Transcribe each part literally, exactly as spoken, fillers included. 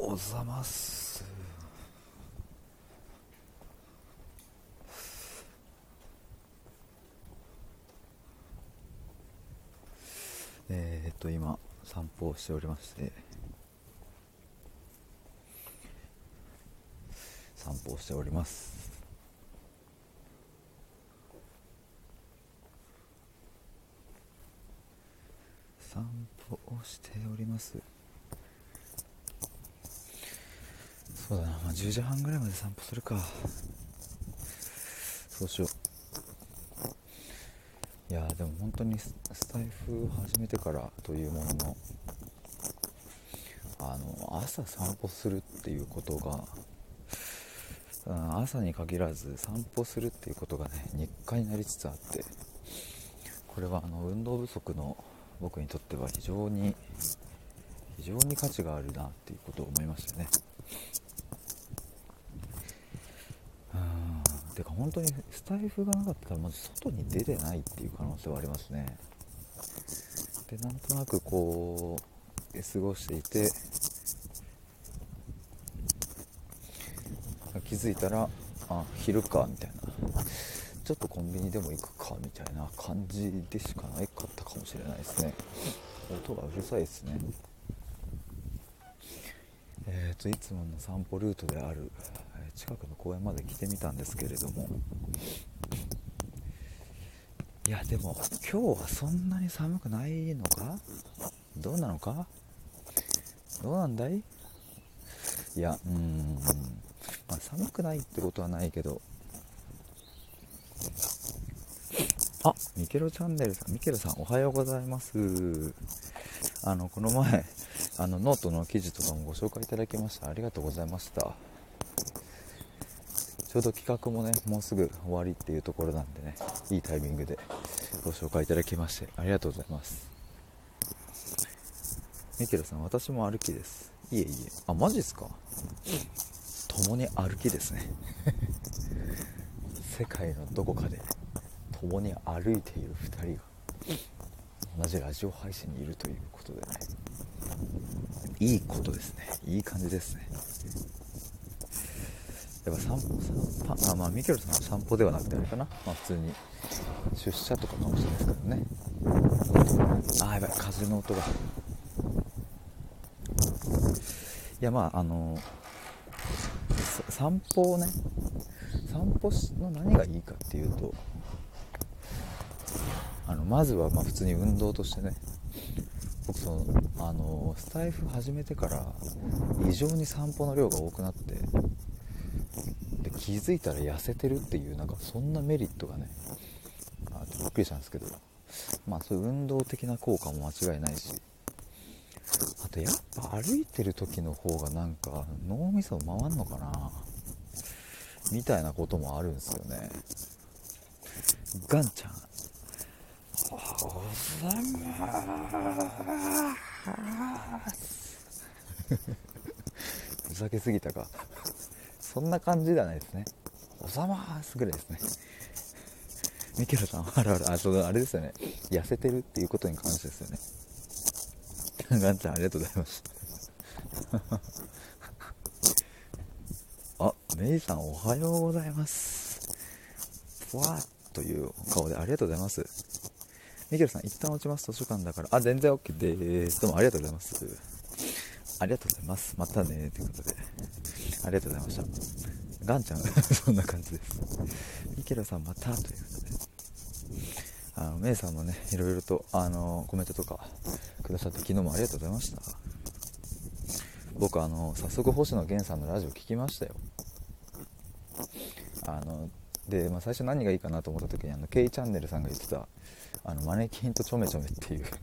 おざます。えー、っと今散歩をしておりまして、散歩をしております。散歩をしております。そうだな、まあ、じゅうじはんぐらいまで散歩するか。そうしよう。いやでも本当にスタイフ始めてからというものの、あの朝散歩するっていうことが、うん、朝に限らず散歩するっていうことがね日課になりつつあって、これはあの運動不足の僕にとっては非常に非常に価値があるなっていうことを思いましたね。うん、てか本当にスタイフがなかったらまず外に出てないっていう可能性はありますね。でなんとなくこう過ごしていて、気づいたらあ昼かみたいな、ちょっとコンビニでも行くかみたいな感じでしかなかったかもしれないですね。音がうるさいですね。えーといつもの散歩ルートである近くの公園まで来てみたんですけれども、いやでも今日はそんなに寒くないのか、どうなのか、どうなんだい。いやうーん、まあ、寒くないってことはないけど、あ、ミケロチャンネルさん、ミケロさんおはようございます。あのこの前あのノートの記事とかもご紹介いただきました。ありがとうございました。ちょうど企画もねもうすぐ終わりっていうところなんでね、いいタイミングでご紹介いただきましてありがとうございます。ミケルさん、私も歩きです。いえいえ、あ、マジですか。共に歩きですね世界のどこかで共に歩いているふたりが同じラジオ配信にいるということでね、いいことですね。いい感じですね。やっぱ散歩さん、あ、まあミケルさんは散歩ではなくてあれかな、まあ普通に出社とかかもしれないですけどね。あーやばい、風の音が。いやまああの散歩をね、散歩の何がいいかっていうと、あのまずはまあ普通に運動としてね、僕そのあのスタイフ始めてから異常に散歩の量が多くなって、で気づいたら痩せてるっていう、なんかそんなメリットがね、あびっくりしたんですけど、まあそういう運動的な効果も間違いないし、あとやっぱ歩いてる時の方がなんか脳みそ回んのかなみたいなこともあるんですよね。ガンちゃんおざますふざけすぎたか。そんな感じではないですね。おざますぐらいですね。ミケルさんあるある、あ、そうあれですよね、痩せてるっていうことに関してですよね。ガンちゃんありがとうございますあ、メイさんおはようございます。ふわっという顔でありがとうございます。ミケルさん一旦落ちます、図書館だから。あ、全然 OK です。どうもありがとうございます。ありがとうございます。またねということでありがとうございました。ガンちゃんそんな感じです。ミケルさんまたということで、あのメイさんもねいろいろとあのコメントとかくださって昨日もありがとうございました。僕あの早速星野源さんのラジオ聞きましたよ。あので、まあ、最初何がいいかなと思った時にあの K チャンネルさんが言ってたあのマネキンとちょめちょめっていう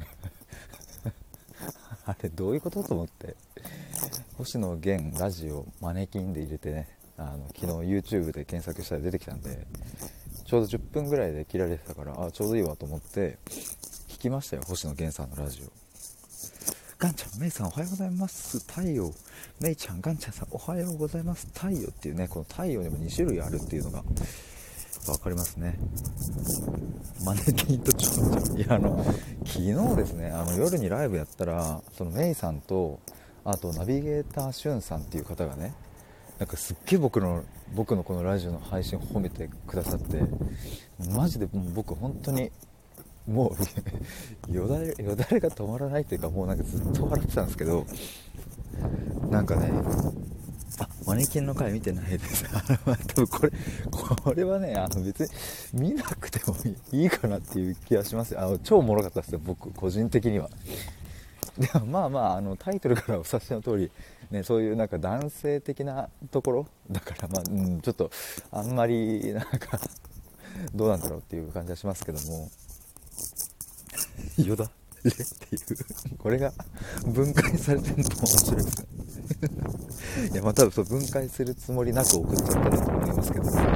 あれどういうことと思って、星野源ラジオマネキンで入れてね、あの昨日 YouTube で検索したら出てきたんで、ちょうどじゅっぷんぐらいで切られてたから、あちょうどいいわと思って聞きましたよ、星野源さんのラジオ。ガンちゃん、メイさんおはようございます。太陽。メイちゃん、ガンちゃんさんおはようございます。太陽っていうね、この太陽にもに種類あるっていうのが分かりますね。マネキンとちょんちょん。いやあの昨日ですね、あの夜にライブやったらそのメイさんとあとナビゲーターしゅんさんっていう方がね、なんかすっげえ僕の僕のこのラジオの配信を褒めてくださって、マジでもう僕本当にもうよだれよだれが止まらないというか、もうなんかずっと笑ってたんですけど、なんかね、あ、マネキンの回見てないです。あの多分これこれはね、あの別に見なくてもいいかなっていう気がしますよ。あの超おもろかったですよ、僕個人的には。でもまあまあ、あのタイトルからお察しの通り、ね、そういうなんか男性的なところだから、まあ、うん、ちょっとあんまりなんかどうなんだろうっていう感じはしますけども、よだれっていうこれが分解されてるのも面白いですね。いや、まあ多分そう分解するつもりなく送っちゃったんだと思いますけど、よだ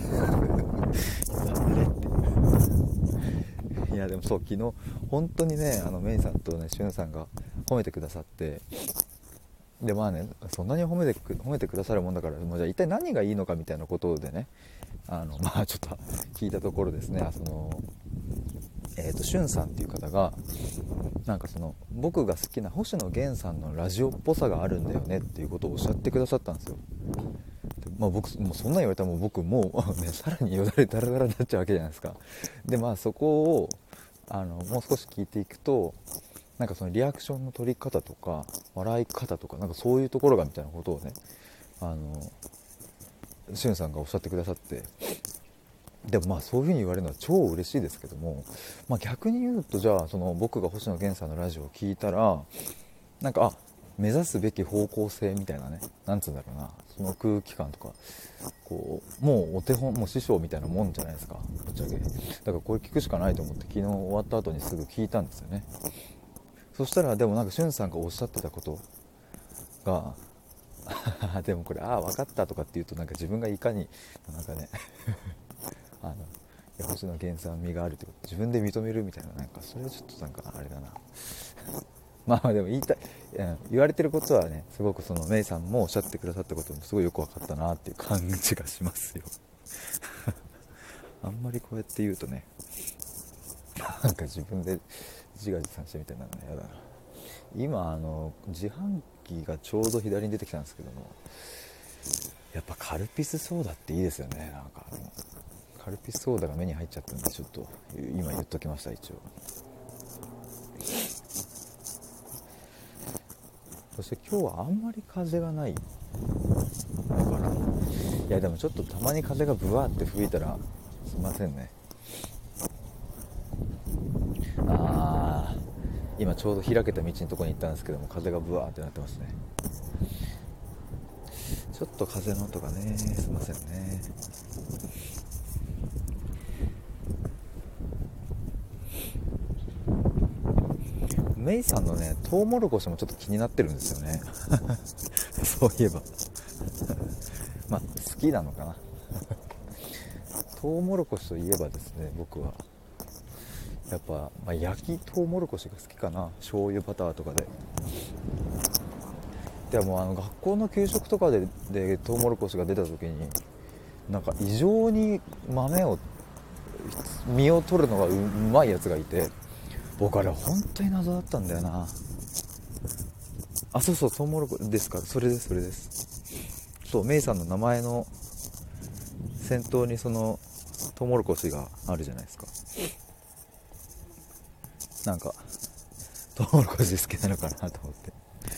れって、いやでもそう、昨日本当にね、あのメイさんとねしゅんさんが褒めてくださって、でまあね、そんなに褒めてく褒めてくださるもんだから、もうじゃあ一体何がいいのかみたいなことでね、あのまあちょっと聞いたところですね、そのえーとしゅんさんっていう方が、なんかその僕が好きな星野源さんのラジオっぽさがあるんだよねっていうことをおっしゃってくださったんですよ。で、まあ、僕もうそんなん言われたらもう僕もう、ね、さらによだれダラダラになっちゃうわけじゃないですか。でまあそこをあのもう少し聞いていくと、なんかそのリアクションの取り方とか笑い方とか、なんかそういうところがみたいなことをね、あのしゅんさんがおっしゃってくださって、でもまあそういう風に言われるのは超嬉しいですけども、まあ、逆に言うと、じゃあその僕が星野源さんのラジオを聞いたら、なんかあ目指すべき方向性みたいなね、なんつうんだろうな、その空気感とか、こうもうお手本、もう師匠みたいなもんじゃないですか、ぶっちゃけ。だからこれ聞くしかないと思って、昨日終わった後にすぐ聞いたんですよね。そしたらでもなんかしゅんさんがおっしゃってたことがでもこれああ分かったとかっていうと、なんか自分がいかになんかねあのいや星野源さん味があるってこと自分で認めるみたいな、なんかそれはちょっとなんかあれだなまあまあでも言いたい、言われてることはね、すごくそのメイさんもおっしゃってくださったこともすごいよく分かったなっていう感じがしますよあんまりこうやって言うとね、なんか自分で自画自賛してみたいなの嫌だな。今あの自販機がちょうど左に出てきたんですけども、やっぱカルピスソーダっていいですよね。なんかカルピスソーダが目に入っちゃったんで、ちょっと今言っときました、一応。そして今日はあんまり風がないのかな。いやでもちょっとたまに風がブワーって吹いたらすいませんね。あー、今ちょうど開けた道のところに行ったんですけども、風がブワーってなってますね。ちょっと風の音がね、すいませんね。メイさんのね、トウモロコシもちょっと気になってるんですよねそういえばまあ好きなのかなトウモロコシといえばですね、僕はやっぱ、まあ、焼きトウモロコシが好きかな。醤油バターとかで。でもあの学校の給食とかででトウモロコシが出た時に、なんか異常に豆を実を取るのがうまいやつがいて、僕あれ本当に謎だったんだよな。あ、そうそう、トウモロコシですか。それですそれです。そう、メイさんの名前の先頭にそのトウモロコシがあるじゃないですか。なんかトウモロコシ好きなのかなと思って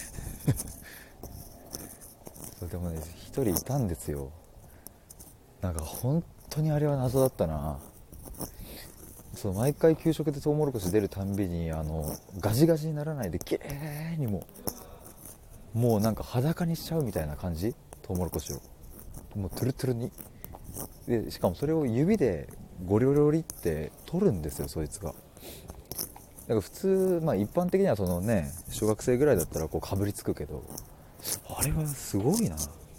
そう、でもね、一人いたんですよ。なんか本当にあれは謎だったな。そう、毎回給食でトウモロコシ出るたんびに、あのガジガジにならないで綺麗にもうもうなんか裸にしちゃうみたいな感じ、トウモロコシをもうトゥルトゥルに。でしかもそれを指でゴリゴリゴリって取るんですよ、そいつが。だから普通、まあ一般的にはそのね、小学生ぐらいだったらこうかぶりつくけど、あれはすごいな。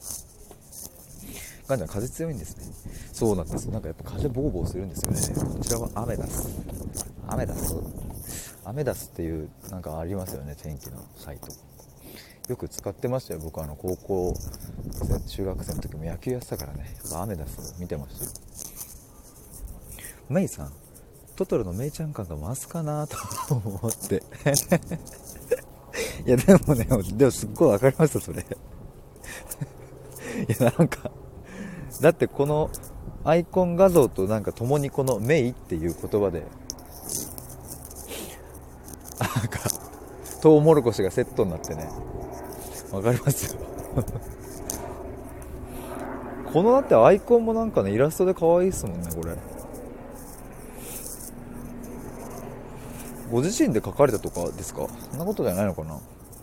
ガンちゃん風強いんですね。そうなんです。なんかやっぱ風ボーボーするんですよね。こちらはアメダスアメダスアメダスっていうなんかありますよね、天気のサイト。よく使ってましたよ、僕。あの高校中学生の時も野球やってたからね、アメダス見てましたよ。メイさん、トトロのメイちゃん感が増すかなと思っていやでもね、でもすっごいわかりますよそれ。いやなんかだってこのアイコン画像となんか共にこのメイっていう言葉でなんかトウモロコシがセットになってね、わかりますよこのだってアイコンもなんかねイラストで可愛いっすもんねこれ。ご自身で描かれたとかですか？そんなことじゃないのかな。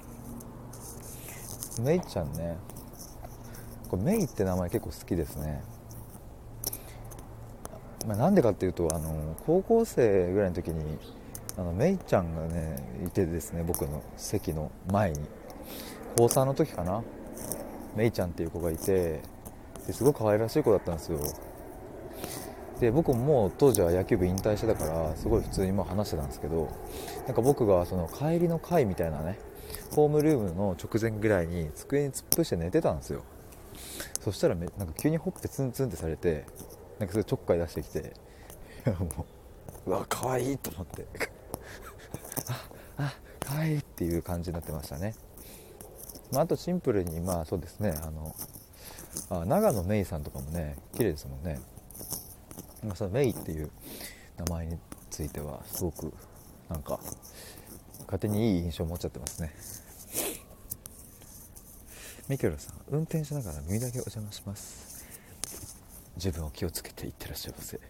メイちゃんね、これメイって名前結構好きですね。まあ、なんでかっていうとあの高校生ぐらいの時にあのメイちゃんがねいてですね、僕の席の前に高さんの時かな、メイちゃんっていう子がいて、ですごい可愛らしい子だったんですよ。で僕ももう当時は野球部引退してたからすごい普通にまあ話してたんですけど、なんか僕がその帰りの会みたいなね、ホームルームの直前ぐらいに机に突っ伏して寝てたんですよ。そしたらめなんか急にほっぺツンツンってされて、なんかそれちょっかい出してきて、いやもううわ可愛いと思ってああ可愛いっていう感じになってましたね。まあ、あとシンプルにまあそうですね、あのあ長野メイさんとかもね綺麗ですもんね。まあ、そのメイっていう名前についてはすごくなんか勝手にいい印象を持っちゃってますね。ミケルさん、運転しながら耳だけお邪魔します。自分を気をつけていってらっしゃいませ。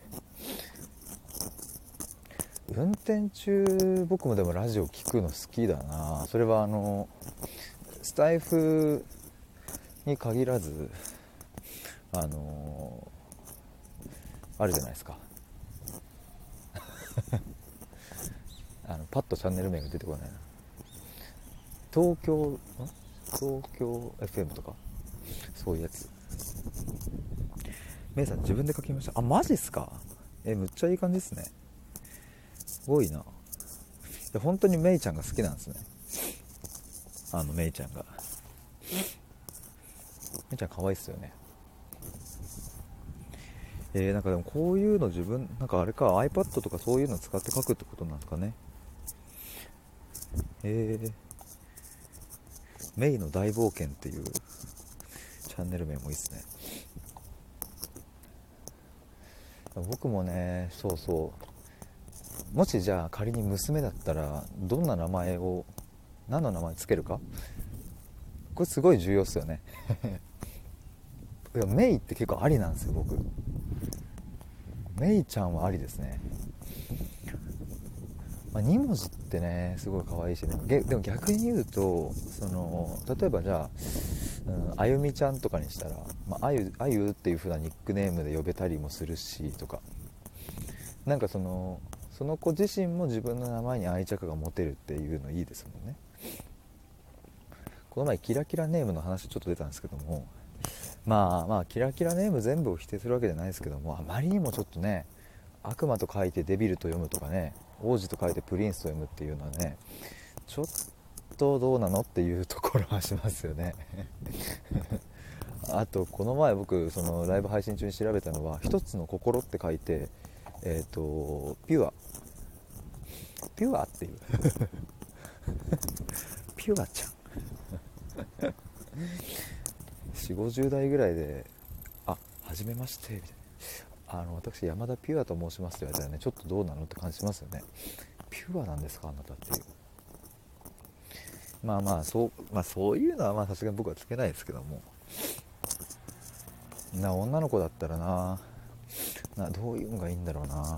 運転中僕もでもラジオ聞くの好きだな。それはあのスタイフに限らずあのあるじゃないですかあのパッとチャンネル名が出てこないな。東京東京 エフエム とかそういうやつ。メイさん自分で書きました。あ、マジっすか。え、むっちゃいい感じですね。すごいな。いや本当にメイちゃんが好きなんですね。あのメイちゃんがメイちゃん可愛いっすよね。えー、なんかでもこういうの自分なんかあれか iPad とかそういうの使って書くってことなんですかね。えー、メイの大冒険っていうチャンネル名もいいっすね。僕もね、そうそう、もしじゃあ仮に娘だったらどんな名前を何の名前つけるか、これすごい重要っすよねいやメイって結構ありなんですよ。僕メイちゃんはありですね。まあ、に文字ってねすごい可愛いしね。でも逆に言うとその例えばじゃあ、うん、あゆみちゃんとかにしたら、まあ、あゆあゆっていう風なニックネームで呼べたりもするしとか、なんかそのその子自身も自分の名前に愛着が持てるっていうのいいですもんね。この前キラキラネームの話ちょっと出たんですけども、まあまあキラキラネーム全部を否定するわけじゃないですけども、あまりにもちょっとね、悪魔と書いてデビルと読むとかね、王子と書いてプリンスと読むっていうのはね、ちょっとどうなのっていうところはしますよねあとこの前僕そのライブ配信中に調べたのは、一つの心って書いて、えっとピュアピュアっていうピュアちゃんよんじゅう、ごじゅう代ぐらいで、あ、はじめましてみたいな、あの私山田ピュアと申しますって言われたらね、ちょっとどうなのって感じしますよね。ピュアなんですかあなたっていう。まあまあそう、まあ、そういうのはまあさすがに僕はつけないですけども、な女の子だったらな、などういうのがいいんだろうな。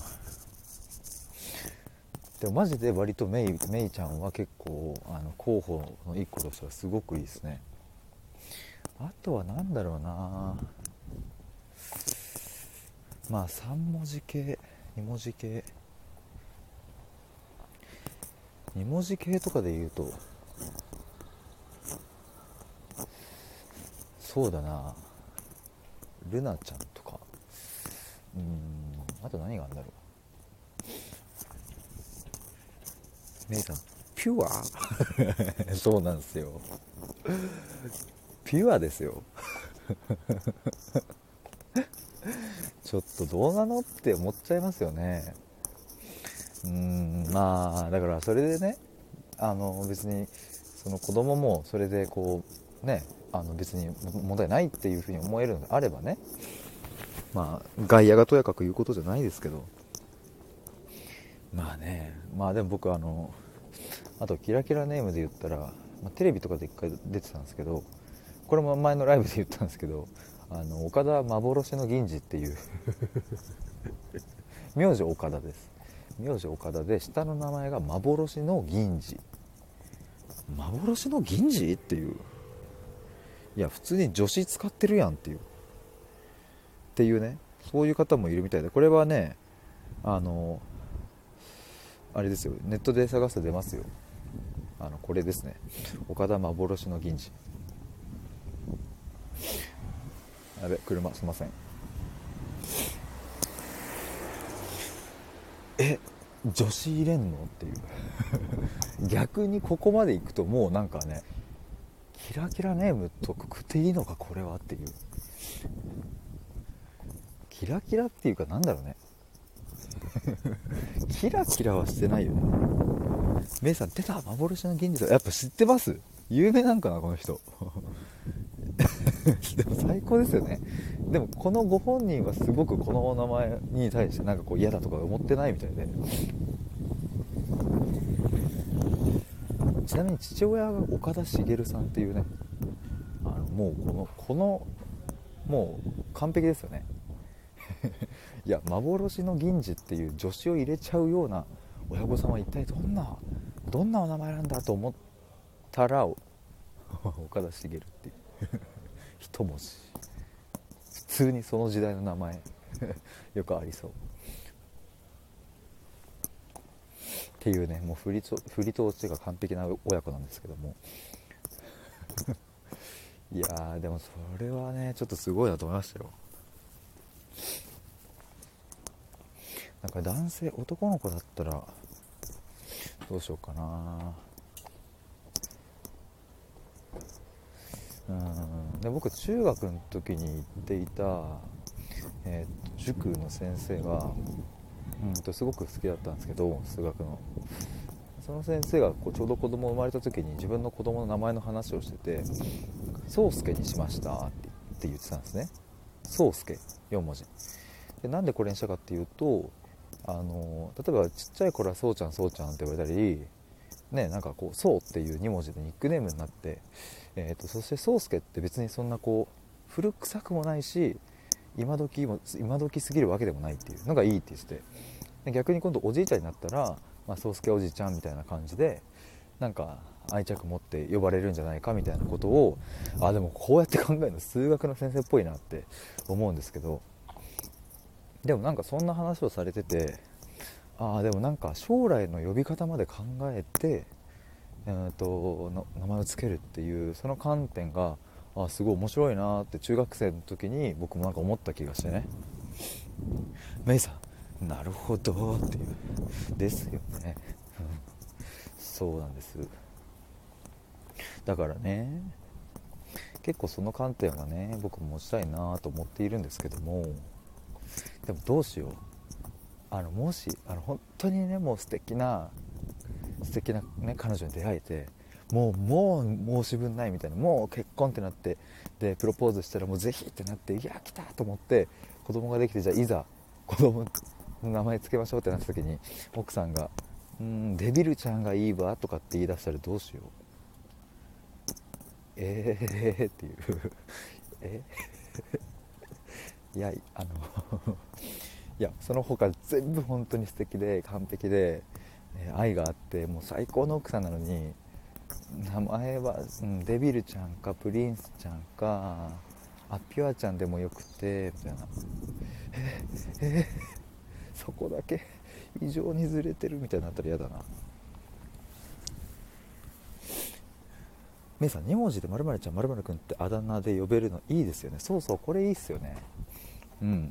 でもマジで割とメイ、メイちゃんは結構あの候補の一個としてはすごくいいですね。あとは何だろうな、まあさん文字系、に文字系、に文字系とかで言うと、そうだな、ルナちゃんとか、うーん、あと何があるんだろう。メイさんピュアそうなんですよ、ピュアですよちょっとどうなのって思っちゃいますよね。うーん、まあだからそれでね、あの別にその子供もそれでこうね、あの別に問題ないっていうふうに思えるのであればね、まあ外野がとやかく言うことじゃないですけど、まあね、まあでも僕あのあとキラキラネームで言ったら、まあ、テレビとかで一回出てたんですけど、これも前のライブで言ったんですけど、あの岡田幻の銀次っていう名字岡田です。名字岡田で下の名前が幻の銀次。幻の銀次っていう、いや普通に女子使ってるやんっていうっていうね、そういう方もいるみたいで、これはね、あのあれですよ、ネットで探すと出ますよ。あのこれですね、岡田幻の銀次。やべ、車すいません。え、女子入れんのっていう逆にここまで行くともうなんかね、キラキラネームとくくっていいのかこれはっていう、キラキラっていうかなんだろうねキラキラはしてないよね。メイさん出た、幻の銀次さん、やっぱ知ってます？有名なんかなこの人でも最高ですよね。でもこのご本人はすごくこのお名前に対してなんかこう嫌だとか思ってないみたいで、ちなみに父親が岡田茂さんっていうね、あのもうこのこのもう完璧ですよねいや幻の銀次っていう助詞を入れちゃうような親御さんは一体どんなどんなお名前なんだと思ったら岡田茂っていう一文字、普通にその時代の名前よくありそうっていうね、もう振りと振りと落ちが完璧な親子なんですけどもいやーでもそれはねちょっとすごいなと思いましたよ。なんか男性男の子だったらどうしようかな。うんで僕中学の時に行っていた、えー、と塾の先生がうんとすごく好きだったんですけど、数学のその先生がこうちょうど子供生まれた時に自分の子供の名前の話をしてて、宗介にしましたって言ってたんですね。宗介よん文字で、なんでこれにしたかっていうと、あの例えばちっちゃい頃はそうちゃんそうちゃんって言われたりね、なんかこうそうっていうに文字でニックネームになって、えー、とそして宗介って別にそんなこう古臭くもないし今時も今時すぎるわけでもないっていうのがいいって言ってて、で逆に今度おじいちゃんになったら、まあ、宗介おじいちゃんみたいな感じでなんか愛着持って呼ばれるんじゃないかみたいなことを、あでもこうやって考えるの数学の先生っぽいなって思うんですけど、でもなんかそんな話をされてて、ああでもなんか将来の呼び方まで考えて、えー、との名前をつけるっていうその観点があすごい面白いなって中学生の時に僕もなんか思った気がしてね。メイさんなるほどっていうですよね、うん、そうなんです。だからね結構その観点はね僕も持ちたいなと思っているんですけども、でもどうしよう、あのもしあの本当にねもう素敵な素敵な、ね、彼女に出会えてもうもう申し分ないみたいな、もう結婚ってなってでプロポーズしたらもうぜひってなって、いや来たと思って子供ができて、じゃあいざ子供の名前つけましょうってなった時に奥さんがうーんデビルちゃんがいいわとかって言い出したらどうしよう。えーっていうえいやあのいやその他全部本当に素敵で完璧で、えー愛があってもう最高の奥さんなのに、名前は、うん、デビルちゃんかプリンスちゃんかあピュアちゃんでもよくてみたいな、えー、えー、そこだけ異常にずれてるみたいになったら嫌だな。メイさんに文字で〇〇ちゃん〇〇くんってあだ名で呼べるのいいですよね。そうそうこれいいっすよね。うん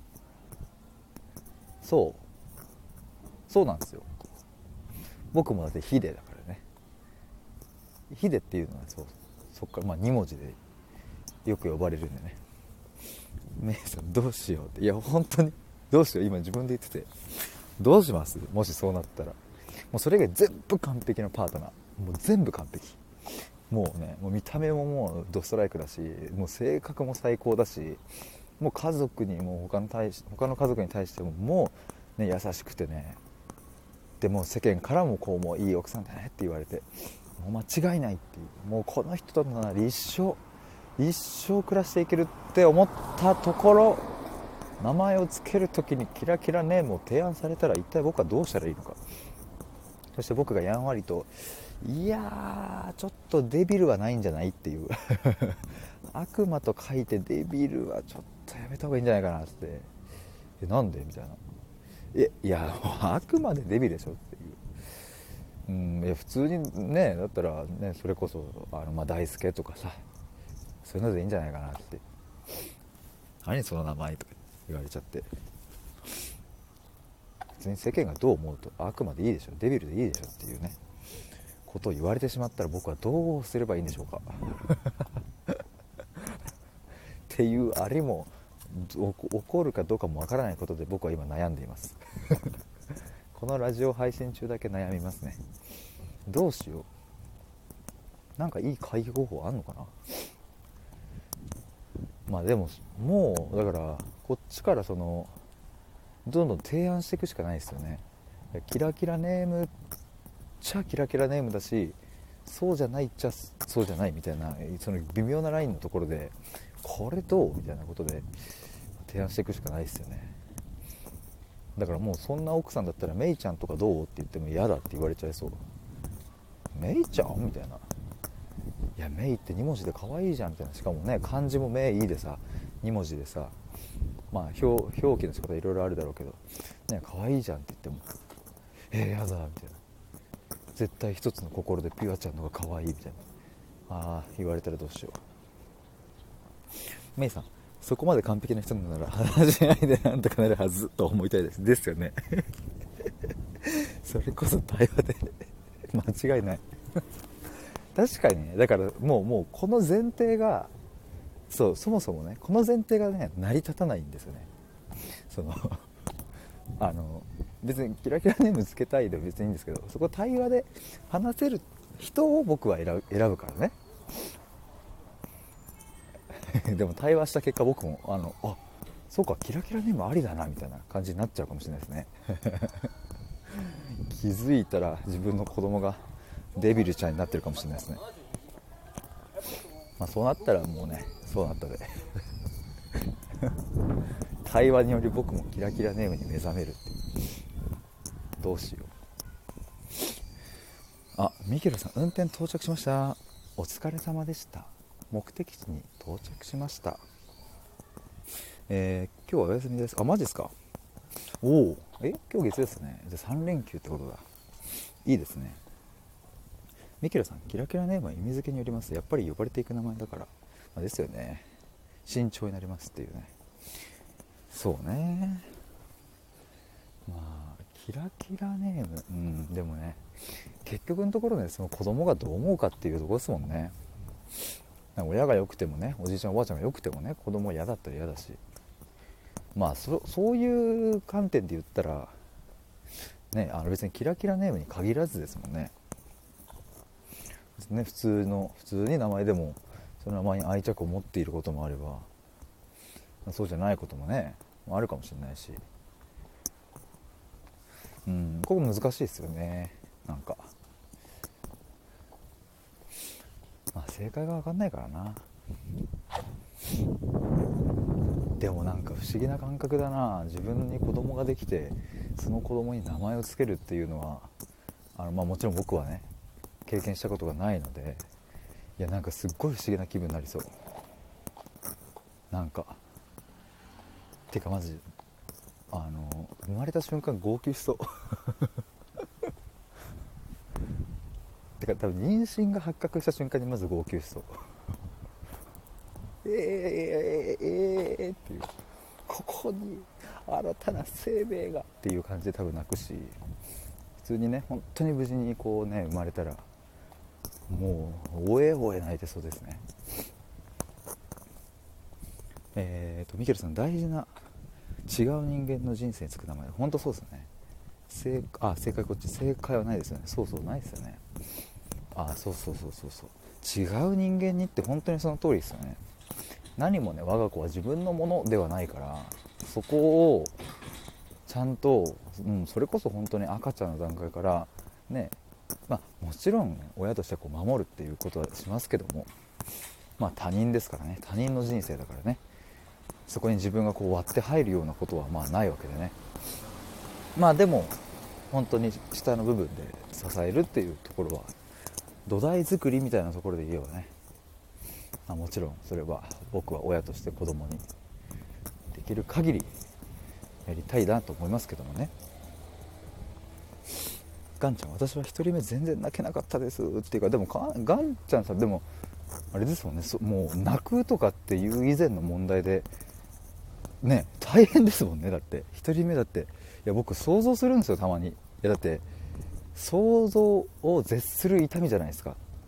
そうそうなんですよ。僕もだってヒデだからね。ヒデっていうのはそうそっからまあに文字でよく呼ばれるんでね。メイさんどうしようって、いや本当にどうしよう今自分で言っててどうします、もしそうなったらもうそれ以外全部完璧なパートナー、もう全部完璧もうね、もう見た目ももうドストライクだし、もう性格も最高だし、もう家族にも他の対し他の家族に対してももう、ね、優しくてね、でも世間からもこう、もういい奥さんだねって言われて、もう間違いないっていう、もうこの人となら一生一生暮らしていけるって思ったところ、名前を付けるときにキラキラネームを提案されたら一体僕はどうしたらいいのか。そして僕がやんわりと、いやーちょっとデビルはないんじゃないっていう悪魔と書いてデビルはちょっとやめた方がいいんじゃないかなって。えなんでみたいな。えいや悪魔でデビルでしょっていう。うん、いや普通にね、だったらね、それこそあの、まあ、大輔とかさ、そういうのでいいんじゃないかなって。何その名前とか言われちゃって、別に世間がどう思うと、あくまでいいでしょ、デビルでいいでしょっていうねことを言われてしまったら、僕はどうすればいいんでしょうかっていう、あれも起こるかどうかもわからないことで僕は今悩んでいますこのラジオ配信中だけ悩みますね。どうしよう、なんかいい会議方法あんのかな。まあでももうだからこっちからそのどんどん提案していくしかないですよね。キラキラネームっちゃキラキラネームだし、そうじゃないっちゃそうじゃないみたいな、その微妙なラインのところで、これどうみたいなことで提案していくしかないですよね。だからもうそんな奥さんだったらメイちゃんとかどうって言っても嫌だって言われちゃいそう。メイちゃんみたいな、いやメイってに文字で可愛いじゃんみたいな、しかもね漢字もメイでさに文字でさ、まあ 表, 表記の仕方いろいろあるだろうけどね、可愛いじゃんって言っても、えー、やだみたいな、絶対一つの心でピュアちゃんの方が可愛いみたいな、ああ言われたらどうしよう。メイさん、そこまで完璧な人なら話し合いでなんとかなるはずと思いたいですですよねそれこそ対話で間違いない確かにね、だからもうもうこの前提が、そうそもそもねこの前提がね成り立たないんですよね。そのあの別にキラキラネームつけたいで別にいいんですけど、そこ対話で話せる人を僕は選ぶ、選ぶからねでも対話した結果僕もあのあそうかキラキラネームありだなみたいな感じになっちゃうかもしれないですね気づいたら自分の子供がデビルちゃんになってるかもしれないですね。まあそうなったらもうね、そうなったで対話により僕もキラキラネームに目覚めるっていう。どうしよう。あ、ミケルさん運転到着しました。お疲れ様でした。目的地に到着しました。えー、今日はお休みです。あ、マジですか。おお、え今日月ですね。じゃあさん連休ってことだ。いいですね。ミケルさん、キラキラネームは意味付けによります。やっぱり呼ばれていく名前だから、まあ、ですよね。慎重になりますっていうね。そうね。まあキラキラネーム、うん、でもね結局のところね、その子供がどう思うかっていうところですもんね。親が良くてもね、おじいちゃんおばあちゃんが良くてもね、子供は嫌だったら嫌だし、まあ そ, そういう観点で言ったらね、あの別にキラキラネームに限らずですもんね。ね、普通の普通に名前でもその名前に愛着を持っていることもあれば、そうじゃないこともねあるかもしれないし、うん、ここ難しいですよね。なんかまあ正解が分かんないからな。でもなんか不思議な感覚だな。自分に子供ができてその子供に名前をつけるっていうのはあの、まあ、もちろん僕はね経験したことがないので、いやなんかすっごい不思議な気分になりそう。なんかてかまずあの生まれた瞬間号泣しそうてか多分妊娠が発覚した瞬間にまず号泣しそうえー、えー、えー、っていう、ここに新たな生命がっていう感じで多分泣くし、普通にね本当に無事にこうね生まれたらもうおえおえ泣いてそうですね。えーとミケルさん、大事な違う人間の人生につく名前、本当そうですね。正あ正解こっち正解はないですよね。そうそうないですよね。あそうそうそうそうそう違う人間にって本当にその通りですよね。何もね我が子は自分のものではないから、そこをちゃんと、うん、それこそ本当に赤ちゃんの段階からね、まあ、もちろん、ね、親としてはこう守るっていうことはしますけども、まあ、他人ですからね、他人の人生だからね、そこに自分がこう割って入るようなことはまあないわけでね。まあでも本当に下の部分で支えるっていうところは土台作りみたいなところで言えばね、まあ、もちろんそれは僕は親として子供にできる限りやりたいなと思いますけどもね。ガンちゃん、私はひとりめ全然泣けなかったですっていうか、でもガンちゃんさ、でもあれですもんね、そもう泣くとかっていう以前の問題でね、大変ですもんね。だってひとりめだって、いや僕想像するんですよたまに。いやだって想像を絶する痛みじゃないですか。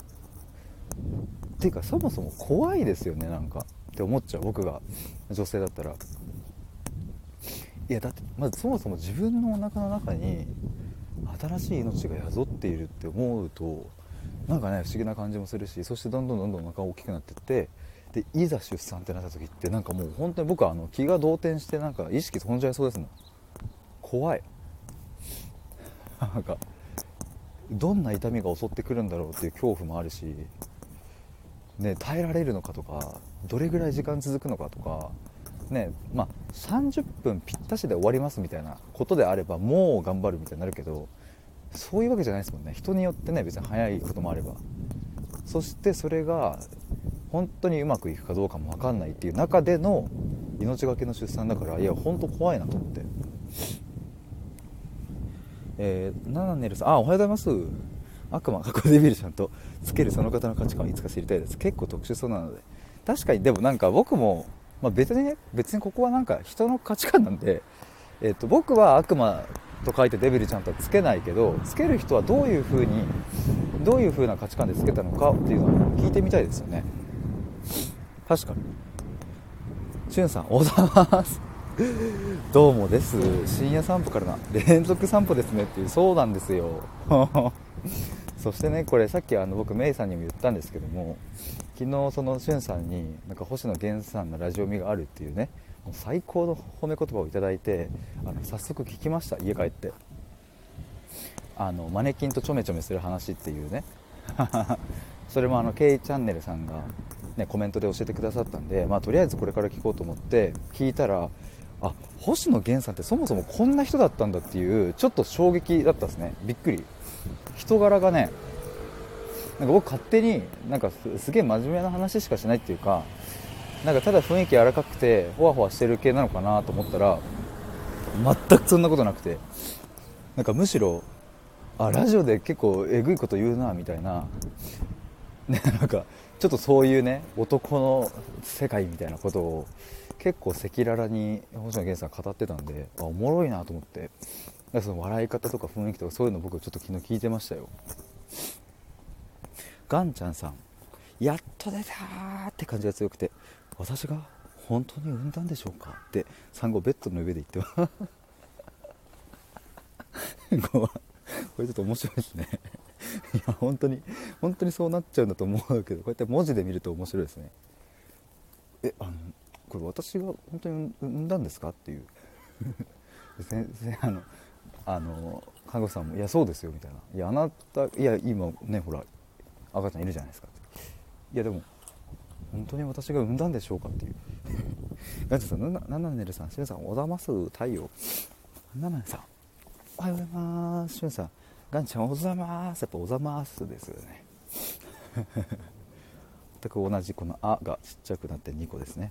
っていうかそもそも怖いですよね、なんかって思っちゃう、僕が女性だったら。いやだってまずそもそも自分のお腹の中に新しい命が宿っているって思うとなんかね不思議な感じもするし、そしてどんどんどんどんお腹が大きくなっていって、でいざ出産ってなった時ってなんかもう本当に僕はあの気が動転してなんか意識飛んじゃいそうですもん。怖い。なんかどんな痛みが襲ってくるんだろうっていう恐怖もあるし、ね、耐えられるのかとか、どれぐらい時間続くのかとかね、まあさんじゅっぷんぴったしで終わりますみたいなことであればもう頑張るみたいになるけど、そういうわけじゃないですもんね。人によってね別に早いこともあれば、そしてそれが本当にうまくいくかどうかも分かんないっていう中での命がけの出産だから、いや本当怖いなと思って。えー、ナナネルさん、あ、おはようございます。悪魔過去デビルちゃんとつけるその方の価値観をいつか知りたいです。結構特殊そうなので。確かに。でもなんか僕も、まあ、別にね別にここはなんか人の価値観なんで、えー、と僕は悪魔と書いてデビルちゃんとはつけないけど、つける人はどういう風にどういう風な価値観でつけたのかっていうのを聞いてみたいですよね。確かに。しゅんさん、おはようございます。どうもです。深夜散歩からな連続散歩ですねっていう。そうなんですよ。そしてね、これさっきあの僕メイさんにも言ったんですけども、昨日そのしゅんさんになんか星野源さんのラジオ味があるっていうね、もう最高の褒め言葉をいただいて、あの早速聞きました。家帰って、あのマネキンとちょめちょめする話っていうねそれもあの K チャンネルさんが、ね、コメントで教えてくださったんで、まあ、とりあえずこれから聞こうと思って聞いたら、あ、星野源さんってそもそもこんな人だったんだっていうちょっと衝撃だったですね。びっくり。人柄がね、なんか僕勝手になんか す, すげえ真面目な話しかしないっていうか、なんかただ雰囲気柔らかくてホワホワしてる系なのかなと思ったら全くそんなことなくて、なんかむしろ、あ、ラジオで結構えぐいこと言うなみたいな、ね、なんかちょっとそういうね男の世界みたいなことを結構赤裸々に星野源さん語ってたんで、あ、おもろいなと思って、その笑い方とか雰囲気とかそういうの僕ちょっと昨日聞いてましたよ。ガンちゃんさん、やっと出たーって感じが強くて、私が本当に産んだんでしょうかって産後ベッドの上で言ってますこれちょっと面白いですね。いや本当に本当にそうなっちゃうんだと思うけど、こうやって文字で見ると面白いですね。え、あのこれ私が本当に産んだんですかっていう先生、あのあの看護師さんも、いやそうですよみたいな、いやあなた、いや今ねほら赤ちゃんいるじゃないですか、いやでも本当に私が産んだんでしょうかっていうガチさん、ナナネルさん、しゅんさん、おざます太陽、ナナネさんおはようございます、しゅんさん、ガンちゃんおはようございます、やっぱおざますですよね全く同じこのあがちっちゃくなってにこですね。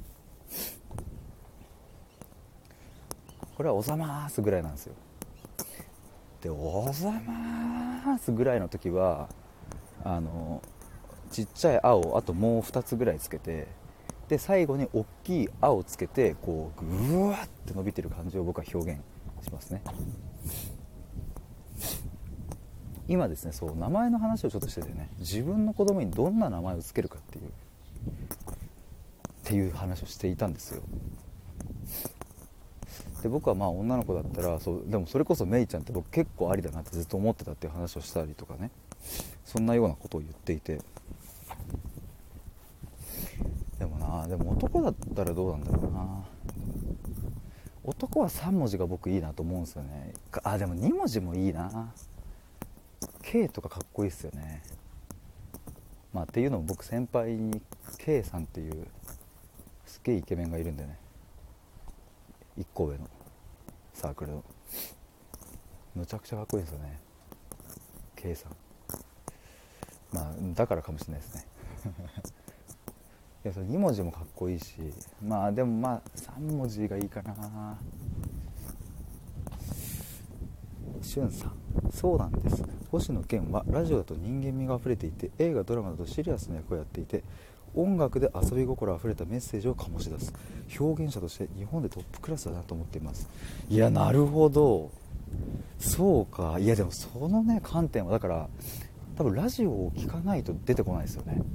これはおざますぐらいなんですよ。でおざますぐらいの時はあのちっちゃい「あ」をあともうふたつぐらいつけて、で最後に大きい「あ」をつけてこうぐわって伸びてる感じを僕は表現しますね。今ですね、そう名前の話をちょっとしててね、自分の子供にどんな名前をつけるかっていうっていう話をしていたんですよ。で僕はまあ女の子だったら、そうでもそれこそメイちゃんって僕結構ありだなってずっと思ってたっていう話をしたりとかね、そんなようなことを言っていて、 あでも男だったらどうなんだろうな。男はさん文字が僕いいなと思うんですよね。あでもに文字もいいな。 K とかかっこいいっすよね。まあっていうのも僕先輩に K さんっていうすっげえイケメンがいるんでね、いっこ上のサークルのむちゃくちゃかっこいいですよね K さん。まあだからかもしれないですねいやそれに文字もかっこいいし、まあでもまあさん文字がいいかな。しゅんさん、そうなんです。星野源はラジオだと人間味があふれていて、映画ドラマだとシリアスな役をやっていて、音楽で遊び心あふれたメッセージを醸し出す表現者として日本でトップクラスだなと思っています。いやなるほど、そうか。いやでもそのね観点はだから多分ラジオを聞かないと出てこないですよね。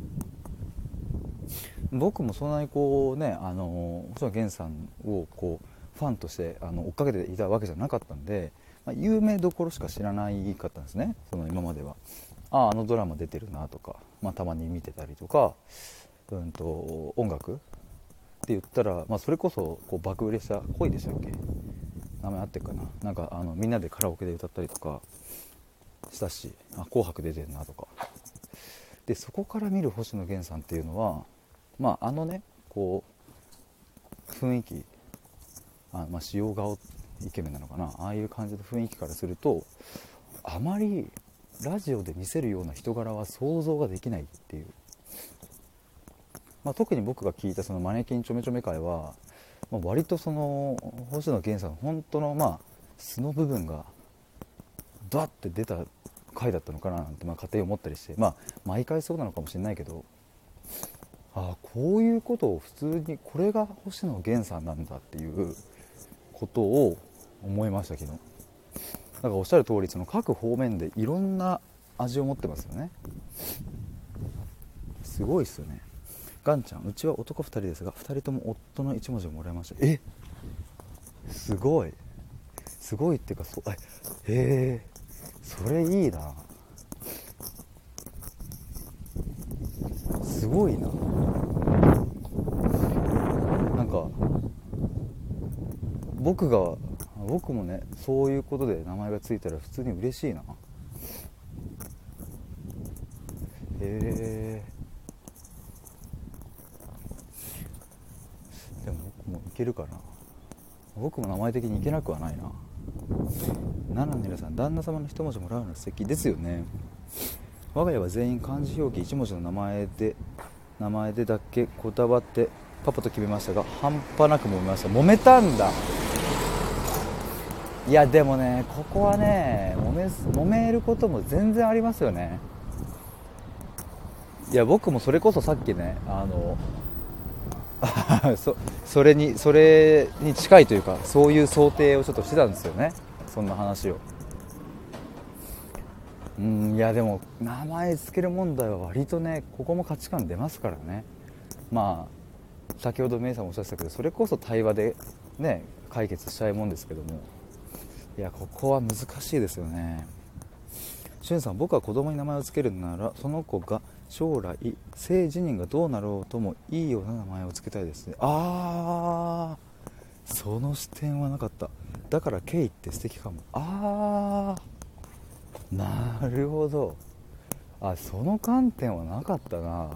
僕もそんなにこうね、あの星野源さんをこうファンとしてあの追っかけていたわけじゃなかったんで、まあ、有名どころしか知らないかったんですね、その今までは。あああのドラマ出てるなとか、まあ、たまに見てたりとか、うんと音楽って言ったら、まあ、それこそこう爆売れした恋でしたっけ、名前あってるかな、なんかあのみんなでカラオケで歌ったりとかしたし、あ紅白出てるなとかで、そこから見る星野源さんっていうのは、まああのねこう雰囲気、あ、まあ、塩顔イケメンなのかな、ああいう感じの雰囲気からするとあまりラジオで見せるような人柄は想像ができないっていう、まあ、特に僕が聞いたそのマネキンちょめちょめ会は、まあ、割とその星野源さんの本当のまあ素の部分がバッて出た回だったのかななんてまあ勝手に思ったりして、まあ毎回そうなのかもしれないけど、ああこういうことを普通にこれが星野源さんなんだっていうことを思いました昨日。だからおっしゃる通り、その各方面でいろんな味を持ってますよね。すごいっすよね。ガンちゃん、うちは男ふたりですがふたりとも夫のいち文字をもらいました。えすごいすごいっていうか、そへえそれいいな、すごいな。なんか僕が僕もねそういうことで名前がついたら普通に嬉しいな。へえでも僕もいけるかな。僕も名前的にいけなくはないな。ナナネラさん、旦那様の一文字もらうの素敵ですよね。我が家は全員漢字表記一文字の名前で名前でだけこだわってパパと決めましたが、半端なく揉めました。揉めたんだ。いやでもねここはね揉め、揉めることも全然ありますよね。いや僕もそれこそさっきねあのそ, それにそれに近いというか、そういう想定をちょっとしてたんですよね、そんな話を。うん、いやでも名前つける問題は割とねここも価値観出ますからね。まあ先ほどメイさんもおっしゃってたけど、それこそ対話でね解決しちゃいもんですけども、いやここは難しいですよね。しゅんさん、僕は子供に名前をつけるならその子が将来性自認がどうなろうともいいような名前をつけたいですね。あーその視点はなかった。だからケイって素敵かも。あーなるほど。あその観点はなかったな。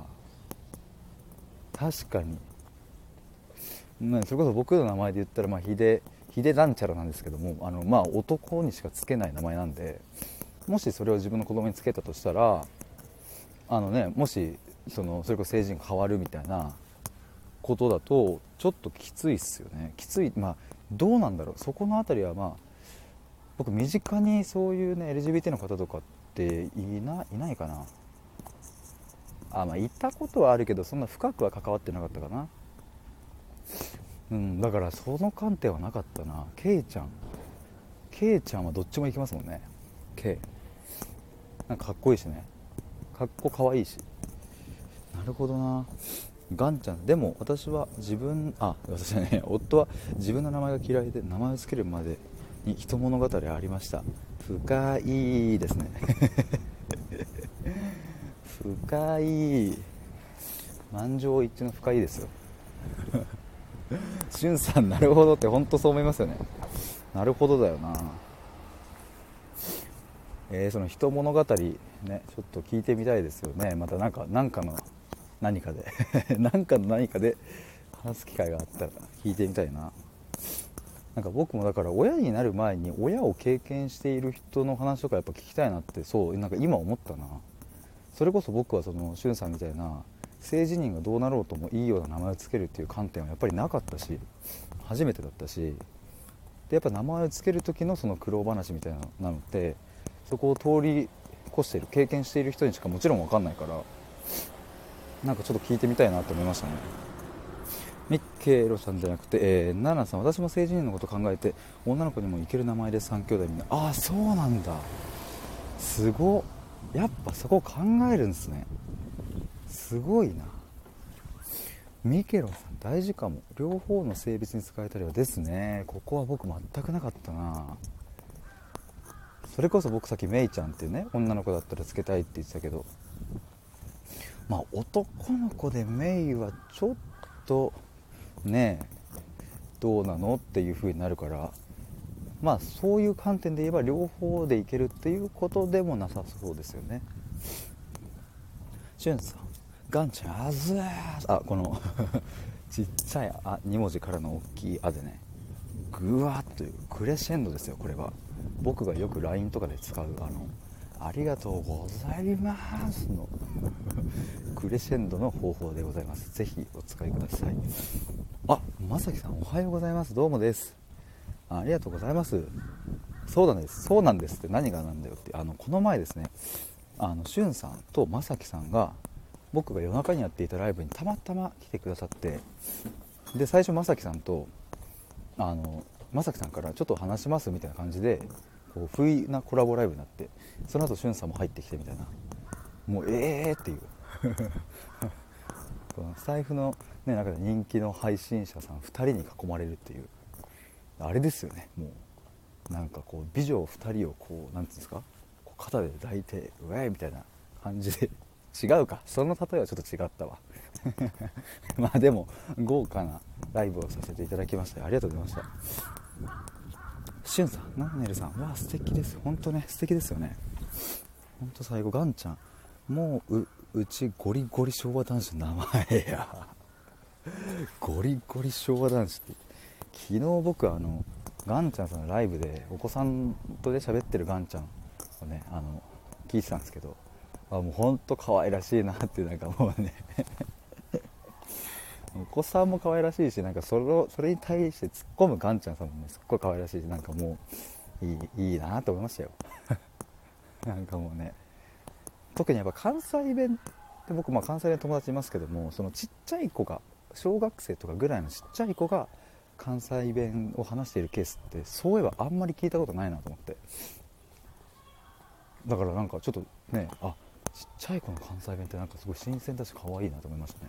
確かに、ね、それこそ僕の名前で言ったら、まあ、ヒデヒデなんちゃらなんですけども、あの、まあ、男にしかつけない名前なんで、もしそれを自分の子供につけたとしたら、あのね、もしそのそれこそ成人が変わるみたいなことだとちょっときついっすよね。きつい。まあどうなんだろう、そこのあたりは。まあ僕身近にそういうね エルジービーティー の方とかっていないないかな。あまあいたことはあるけどそんな深くは関わってなかったかな。うんだからその観点はなかったな。ケイちゃんケイちゃんはどっちもいきますもんね。ケイなんかかっこいいしね、かっこかわいいし。なるほどな。ガンちゃん、でも私は自分あ私じゃね夫は自分の名前が嫌いで名前をつけるまでに一物語ありました。深いですね深い、満場一致の深いですよ。 しゅんさん、なるほどって本当そう思いますよね。なるほどだよな。えー、その人物語ね、ちょっと聞いてみたいですよね。またなんかなんかの何かでなんかの何かで話す機会があったら聞いてみたいな。なんか僕もだから親になる前に親を経験している人の話とかやっぱ聞きたいなって、そうなんか今思ったな。それこそ僕はそのしゅんさんみたいな性自認がどうなろうともいいような名前をつけるっていう観点はやっぱりなかったし、初めてだったし、でやっぱ名前をつける時のその苦労話みたいななのって、そこを通り越している経験している人にしかもちろん分かんないから、なんかちょっと聞いてみたいなと思いましたね。ミッケロさんじゃなくて、えー、ナナさん、私も性自認のこと考えて女の子にもいける名前でさん兄弟みんな。ああ、そうなんだ、すごっ。やっぱそこ考えるんですね。すごいな。ミケロさん大事かも。両方の性別に使えたりはですね。ここは僕全くなかったな。それこそ僕さっきメイちゃんっていうね、女の子だったらつけたいって言ってたけど、まあ男の子でメイはちょっとねえどうなのっていう風になるから、まあそういう観点で言えば両方でいけるっていうことでもなさそうですよね。しゅんさん、ガンちゃんあずーあ、このちっちゃいあに文字からの大きいあでね、グワッというクレッシェンドですよ。これは僕がよく ライン とかで使うあのありがとうございますのクレッシェンドの方法でございます。ぜひお使いください。あ、まさきさんおはようございます。どうもです。 あ, ありがとうございます。そうなんですそうなんですって何がなんだよって、あのこの前ですね、あのしゅんさんとまさきさんが僕が夜中にやっていたライブにたまたま来てくださって、で最初まさきさんとあのまさきさんからちょっと話しますみたいな感じでこう不意なコラボライブになって、その後しゅんさんも入ってきてみたいな、もうえーっていうこのスタイフの、ね、中で人気の配信者さんふたりに囲まれるっていう、あれですよね。もうなんかこう美女ふたりをこうなんていうんですか、こう肩で抱いてうえーみたいな感じで違うか、その例えはちょっと違ったわまあでも豪華なライブをさせていただきました。ありがとうございました。しゅんさん、ナネルさん、わあ素敵です。本当ね素敵ですよね。本当最後ガンちゃん、もう う, うちゴリゴリ昭和男子の名前やゴリゴリ昭和男子って、昨日僕あのガンちゃんさんのライブでお子さんとで喋ってるガンちゃんをね、あの聞いてたんですけど、あもうほんと可愛らしいなって、なんかもうねお子さんも可愛らしいし、なんかそれをそれに対して突っ込むガンちゃんさんもねすっごい可愛らしいし、なんかもういいいいなと思いましたよなんかもうね、特にやっぱ関西弁って僕、まあ関西弁友達いますけども、そのちっちゃい子が小学生とかぐらいのちっちゃい子が関西弁を話しているケースってそういえばあんまり聞いたことないなと思って、だからなんかちょっとね、あちっちゃい子の関西弁ってなんかすごい新鮮だし可愛いなと思いましたね。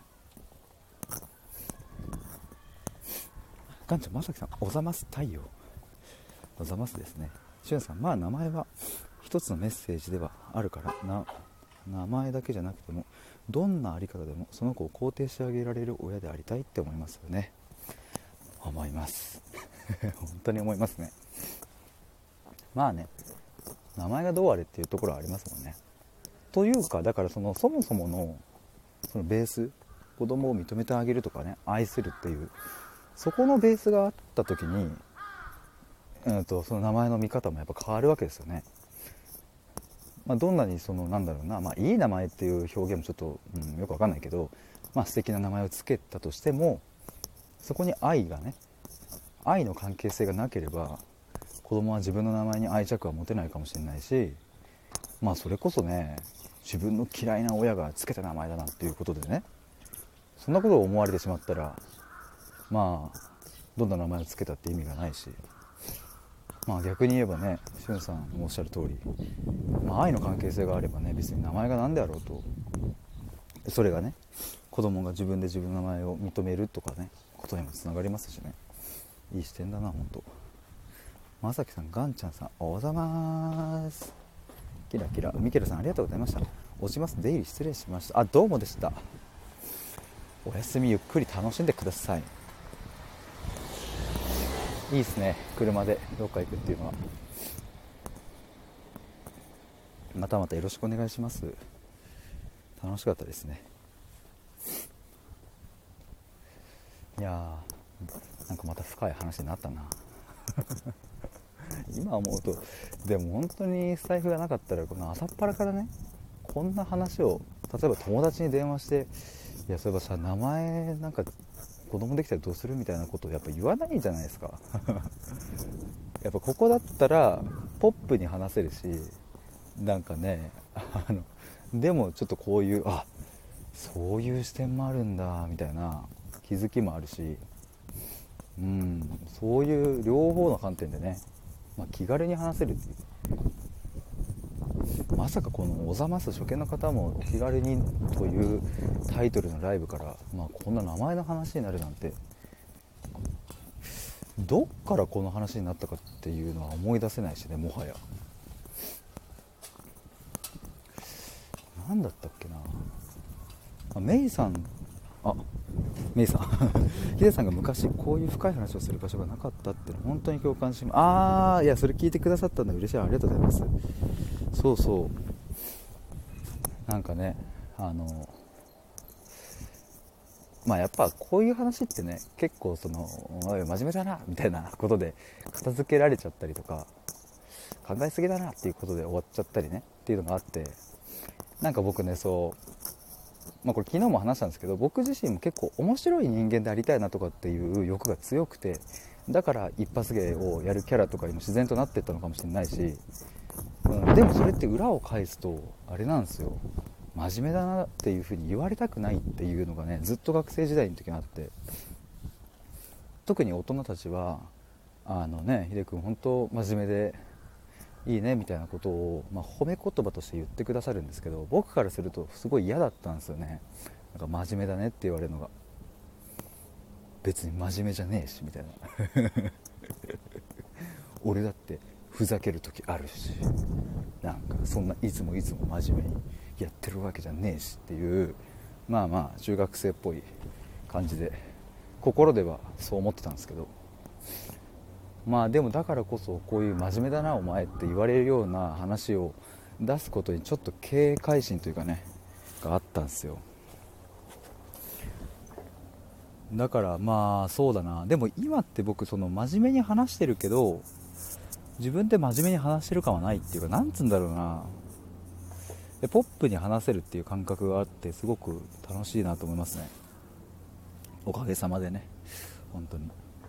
ガンちゃん、まさきさん、おざます太陽、おざますですね。しゅんさん、まあ名前は一つのメッセージではあるからな、名前だけじゃなくてもどんなあり方でもその子を肯定してあげられる親でありたいって思いますよね。思います本当に思いますね。まあね、名前がどうあれっていうところはありますもんね。というかだからそのそもそものそのベース、子供を認めてあげるとかね、愛するっていうそこのベースがあった時に、えー、とその名前の見方もやっぱ変わるわけですよね。まあ、どんなにそのなんだろうな、まあ、いい名前っていう表現もちょっと、うん、よくわかんないけど、まあ、素敵な名前をつけたとしても、そこに愛がね、愛の関係性がなければ子供は自分の名前に愛着は持てないかもしれないし、まあそれこそね、自分の嫌いな親がつけた名前だなっていうことでね、そんなことを思われてしまったら、まあどんな名前をつけたって意味がないし、まあ逆に言えばね、しゅんさんもおっしゃる通り、まあ、愛の関係性があればね、別に名前が何であろうと、それがね、子供が自分で自分の名前を認めるとかね、ことにもつながりますしね。いい視点だな、本当。まさきさん、ガンちゃんさん、おはようございます。キラキラ、ミケルさん、ありがとうございました。落ちます、出入り失礼しました。あ、どうもでした。 お休みゆっくり楽しんでください。いいですね、車でどっか行くっていうのは。またまたよろしくお願いします。楽しかったですね。いやー、なんかまた深い話になったな今思うと、でも本当にスタイフがなかったら、この朝っぱらからね、こんな話を例えば友達に電話して、いやそういえばさ、名前なんか子供できたらどうするみたいなことをやっぱ言わないじゃないですかやっぱここだったらポップに話せるし、なんかね、あのでもちょっとこういう、あ、そういう視点もあるんだみたいな気づきもあるし、うん、そういう両方の観点でね、まあ、気軽に話せるっていう、まさかこのおざます初見の方も気軽にというタイトルのライブから、まあ、こんな名前の話になるなんて、どっからこの話になったかっていうのは思い出せないしね、もはや。何だったっけなあ、メイさん、あ、メイさんヒデさんが昔こういう深い話をする場所がなかったっての本当に共感します。あー、いや、それ聞いてくださったの嬉しい、ありがとうございます。そうそう、なんかね、あのまあやっぱこういう話ってね、結構そのおい真面目だなみたいなことで片付けられちゃったりとか、考えすぎだなっていうことで終わっちゃったりねっていうのがあって、なんか僕ね、そうまあこれ昨日も話したんですけど、僕自身も結構面白い人間でありたいなとかっていう欲が強くて、だから一発芸をやるキャラとかにも自然となっていったのかもしれないし、うん、でもそれって裏を返すとあれなんですよ、真面目だなっていう風に言われたくないっていうのがね、ずっと学生時代の時にあって、特に大人たちはあのね、ひでくん本当真面目でいいねみたいなことを、まあ、褒め言葉として言ってくださるんですけど、僕からするとすごい嫌だったんですよね。なんか真面目だねって言われるのが、別に真面目じゃねえしみたいな俺だってふざける時あるし、なんかそんないつもいつも真面目にやってるわけじゃねえしっていう、まあまあ中学生っぽい感じで心ではそう思ってたんですけど、まあでもだからこそこういう真面目だなお前って言われるような話を出すことにちょっと警戒心というかねがあったんですよ。だからまあそうだな、でも今って僕その真面目に話してるけど、自分で真面目に話してる感はないっていうか、なんつうんだろうな、でポップに話せるっていう感覚があって、すごく楽しいなと思いますね、おかげさまでね、本当に。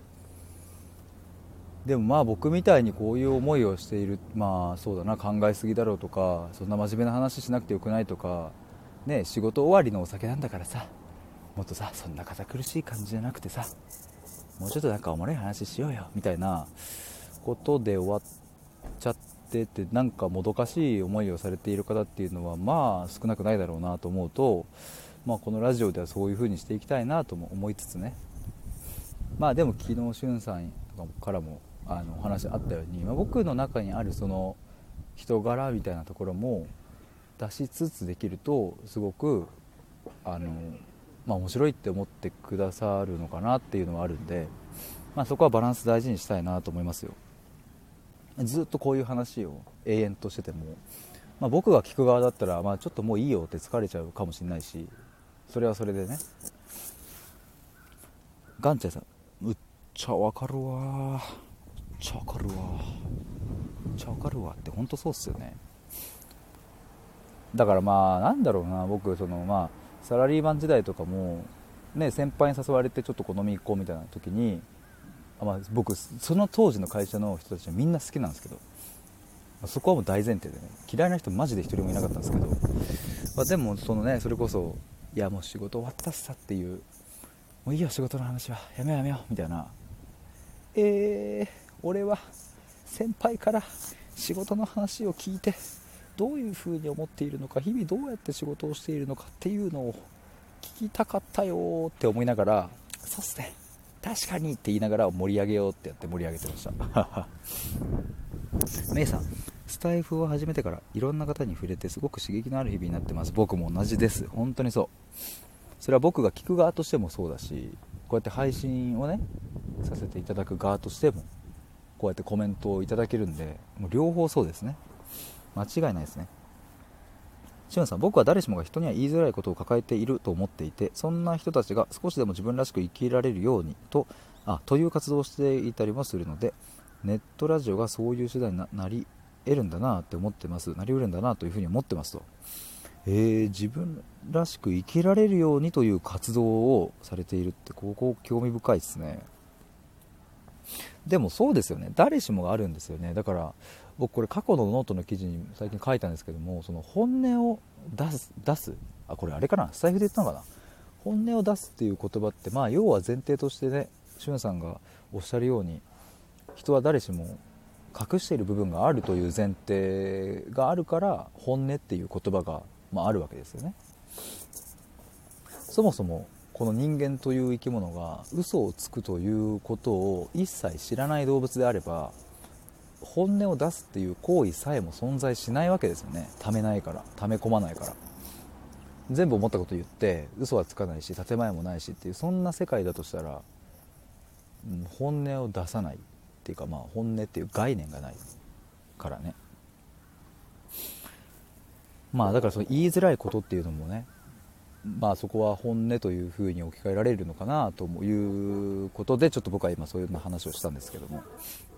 でもまあ僕みたいにこういう思いをしている、まあそうだな、考えすぎだろうとか、そんな真面目な話しなくてよくないとかね、仕事終わりのお酒なんだからさ、もっとさ、そんな堅苦しい感じじゃなくてさ、もうちょっとなんかおもろい話しようよみたいなことで終わっちゃってて、なんかもどかしい思いをされている方っていうのはまあ少なくないだろうなと思うと、まあこのラジオではそういう風にしていきたいなとも思いつつね、まあでも昨日しゅんさんからもあのお話あったように、まあ、僕の中にあるその人柄みたいなところも出しつつできると、すごくあの、まあ、面白いって思ってくださるのかなっていうのはあるんで、まあ、そこはバランス大事にしたいなと思いますよ。ずっとこういう話を永遠としてても、まあ、僕が聞く側だったら、まあ、ちょっともういいよって疲れちゃうかもしれないし、それはそれでね。ガンチャさん、むっちゃわかるわ、めっちゃわかるわ、めっちゃわかるわって本当そうっすよね。だからまあなんだろうな、僕そのまあサラリーマン時代とかもね、先輩に誘われてちょっとこう飲み行こうみたいな時に、あ、まあ、僕その当時の会社の人たちはみんな好きなんですけど、そこはもう大前提でね、嫌いな人マジで一人もいなかったんですけど、まあ、でもそのね、それこそいやもう仕事終わったっさっていう、もういいよ仕事の話はやめようやめようみたいな、えー、俺は先輩から仕事の話を聞いてどういう風に思っているのか、日々どうやって仕事をしているのかっていうのを聞きたかったよって思いながら、そうっすね確かにって言いながら盛り上げようってやって盛り上げてましたメイさん、スタイフを始めてからいろんな方に触れてすごく刺激のある日々になってます。僕も同じです、本当にそう。 それは僕が聞く側としてもそうだし、こうやって配信をねさせていただく側としてもこうやってコメントをいただけるんで、もう両方そうですね。間違いないですね。しゅんさん、僕は誰しもが人には言いづらいことを抱えていると思っていて、そんな人たちが少しでも自分らしく生きられるようにとあという活動をしていたりもするので、ネットラジオがそういう手段に な, なり得るんだなって思ってます。なり得るんだなというふうに思ってますと。えー、自分らしく生きられるようにという活動をされているって、ここ興味深いですね。でもそうですよね、誰しもがあるんですよね。だから僕これ過去のノートの記事に最近書いたんですけども、その本音を出す出すあこれあれかな、スタイフで言ったのかな。本音を出すっていう言葉って、まあ要は前提としてね、しゅんさんがおっしゃるように、人は誰しも隠している部分があるという前提があるから、本音っていう言葉が、まあ、あるわけですよね。そもそもこの人間という生き物が嘘をつくということを一切知らない動物であれば、本音を出すっていう行為さえも存在しないわけですよね。溜めないから、溜め込まないから、全部思ったこと言って嘘はつかないし建前もないしっていう、そんな世界だとしたら、うん、本音を出さないっていうか、まあ本音っていう概念がないからね。まあだからその言いづらいことっていうのもね、まあそこは本音というふうに置き換えられるのかなということで、ちょっと僕は今そういう話をしたんですけども、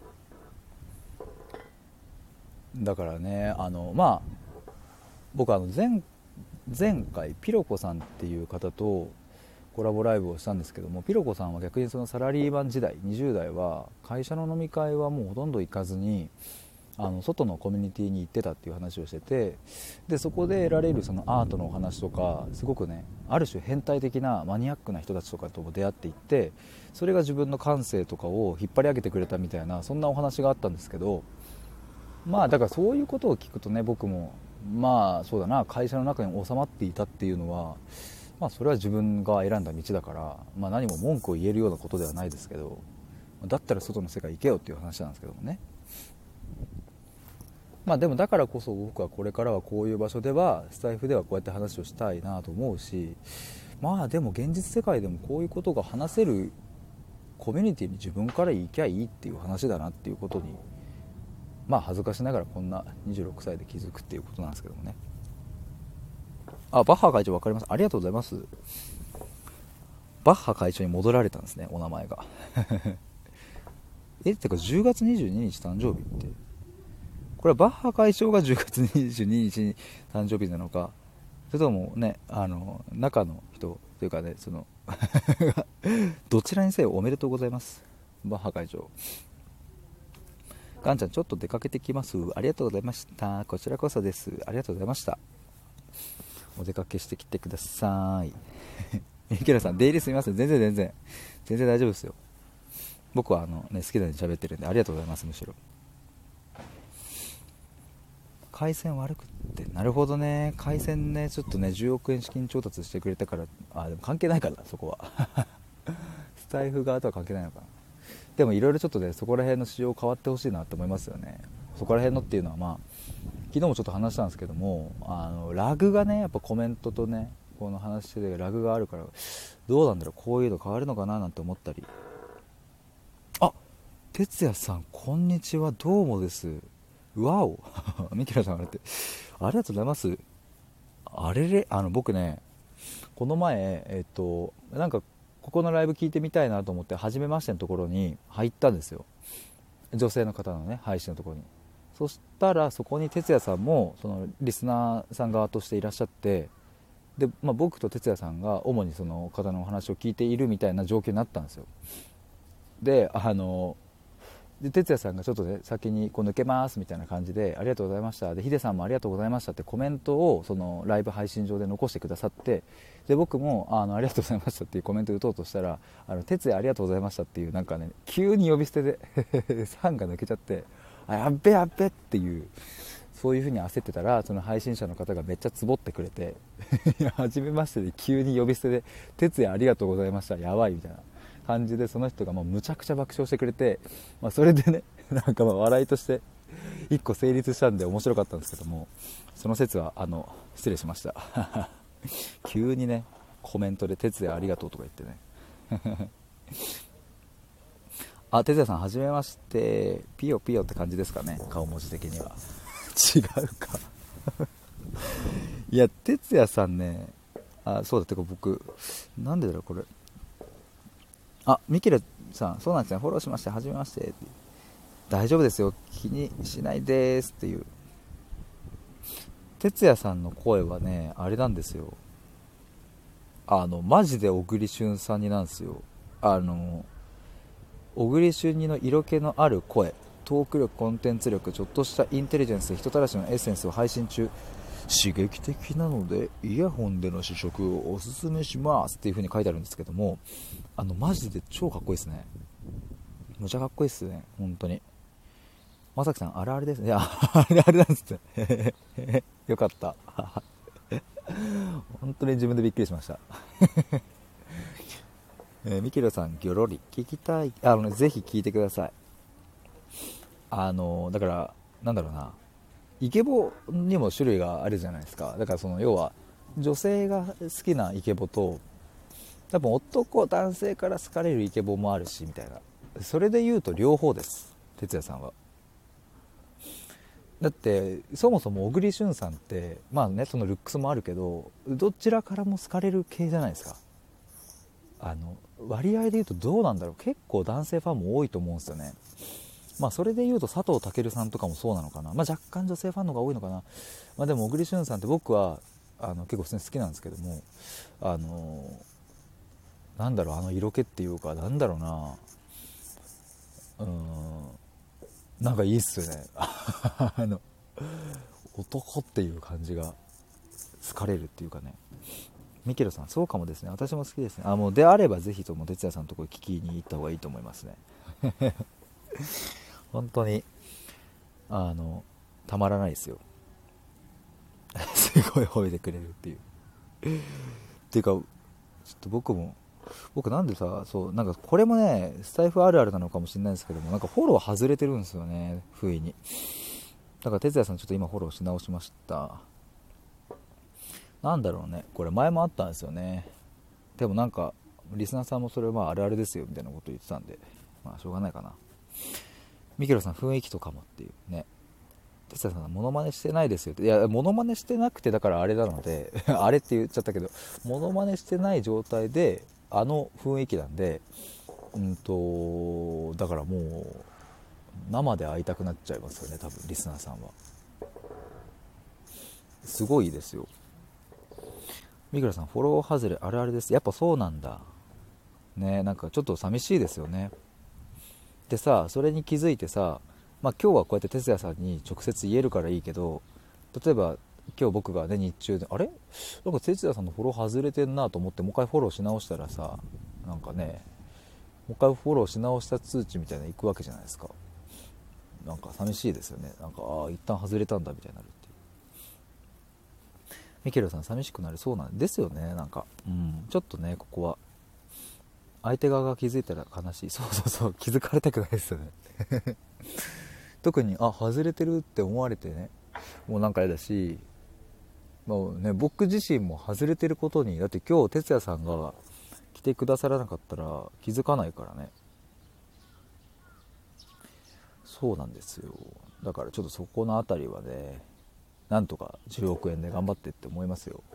だからね、あのまあ僕はあの 前, 前回ピロコさんっていう方とコラボライブをしたんですけども、ピロコさんは逆にそのサラリーマン時代にじゅう代は会社の飲み会はもうほとんど行かずに、あの外のコミュニティに行ってたっていう話をしてて、でそこで得られるそのアートのお話とか、すごくね、ある種変態的なマニアックな人たちとかとも出会っていって、それが自分の感性とかを引っ張り上げてくれたみたいな、そんなお話があったんですけど、まあだからそういうことを聞くとね、僕もまあそうだな、会社の中に収まっていたっていうのは、まあそれは自分が選んだ道だから、まあ何も文句を言えるようなことではないですけど、だったら外の世界行けよっていう話なんですけどもね。まあでもだからこそ僕はこれからはこういう場所では、スタイフではこうやって話をしたいなと思うし、まあでも現実世界でもこういうことが話せるコミュニティに自分から行きゃいいっていう話だなっていうことに、まあ恥ずかしながらこんなにじゅうろくさいで気づくっていうことなんですけどもね。あ、バッハ会長分かります。ありがとうございます。バッハ会長に戻られたんですね、お名前がえってかじゅうがつにじゅうににち誕生日って、これはバッハ会長がじゅうがつにじゅうににちに誕生日なのか、それともね、あの中の人というかね、そのどちらにせよおめでとうございます、バッハ会長。ガンちゃん、ちょっと出かけてきます。ありがとうございました。こちらこそです。ありがとうございました。お出かけしてきてくださいミケラさん、出入りすみません。全然全然全然大丈夫ですよ。僕はあの、ね、好きなように喋ってるんで、ありがとうございます。むしろ回線悪くって、なるほどね、回線ね、ちょっとねじゅうおくえん資金調達してくれたから、あでも関係ないかな、そこはスタイフ側とは関係ないのかな。でもいろいろちょっとね、そこら辺の仕様変わってほしいなと思いますよね。そこら辺のっていうのは、まあ昨日もちょっと話したんですけども、あのラグがね、やっぱコメントとね、この話でラグがあるから、どうなんだろう、こういうの変わるのかななんて思ったり。あ、哲也さん、こんにちは、どうもです。わおミキラさん、あれってありがとうございます。あれれ、あの僕ね、この前えっとなんかここのライブ聞いてみたいなと思って、初めましてのところに入ったんですよ、女性の方のね配信のところに。そしたらそこに哲也さんもそのリスナーさん側としていらっしゃって、で、まあ、僕と哲也さんが主にその方のお話を聞いているみたいな状況になったんですよ。で、あので哲也さんがちょっとね先にこう抜けますみたいな感じで、ありがとうございました、でヒデさんもありがとうございましたってコメントをそのライブ配信上で残してくださって、で僕も あのありがとうございましたっていうコメントを打とうとしたら、あの哲也ありがとうございましたっていう、なんかね急に呼び捨てでファンが抜けちゃって、あやっべやっべっていう、そういう風に焦ってたら、その配信者の方がめっちゃつぼってくれていや初めましてで急に呼び捨てで哲也ありがとうございました、やばいみたいな感じで、その人がもうむちゃくちゃ爆笑してくれて、まあ、それでねなんかまあ笑いとして一個成立したんで面白かったんですけども、その説はあの失礼しました急にねコメントで哲也ありがとうとか言ってねあ、哲也さんはじめまして、ピヨピヨって感じですかね、顔文字的には違うかいや哲也さんね、あ、そうだってか僕なんでだろうこれ、あ、ミケルさん、そうなんですね、フォローしまして、はじめましてって、大丈夫ですよ、気にしないですっていう。哲也さんの声はね、あれなんですよ、あのマジで小栗旬さんになんですよ。あの小栗旬にの色気のある声、トーク力、コンテンツ力、ちょっとしたインテリジェンス、人たらしのエッセンスを配信中、刺激的なのでイヤホンでの試食をおすすめしますっていう風に書いてあるんですけども、あのマジで超かっこいいですね。むちゃかっこいいですね、本当に。まさきさん、あれあれですね、いやあれあれなんですってよかった本当に自分でびっくりしましたえー、ミケルさん、ギョロリ聞きたい、あの、ね、ぜひ聞いてください。あのだからなんだろうな、イケボにも種類があるじゃないですか。だからその要は女性が好きなイケボと、多分男男性から好かれるイケボもあるしみたいな、それで言うと両方です、哲也さんは。だってそもそも小栗旬さんってまあね、そのルックスもあるけどどちらからも好かれる系じゃないですか。あの割合で言うとどうなんだろう、結構男性ファンも多いと思うんですよね。まあそれで言うと佐藤健さんとかもそうなのかな、まあ、若干女性ファンの方が多いのかな。まあ、でも小栗旬さんって僕はあの結構普通に好きなんですけども、あのなんだろう、あの色気っていうか、なんだろうな、うーん、なんかいいっすよねあの男っていう感じが好かれるっていうかね。ミケルさん、そうかもですね、私も好きですね。あ、もうであればぜひとも哲也さんのところ聞きに行った方がいいと思いますね本当にあのたまらないですよすごい褒めてくれるっていうっていうか、ちょっと僕も僕なんでさ、そうなんかこれもねスタイフあるあるなのかもしれないですけども、なんかフォロー外れてるんですよね、不意に。だから哲也さんちょっと今フォローし直しました。なんだろうね、これ前もあったんですよね。でもなんかリスナーさんもそれはまああるあるですよみたいなこと言ってたんで、まあしょうがないかな。ミケロさん、雰囲気とかもっていうね。哲也さん、モノマネしてないですよって。いや、モノマネしてなくて、だからあれなのであれって言っちゃったけど、モノマネしてない状態であの雰囲気なんで、うんとだからもう生で会いたくなっちゃいますよね、多分リスナーさんは。すごいですよ。ミクラさん、フォロー外れあるあるです。やっぱそうなんだね。なんかちょっと寂しいですよね。でさ、それに気づいてさ、まあ、今日はこうやって哲也さんに直接言えるからいいけど、例えば今日僕がね日中であれなんか哲也さんのフォロー外れてんなと思ってもう一回フォローし直したらさ、なんかね、もう一回フォローし直した通知みたいなの行くわけじゃないですか。なんか寂しいですよね。なんかああ一旦外れたんだみたいになるっていう。ミケルさん、寂しくなる、そうなんですよね。なんか、うん、ちょっとね、ここは相手側が気づいたら悲しい。そうそうそう、気づかれたくないですよね特にあ外れてるって思われてね、もうなんか嫌だし、もうね、僕自身も外れてることに、だって今日哲也さんが来てくださらなかったら気づかないからね。そうなんですよ。だからちょっとそこのあたりはね、なんとかじゅうおくえんで頑張ってって思いますよ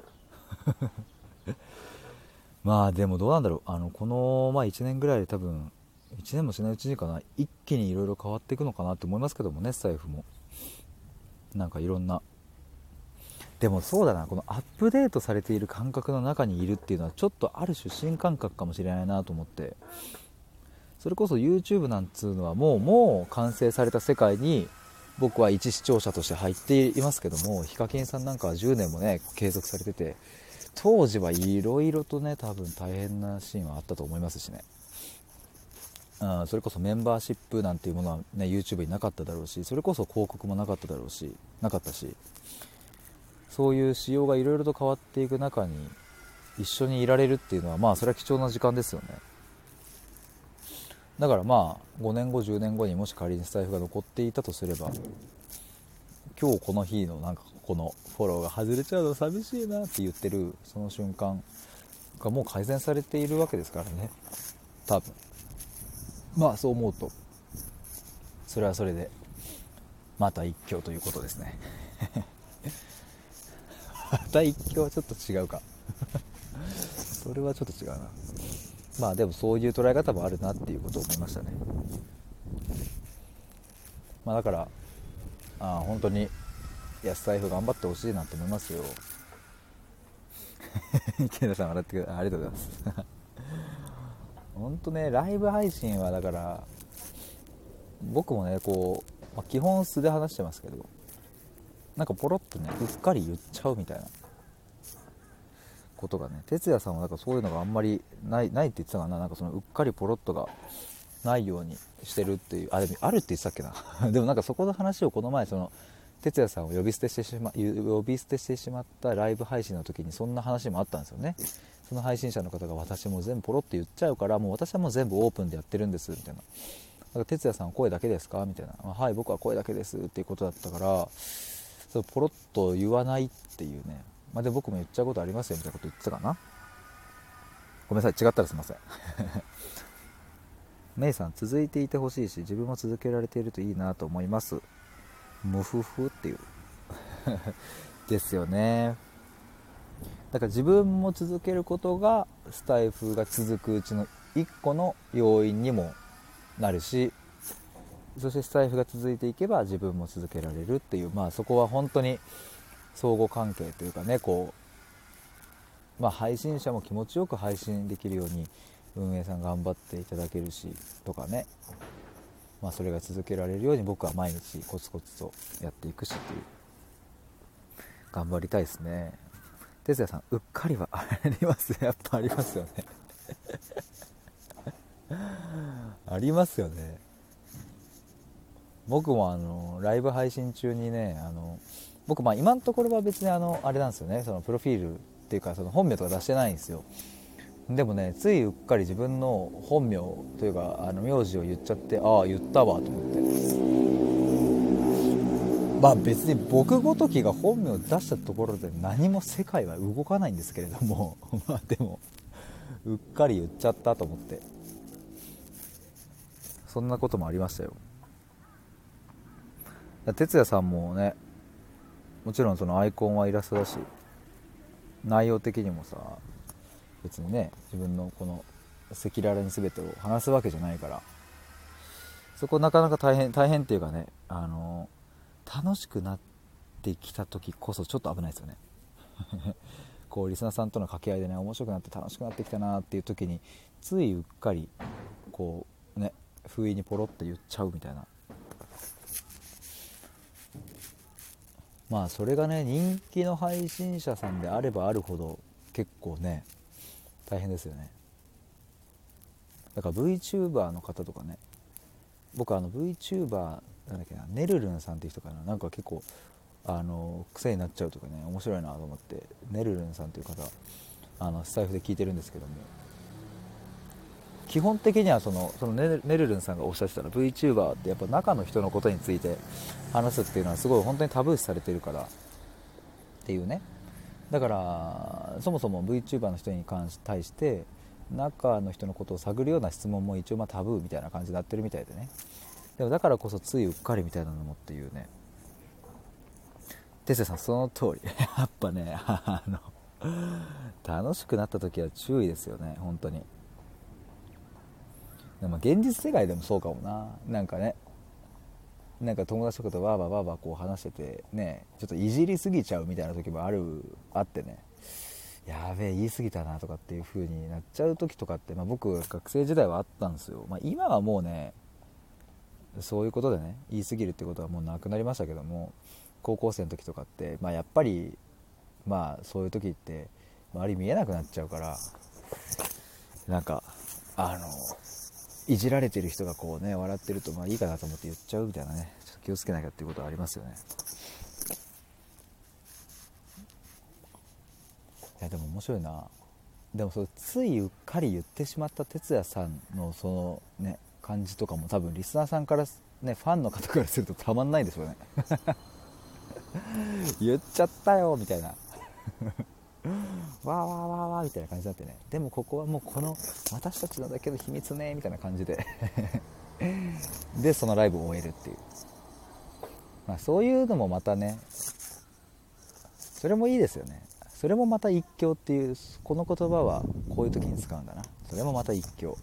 まあでもどうなんだろう、あのこの、まあ、いちねんぐらいで多分いちねんもしないうちにかな、一気にいろいろ変わっていくのかなって思いますけどもね、スタイフも。なんかいろんな、でもそうだな、このアップデートされている感覚の中にいるっていうのはちょっとある種新感覚かもしれないなと思って。それこそ YouTube なんつうのはもうもう完成された世界に僕は一視聴者として入っていますけども、ヒカキンさんなんかはじゅうねんもね継続されてて、当時はいろいろとね多分大変なシーンはあったと思いますしね。うん、それこそメンバーシップなんていうものは、ね、YouTube になかっただろうし、それこそ広告もなかっただろうし、なかったし、そういう仕様がいろいろと変わっていく中に一緒にいられるっていうのは、まあそれは貴重な時間ですよね。だからまあごねんごじゅうねんごにもし仮にスタイフが残っていたとすれば、今日この日のなんかこのフォローが外れちゃうの寂しいなって言ってるその瞬間がもう改善されているわけですからね、多分。まあそう思うとそれはそれでまた一興ということですね。また一興はちょっと違うか。それはちょっと違うな。まあでもそういう捉え方もあるなっていうことを思いましたね。まあだからあ本当に安財布頑張ってほしいなと思いますよ。池田さん笑ってくれてありがとうございます。本当ね、ライブ配信はだから僕もねこう、まあ、基本素で話してますけど、なんかポロッとねうっかり言っちゃうみたいなことがね、哲也さんはなんかそういうのがあんまりないないって言ってたかな。なんかそのうっかりポロッとがないようにしてるっていう、あ、でもあるって言ってたっけな。でもなんかそこの話をこの前その哲也さんを呼び捨てしてしま呼び捨てしてしまったライブ配信の時にそんな話もあったんですよね。その配信者の方が私も全部ポロって言っちゃうから、もう私はもう全部オープンでやってるんですみたいな。だから哲也さんは声だけですかみたいな。はい、僕は声だけですっていうことだったから、そうポロッと言わないっていうね。まあ、で僕も言っちゃうことありますよみたいなこと言ってたかな。ごめんなさい、違ったらすいません。メイさん、続いていてほしいし自分も続けられているといいなと思います。ムフフっていうですよね。だから自分も続けることがスタイフが続くうちの一個の要因にもなるし、そしてスタイフが続いていけば自分も続けられるっていう、まあそこは本当に相互関係というかね、こう、まあ、配信者も気持ちよく配信できるように運営さん頑張っていただけるしとかね、まあ、それが続けられるように僕は毎日コツコツとやっていくしっていう、頑張りたいですね。哲也さん、うっかりはありますやっぱありますよね。ありますよね。僕もあのライブ配信中にね、あの僕まあ今のところは別にあのあれなんですよね、そのプロフィールっていうかその本名とか出してないんですよ。でもね、ついうっかり自分の本名というかあの名字を言っちゃって、ああ言ったわと思って、まあ別に僕ごときが本名を出したところで何も世界は動かないんですけれどもまあでもうっかり言っちゃったと思って、そんなこともありましたよ。哲也さんもね、もちろんそのアイコンはイラストだし、内容的にもさ別にね自分のこの赤裸々に全てを話すわけじゃないから、そこなかなか大変大変っていうかね、あの楽しくなってきた時こそちょっと危ないですよね。こうリスナーさんとの掛け合いでね、面白くなって楽しくなってきたなっていう時についうっかりこうね不意にポロって言っちゃうみたいな、まあそれがね人気の配信者さんであればあるほど結構ね大変ですよね。だから VTuber の方とかね、僕あの VTuber なんだっけな、ねるるんさんっていう人かな、なんか結構あの癖になっちゃうとかね面白いなと思って、ねるるんさんっていう方あのスタイフで聞いてるんですけども、基本的にはそのそのねるるんさんがおっしゃってたら VTuber ってやっぱ中の人のことについて話すっていうのはすごい本当にタブー視されてるからっていうね。だからそもそも VTuber の人に関し対して中の人のことを探るような質問も一応まあタブーみたいな感じになってるみたいでね。でもだからこそついうっかりみたいなのもっていうね。哲也さんその通りやっぱねあの楽しくなった時は注意ですよね本当に。でも現実世界でもそうかもな。なんかね、なんか友達とかとわーばーわーばーこう話しててね、ちょっといじりすぎちゃうみたいな時もあるあってね、やべえ言い過ぎたなとかっていう風になっちゃう時とかって、まあ、僕学生時代はあったんですよ。まあ、今はもうねそういうことでね言い過ぎるってことはもうなくなりましたけども、高校生の時とかって、まあ、やっぱりまあそういう時って周り見えなくなっちゃうから、なんかあのいじられてる人がこうね笑ってるとまあいいかなと思って言っちゃうみたいなね、ちょっと気をつけなきゃっていうことはありますよね。いやでも面白いな。でもそれついうっかり言ってしまった哲也さんのそのね感じとかも多分リスナーさんからね、ファンの方からするとたまんないでしょうね。言っちゃったよみたいなわーわーわーわーみたいな感じになってね、でもここはもうこの私たちのだけの秘密ねみたいな感じででそのライブを終えるっていう、まあ、そういうのもまたね、それもいいですよね。それもまた一興っていう、この言葉はこういう時に使うんだな、それもまた一興。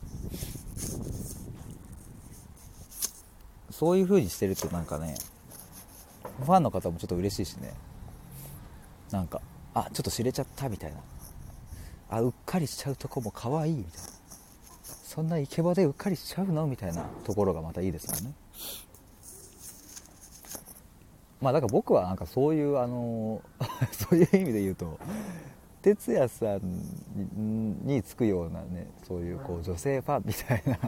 そういう風にしてるとなんかね、ファンの方もちょっと嬉しいしね、なんかあちょっと知れちゃったみたいな、あうっかりしちゃうとこも可愛いみたいな、そんなイケボでうっかりしちゃうのみたいなところがまたいいですよね。まあだから僕はなんかそういうあのそういう意味で言うと哲也さんにつくようなね、そういうこう女性ファンみたいな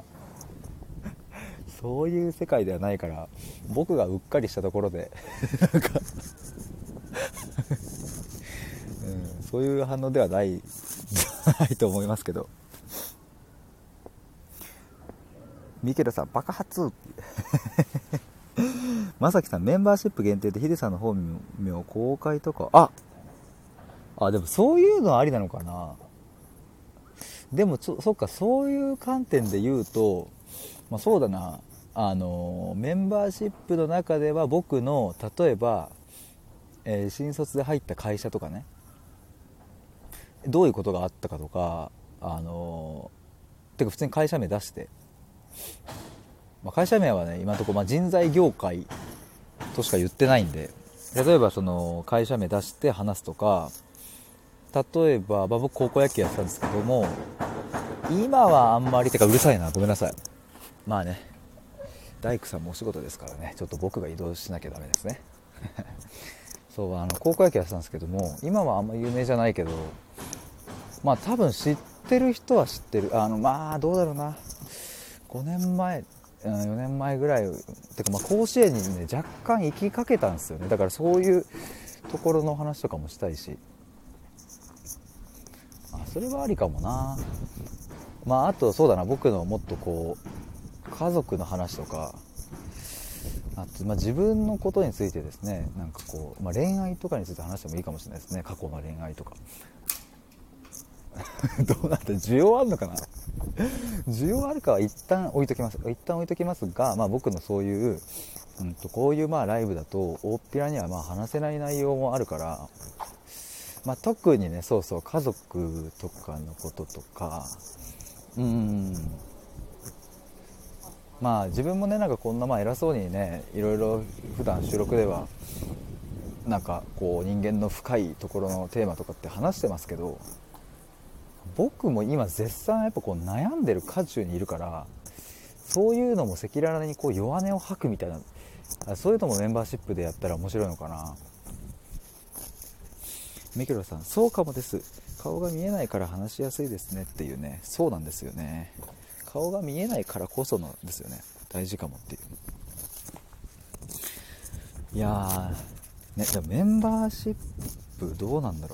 そういう世界ではないから、僕がうっかりしたところでなんか、うん、そういう反応ではないないと思いますけど。ミケルさん爆発まさきさんメンバーシップ限定でヒデさんの本名公開とか、ああでもそういうのありなのかな。でもそそっか、そういう観点で言うと、まあ、そうだな、あのメンバーシップの中では僕の例えば、えー新卒で入った会社とかね、どういうことがあったかとか、あのてか普通に会社名出して、まあ、会社名はね今のところまあ人材業界としか言ってないんで、例えばその会社名出して話すとか、例えば、まあ、僕高校野球やってたんですけども、今はあんまり、てかうるさいな、ごめんなさい。まあね、大工さんもお仕事ですからね、ちょっと僕が移動しなきゃダメですねそうあの高校野球やってたんですけども、今はあんま有名じゃないけど、まあ多分知ってる人は知ってる。あのまあどうだろうな、ごねんまえ、うん、よねんまえぐらいてか、まあ甲子園にね若干行きかけたんですよね。だからそういうところの話とかもしたいし、あそれはありかもな。まああとそうだな、僕のもっとこう家族の話とか、あと、まあ、自分のことについてですね、なんかこう、まあ、恋愛とかについて話してもいいかもしれないですね。過去の恋愛とかどうなって需要あるのかな需要あるかは一旦置いときます一旦置いときますが、まあ、僕のそういう、うん、とこういうまあライブだと大っぴらにはまあ話せない内容もあるから、まあ、特にね、そうそう家族とかのこととか、うーんまあ自分もね、なんかこんなまあ偉そうにね、いろいろ普段収録ではなんかこう人間の深いところのテーマとかって話してますけど、僕も今絶賛やっぱこう悩んでる渦中にいるから、そういうのも赤裸々にこう弱音を吐くみたいな、そういうのもメンバーシップでやったら面白いのかな。ミケロさん、そうかもです、顔が見えないから話しやすいですねっていうね。そうなんですよね、顔が見えないからこそのですよね、大事かもっていう。いやーね、でもメンバーシップどうなんだろう。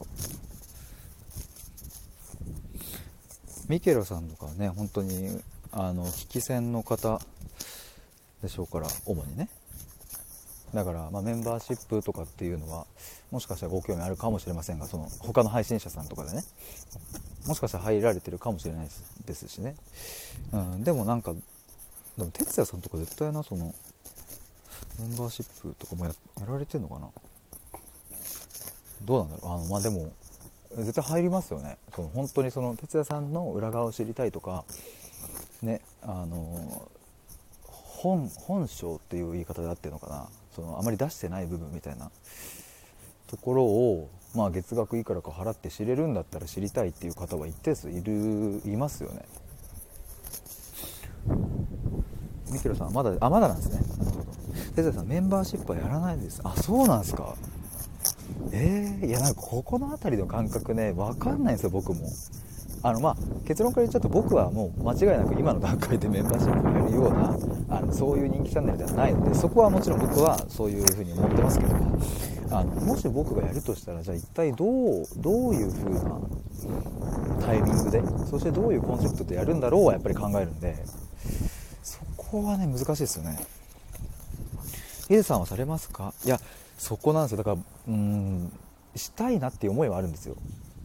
ミケロさんとかね、本当にあの聞き戦の方でしょうから、主にね。だから、まあ、メンバーシップとかっていうのはもしかしたらご興味あるかもしれませんが、その他の配信者さんとかでね、もしかしたら入られてるかもしれないですしね、うん、でもなんか、でも哲也さんとか絶対な、そのメンバーシップとかも や, やられてるのかな。どうなんだろう。あのまあでも絶対入りますよね。その本当にその哲也さんの裏側を知りたいとかね、あの本本性っていう言い方であってるのかな、そのあまり出してない部分みたいなところを、まあ月額いくらか払って知れるんだったら知りたいっていう方は一定数いるいますよね。ミキロさんまだあまだなんですね。なるほど。哲也さんメンバーシップはやらないです。あ、そうなんですか。えー、いやなんかここの辺りの感覚ね分かんないんですよ僕も。あのまあ結論から言っちゃうと、僕はもう間違いなく今の段階でメンバーシップをやるようなあのそういう人気チャンネルではないので、そこはもちろん僕はそういうふうに思ってますけど、あのもし僕がやるとしたら、じゃあ一体どうどういう風なタイミングで、そしてどういうコンセプトでやるんだろうはやっぱり考えるんで、そこはね難しいですよね。ヒデさんはされますか。いやそこなんですよ。だからうーんしたいなっていう思いはあるんですよ。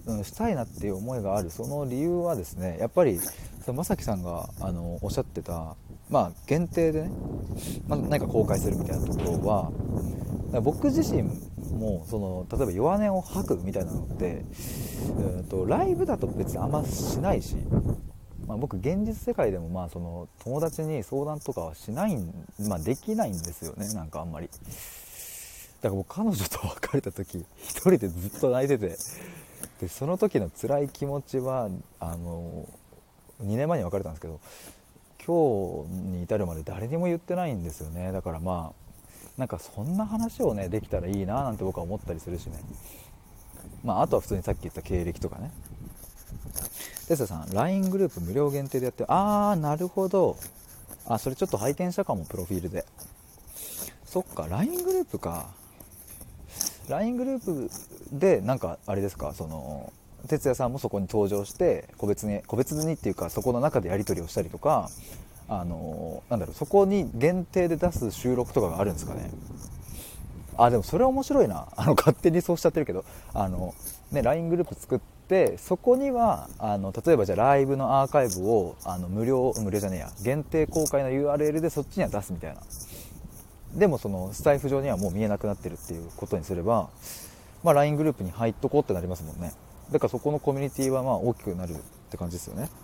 うん、したいなっていう思いがあるその理由はですね、やっぱりまさきさんがあのおっしゃってた、まあ、限定でね、まあ、何か公開するみたいなところは、僕自身もその例えば弱音を吐くみたいなのって、うんとライブだと別にあんましないし、まあ、僕現実世界でもまあその友達に相談とかはしないん、まあ、できないんですよね、なんかあんまり。だから僕彼女と別れた時一人でずっと泣いてて、でその時の辛い気持ちはあのにねんまえに別れたんですけど、今日に至るまで誰にも言ってないんですよね。だからまあなんかそんな話をねできたらいいななんて僕は思ったりするしね。まああとは普通にさっき言った経歴とかね。テスラさん ライン グループ無料限定でやって、ああなるほど、あそれちょっと拝見したかも、プロフィールで。そっか ライン グループか。 ライン グループでなんかあれですか、その哲也さんもそこに登場して個別に個別にっていうかそこの中でやり取りをしたりとか、あのなんだろう、そこに限定で出す収録とかがあるんですかね。あでもそれは面白いな、あの勝手にそうしちゃってるけど、あの、ね、ライン グループ作ってそこにはあの例えばじゃあライブのアーカイブをあの無料無料じゃねえや限定公開の ユーアールエル でそっちには出すみたいな。でもそのスタイフ上にはもう見えなくなってるっていうことにすれば、まあ、ライン グループに入っとこうってなりますもんね。だからそこのコミュニティはまあ大きくなるって感じですよね。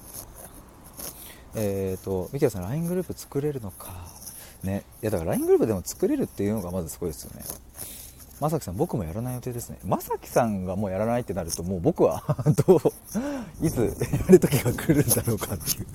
えーとミキヤさん ライン グループ作れるのかね。いやだから ライン グループでも作れるっていうのがまずすごいですよね。まさきさん僕もやらない予定ですね。まさきさんがもうやらないってなるともう僕はどういつやる時が来るんだろうかっていう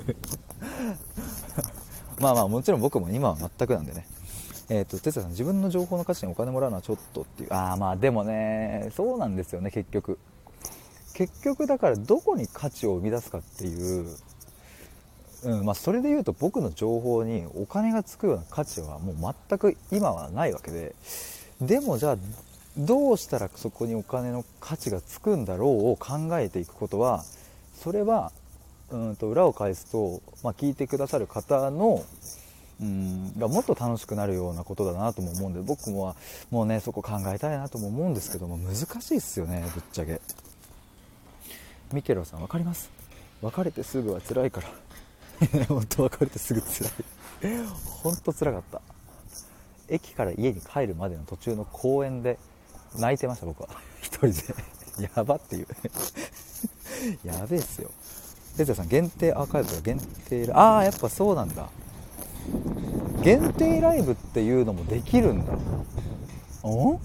まあまあもちろん僕も今は全くなんでね。えーと、哲也さん自分の情報の価値にお金もらうのはちょっとっていう、ああまあでもねそうなんですよね。結局結局だからどこに価値を生み出すかっていう、うんまあ、それで言うと僕の情報にお金がつくような価値はもう全く今はないわけで、でもじゃあどうしたらそこにお金の価値がつくんだろうを考えていくことは、それはうんと裏を返すと、まあ、聞いてくださる方のうんがもっと楽しくなるようなことだなとも思うんで、僕もはもうねそこ考えたいなとも思うんですけども、難しいっすよねぶっちゃけ。ミケロさん分かります。別れてすぐは辛いから本当別れてすぐ辛い本当辛かった。駅から家に帰るまでの途中の公園で泣いてました僕は一人でやばっていうやべえっすよ。哲也さん限定アーカイブが限定、ああやっぱそうなんだ。限定ライブっていうのもできるんだ。おん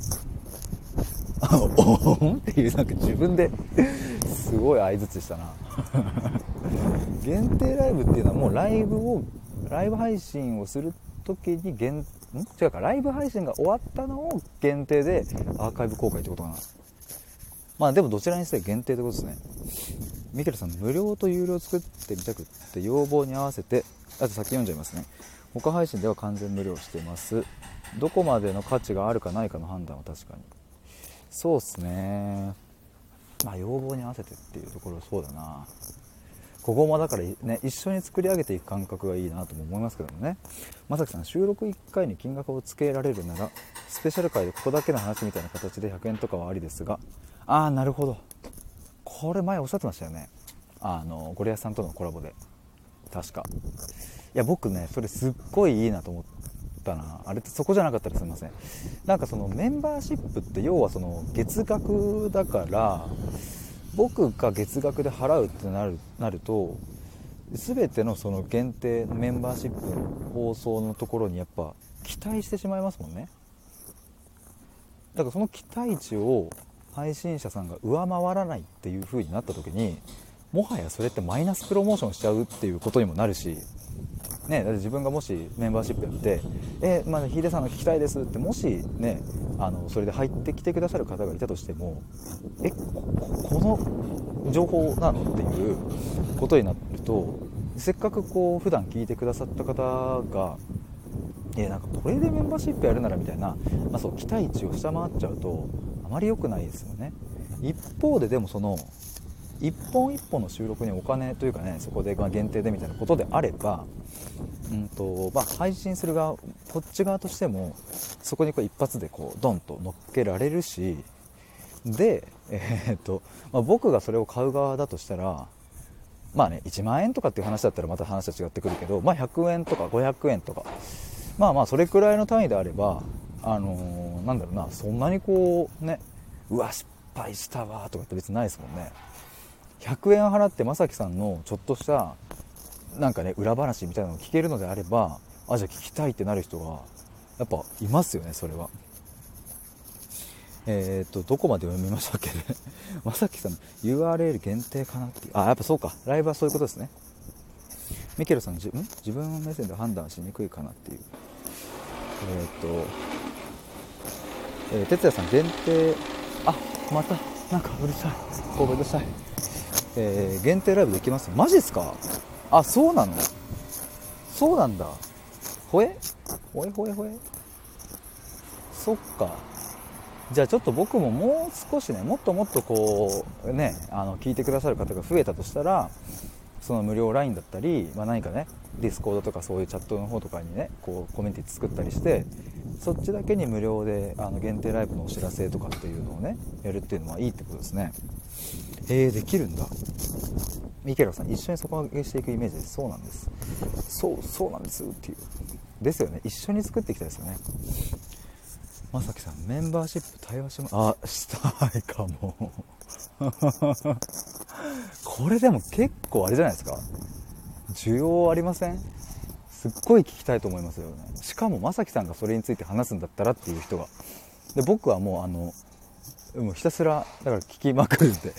おんっていうなんか自分ですごい相づちしたな限定ライブっていうのはもうライブをライブ配信をする時に限ん違うかライブ配信が終わったのを限定でアーカイブ公開ってことかな。まあでもどちらにせよ限定ってことですね。ミケルさん無料と有料作ってみたくって要望に合わせて、あと先読んじゃいますね。他配信では完全無料しています。どこまでの価値があるかないかの判断は確かにそうっすね。まあ要望に合わせてっていうところそうだな。ここもだからね一緒に作り上げていく感覚がいいなとも思いますけどもね。まさきさん収録いっかいに金額をつけられるならスペシャル回でここだけの話みたいな形でひゃくえんとかはありですが、ああなるほど、これ前おっしゃってましたよね、あのゴリアスさんとのコラボで確か。いや僕ねそれすっごいいいなと思ったな。あれってそこじゃなかったらすみません。なんかそのメンバーシップって要はその月額だから、僕が月額で払うってなるなると全てのその限定のメンバーシップの放送のところにやっぱ期待してしまいますもんね。だからその期待値を配信者さんが上回らないっていう風になった時に、もはやそれってマイナスプロモーションしちゃうっていうことにもなるしね。だって自分がもしメンバーシップやってえまあヒデさんの聞きたいですってもしねあのそれで入ってきてくださる方がいたとしても、え こ, この情報なのっていうことになると、せっかくこう普段聞いてくださった方がえなんかこれでメンバーシップやるならみたいな、まあ、そう期待値を下回っちゃうとあまり良くないですよね。一方ででもその一本一本の収録にお金というかね、そこでまあ限定でみたいなことであれば、うんとまあ、配信する側こっち側としてもそこにこう一発でこうドンと乗っけられるし、 で、えー、っと、まあ、僕がそれを買う側だとしたら、まあね、いちまんえんとかっていう話だったらまた話は違ってくるけど、まあ、ひゃくえんとかごひゃくえんとか、まあまあそれくらいの単位であれば、あのーなんだろうな、そんなにこうね、うわ失敗したわとかって別にないですもんね。ひゃくえん払って正樹さんのちょっとしたなんかね裏話みたいなのを聞けるのであれば、あ、じゃあ聞きたいってなる人がやっぱいますよね、それは。えー、っとどこまで読みましたっけね正樹さんの ユーアールエル 限定かなっていう、あ、やっぱそうか、ライブはそういうことですね。ミケルさん、じん自分目線で判断しにくいかなっていう。えー、っと、えー、哲也さん限定、あ、またなんかうるさい、ごめんなさい。えー、限定ライブできます。マジっすか？あ、そうなの？そうなんだ。ほえほえほえほえ、そっか。じゃあちょっと僕ももう少しね、もっともっとこうね、あの聞いてくださる方が増えたとしたら、その無料 ライン だったり、まあ、何かねディスコードとかそういうチャットの方とかにねこうコミュニティ作ったりして、そっちだけに無料であの限定ライブのお知らせとかっていうのをねやるっていうのはいいってことですね。えー、できるんだ。ミケロさん、一緒に底上げしていくイメージです。そうなんです、そうそうなんですっていうですよね。一緒に作っていきたいですよね。まさきさん、メンバーシップ対話しま、あ、したいかもこれでも結構あれじゃないですか、需要ありません？すっごい聞きたいと思いますよね。しかもまさきさんがそれについて話すんだったらっていう人が、で僕はもうあのもうひたすらだから聞きまくるんで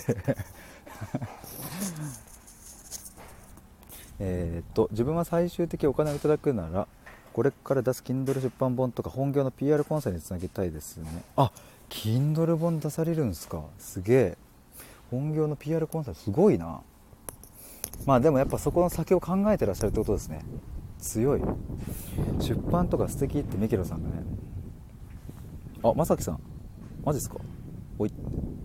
えっと自分は最終的にお金をいただくならこれから出す Kindle 出版本とか本業の ピーアール コンサルにつなげたいですね。あ、Kindle 本出されるんですか？すげえ。本業の ピーアール コンサルすごいな。まあでもやっぱそこの先を考えてらっしゃるってことですね。強い。出版とか素敵ってミケロさんがね。あ、まさきさんマジっすか？おい。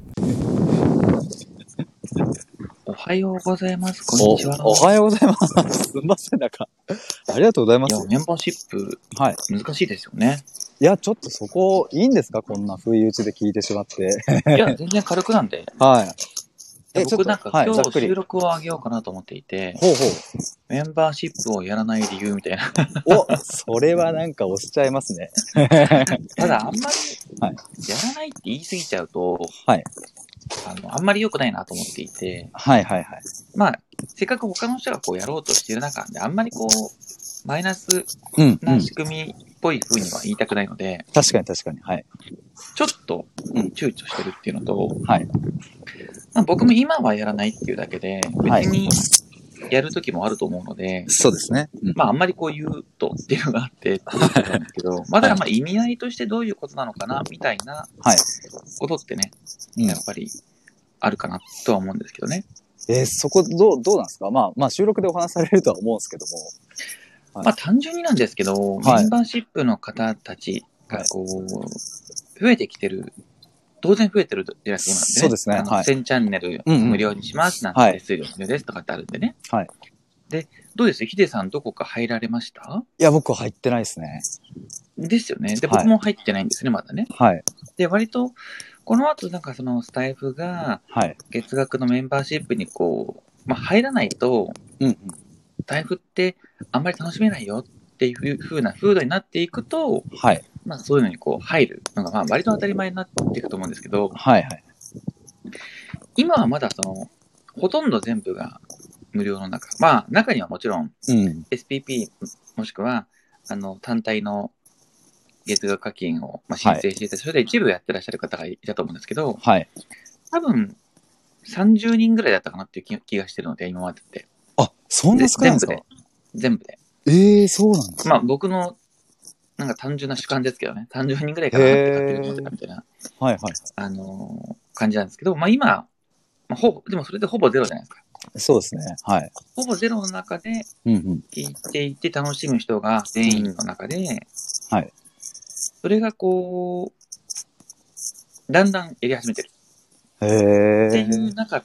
おはようございます。こんにちは。 お、おはようございます。すみません、なんか。ありがとうございます。 いや、メンバーシップ、 はい。 難しいですよね。 いや、ちょっとそこ、いいんですか？こんな不意打ちで聞いてしまって。 いや、全然軽くなんで。 はい。え、 僕なんかはい、 今日ざっくり。 収録を上げようかなと思っていて、 ほうほう。 メンバーシップをやらない理由みたいな。 お、それはなんか押しちゃいますね。 ただ、あんまり、 はい、 やらないって言い過ぎちゃうと、 はい。 あの、あんまり良くないなと思っていて、 はいはいはい。 まあ、せっかく他の人がこうやろうとしている中で、あんまりこう、マイナスうん、う。 なん仕組みっぽい風には言いたくないので、 確かに確かに。はい。 ちょっと躊躇してるっていうのと、 はい。 まあ、僕も今はやらないっていうだけで、 はい別にやる時もあると思うので、 そうですね。うん、 まああんまりこう言うとっていうのがあってっていうことなんですけど、まあだからまあ意味合いとしてどういうことなのかなみたいなことってね、 うん、 やっぱりあるかなとは思うんですけどね。 えー、そこどう、どうなんですか？まあまあ収録でお話しされるとは思うんですけども。 はい、まあ単純になんですけど、はい、メンバーシップの方たちがこう、増えてきてる。当然増えてるじゃないですか、今ね。 そうですね。 あの、はい、せんチャンネル無料にしますなんて手数料無料ですとかってあるんでね。はい。で、どうですヒデさんどこか入られました？ いや、僕は入ってないですね。 ですよね。で、僕も入ってないんですね、まだね。 はい。で、 割と、この後なんかそのスタイフが、月額のメンバーシップにこう、まあ入らないと、うんうん、スタイフってあんまり楽しめないよっていう風な風土になっていくと、はい。まあそういうのにこう入るのがまあ割と当たり前になっていくと思うんですけど、はいはい。今はまだその、ほとんど全部が無料の中。まあ中にはもちろん、エスピーピー もしくは、あの、単体の月額課金をまあ申請していて、はい、それで一部やってらっしゃる方がいたと思うんですけど、はい。多分、さんじゅうにんぐらいだったかなっていう気がしてるので、今までって。あ、そんな少ないんですか？全部で。全部で。ええー、そうなんですか？まあ僕の、なんか単純な主観ですけどね、さんじゅうにんぐらいかなって勝手に思ってたみたいな、はいはい。あのー、感じなんですけど、まあ今、まあ、ほぼ、でもそれでほぼゼロじゃないですか。そうですね。はい。ほぼゼロの中で、聞いていて楽しむ人が全員の中で、うん、はい。それがこう、だんだんやり始めてる。へー。っていう中って、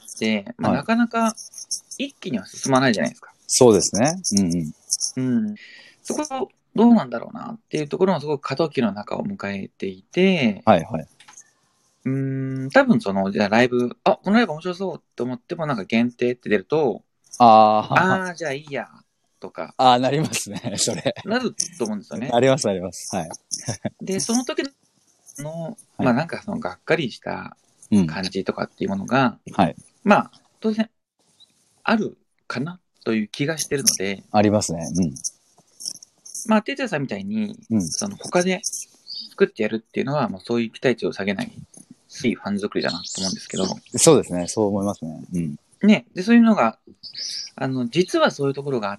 まあ、はい、なかなか一気には進まないじゃないですか。そうですね。うん、うん。うん。そこどうなんだろうなっていうところのすごく過渡期の中を迎えていて、はいはい。 うーん、多分その、じゃあライブ、あ、このライブ面白そうと思ってもなんか限定って出ると、 あああ、じゃあいいや、とか、 あ、ああ、なりますね、それ。 なると思うんですよね。 あります、あります。はい。 で、その時の、 はい、 まあなんかそのがっかりした感じとかっていうものが、 うん、はい。 まあ、当然、あるかなという気がしてるので、 ありますね。うん。 まあ、哲也さんみたいに、うん、その他で作ってやるっていうのは、もうそういう期待値を下げないし、ファン作りだなと思うんですけど。 そうですね、そう思いますね。うん。 ね、で、そういうのが、あの、実はそういうところがあって、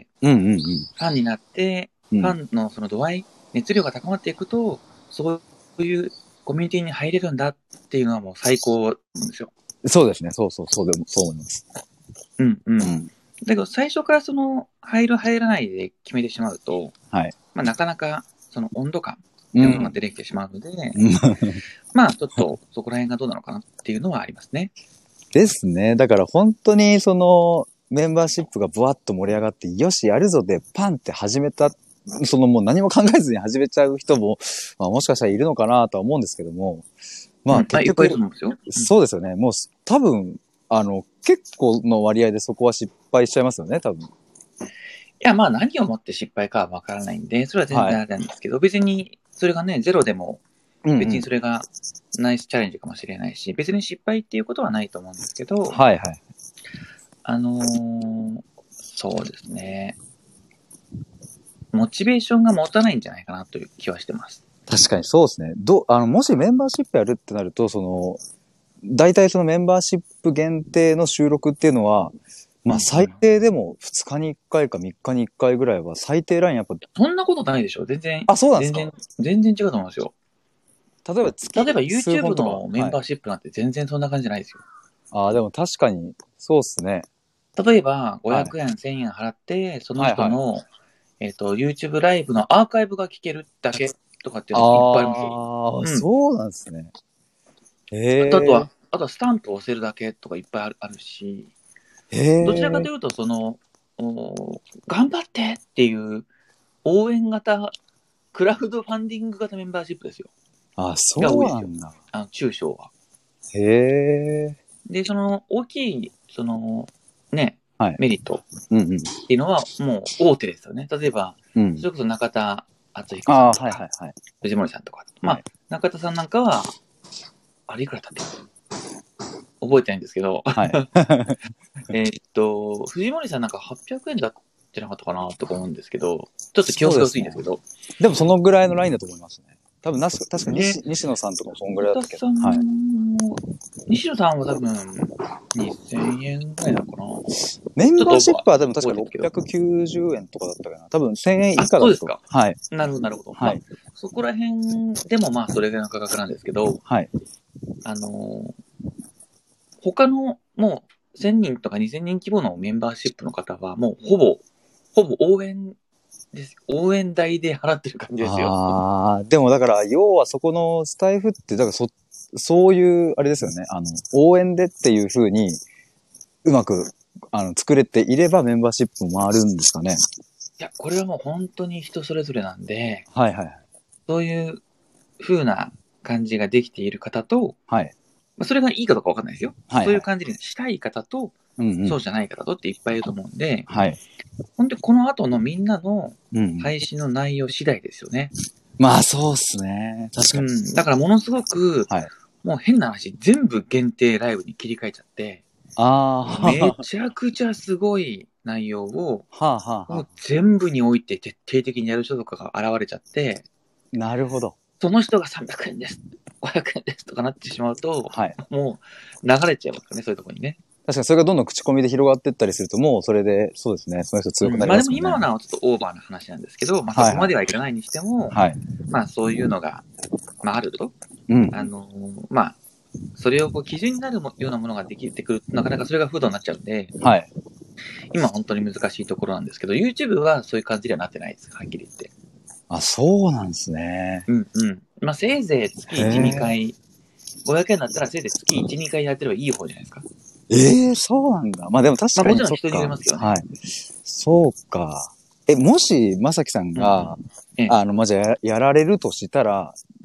うんうんうん。 ファンになって、うん、ファンのその度合い、熱量が高まっていくと、そういうコミュニティに入れるんだっていうのはもう最高なんですよ。 そうですね、そうそう、そうでも、そう思います。 うんうん。うん、だけど最初からその、入る入らないで決めてしまうと、はい。まあなかなかその温度感っていうものが出てきてしまうので、うん、まあちょっとそこら辺がどうなのかなっていうのはありますね。 ですね。だから本当にそのメンバーシップがブワッと盛り上がって、よしやるぞでパンって始めた、そのもう何も考えずに始めちゃう人も、まあもしかしたらいるのかなとは思うんですけども、まあ結局、うん、そうですよね。もう多分、あの、結構の割合でそこは失敗しちゃいますよね、多分。 いや、まあ何をもって失敗かはわからないんで、それは全然あれなんですけど、はい、別にそれがね、ゼロでも、別にそれがナイスチャレンジかもしれないし、うんうん、別に失敗っていうことはないと思うんですけど、 はいはい。 あのー、そうですね。モチベーションが持たないんじゃないかなという気はしてます。 確かにそうですね。ど、あの、もしメンバーシップやるってなると、その、大体そのメンバーシップ限定の収録っていうのは、まあ最低でもふつかにいっかいかみっかにいっかいぐらいは最低ラインやっぱ。 そんなことないでしょ全然。 あ、そうなんですか？ 全然、全然違うと思いますよ。 例えば月例えば YouTube のメンバーシップなんて全然そんな感じじゃないですよ。 はい、ああ、でも確かにそうっすね。 例えばごひゃくえん、はい、せんえん払って、その人の、はいはい、えっと、YouTube ライブのアーカイブが聞けるだけとかっていうのいっぱいありますよ。 ああ、うん、そうなんですね。 へえ。あとは、あとはスタンプを押せるだけとかいっぱいあるあるし、どちらかというと、その、頑張ってっていう応援型、クラウドファンディング型メンバーシップですよ。 あ、そうなんだ。 あの、中小は。 へえ。 で、その、大きい、その、ね、はい、メリットっていうのはもう大手ですよね。例えば、うん、それこそ中田敦彦さんとか、はいはいはい、藤森さんとか。まあ、はい、中田さんなんかは、あれいくらだったっけ覚えてないんですけど、はい、えっと、藤森さんなんかはっぴゃくえんだってなかったかなとか思うんですけど、ちょっと記憶が薄いんですけど。 で, ね、でもそのぐらいのラインだと思いますね。多分、確かに西, 西野さんとかもそんぐらいだったけど。はい、 西野さんは多分にせんえんぐらいなのかな。 メンバーシップは多分確かろっぴゃくきゅうじゅうえんとかだったかな。多分せんえん以下だと。 そうですか。 はい。 なるほど、なるほど。はい。まあ、そこら辺でもまあそれぐらいの価格なんですけど、はい。あのー、他のもうせんにんとかにせんにん規模のメンバーシップの方はもうほぼ、ほぼ応援です。応援代で払ってる感じですよ。 ああ、でもだから、要はそこのスタイフって、だからそ、そういう、あれですよね。あの、応援でっていう風に、うまく、あの、作れていればメンバーシップも回るんですかね。 いや、これはもう本当に人それぞれなんで、 はいはい。 そういう風な感じができている方と、はい。まあ、それがいいかどうかわかんないですよ。はいはい、そういう感じにしたい方と、うんうん、そうじゃない方とっていっぱいいると思うんで、はい。本当にこの後のみんなの配信の内容次第ですよね。 うん、まあそうっすね。確かに。 うん。だからものすごく、はい、もう変な話、全部限定ライブに切り替えちゃって、あめちゃくちゃすごい内容を、はあはあはあ、もう全部において徹底的にやる人とかが現れちゃって、 なるほど。 その人がさんびゃくえんです、ごひゃくえんですとかなってしまうと、はい、もう流れちゃいますよね、そういうところにね。 確かにそれがどんどん口コミで広がっていったりすると、もうそれで、そうですね、その人強くなりますね。 うん、まあでも今のはちょっとオーバーな話なんですけど、まあそこまではいかないにしても、はいはい、まあそういうのが、まああると、うん、あの、まあ、それをこう基準になるようなものができてくると、なかなかそれが風土になっちゃうんで、はい、今本当に難しいところなんですけど、YouTube はそういう感じにはなってないです、はっきり言って。 あ、そうなんですね。 うんうん。まあせいぜい月いち、にかい、ごひゃくえんだったらせいぜい月いち、にかいやってればいい方じゃないですか。 ええー、そうなんだ。まあでも確かに。 まあもちろん人によりますけどね。 はい。そうか。え、もし、まさきさんが、うん、あの、まあ、じゃあや、やられるとしたら、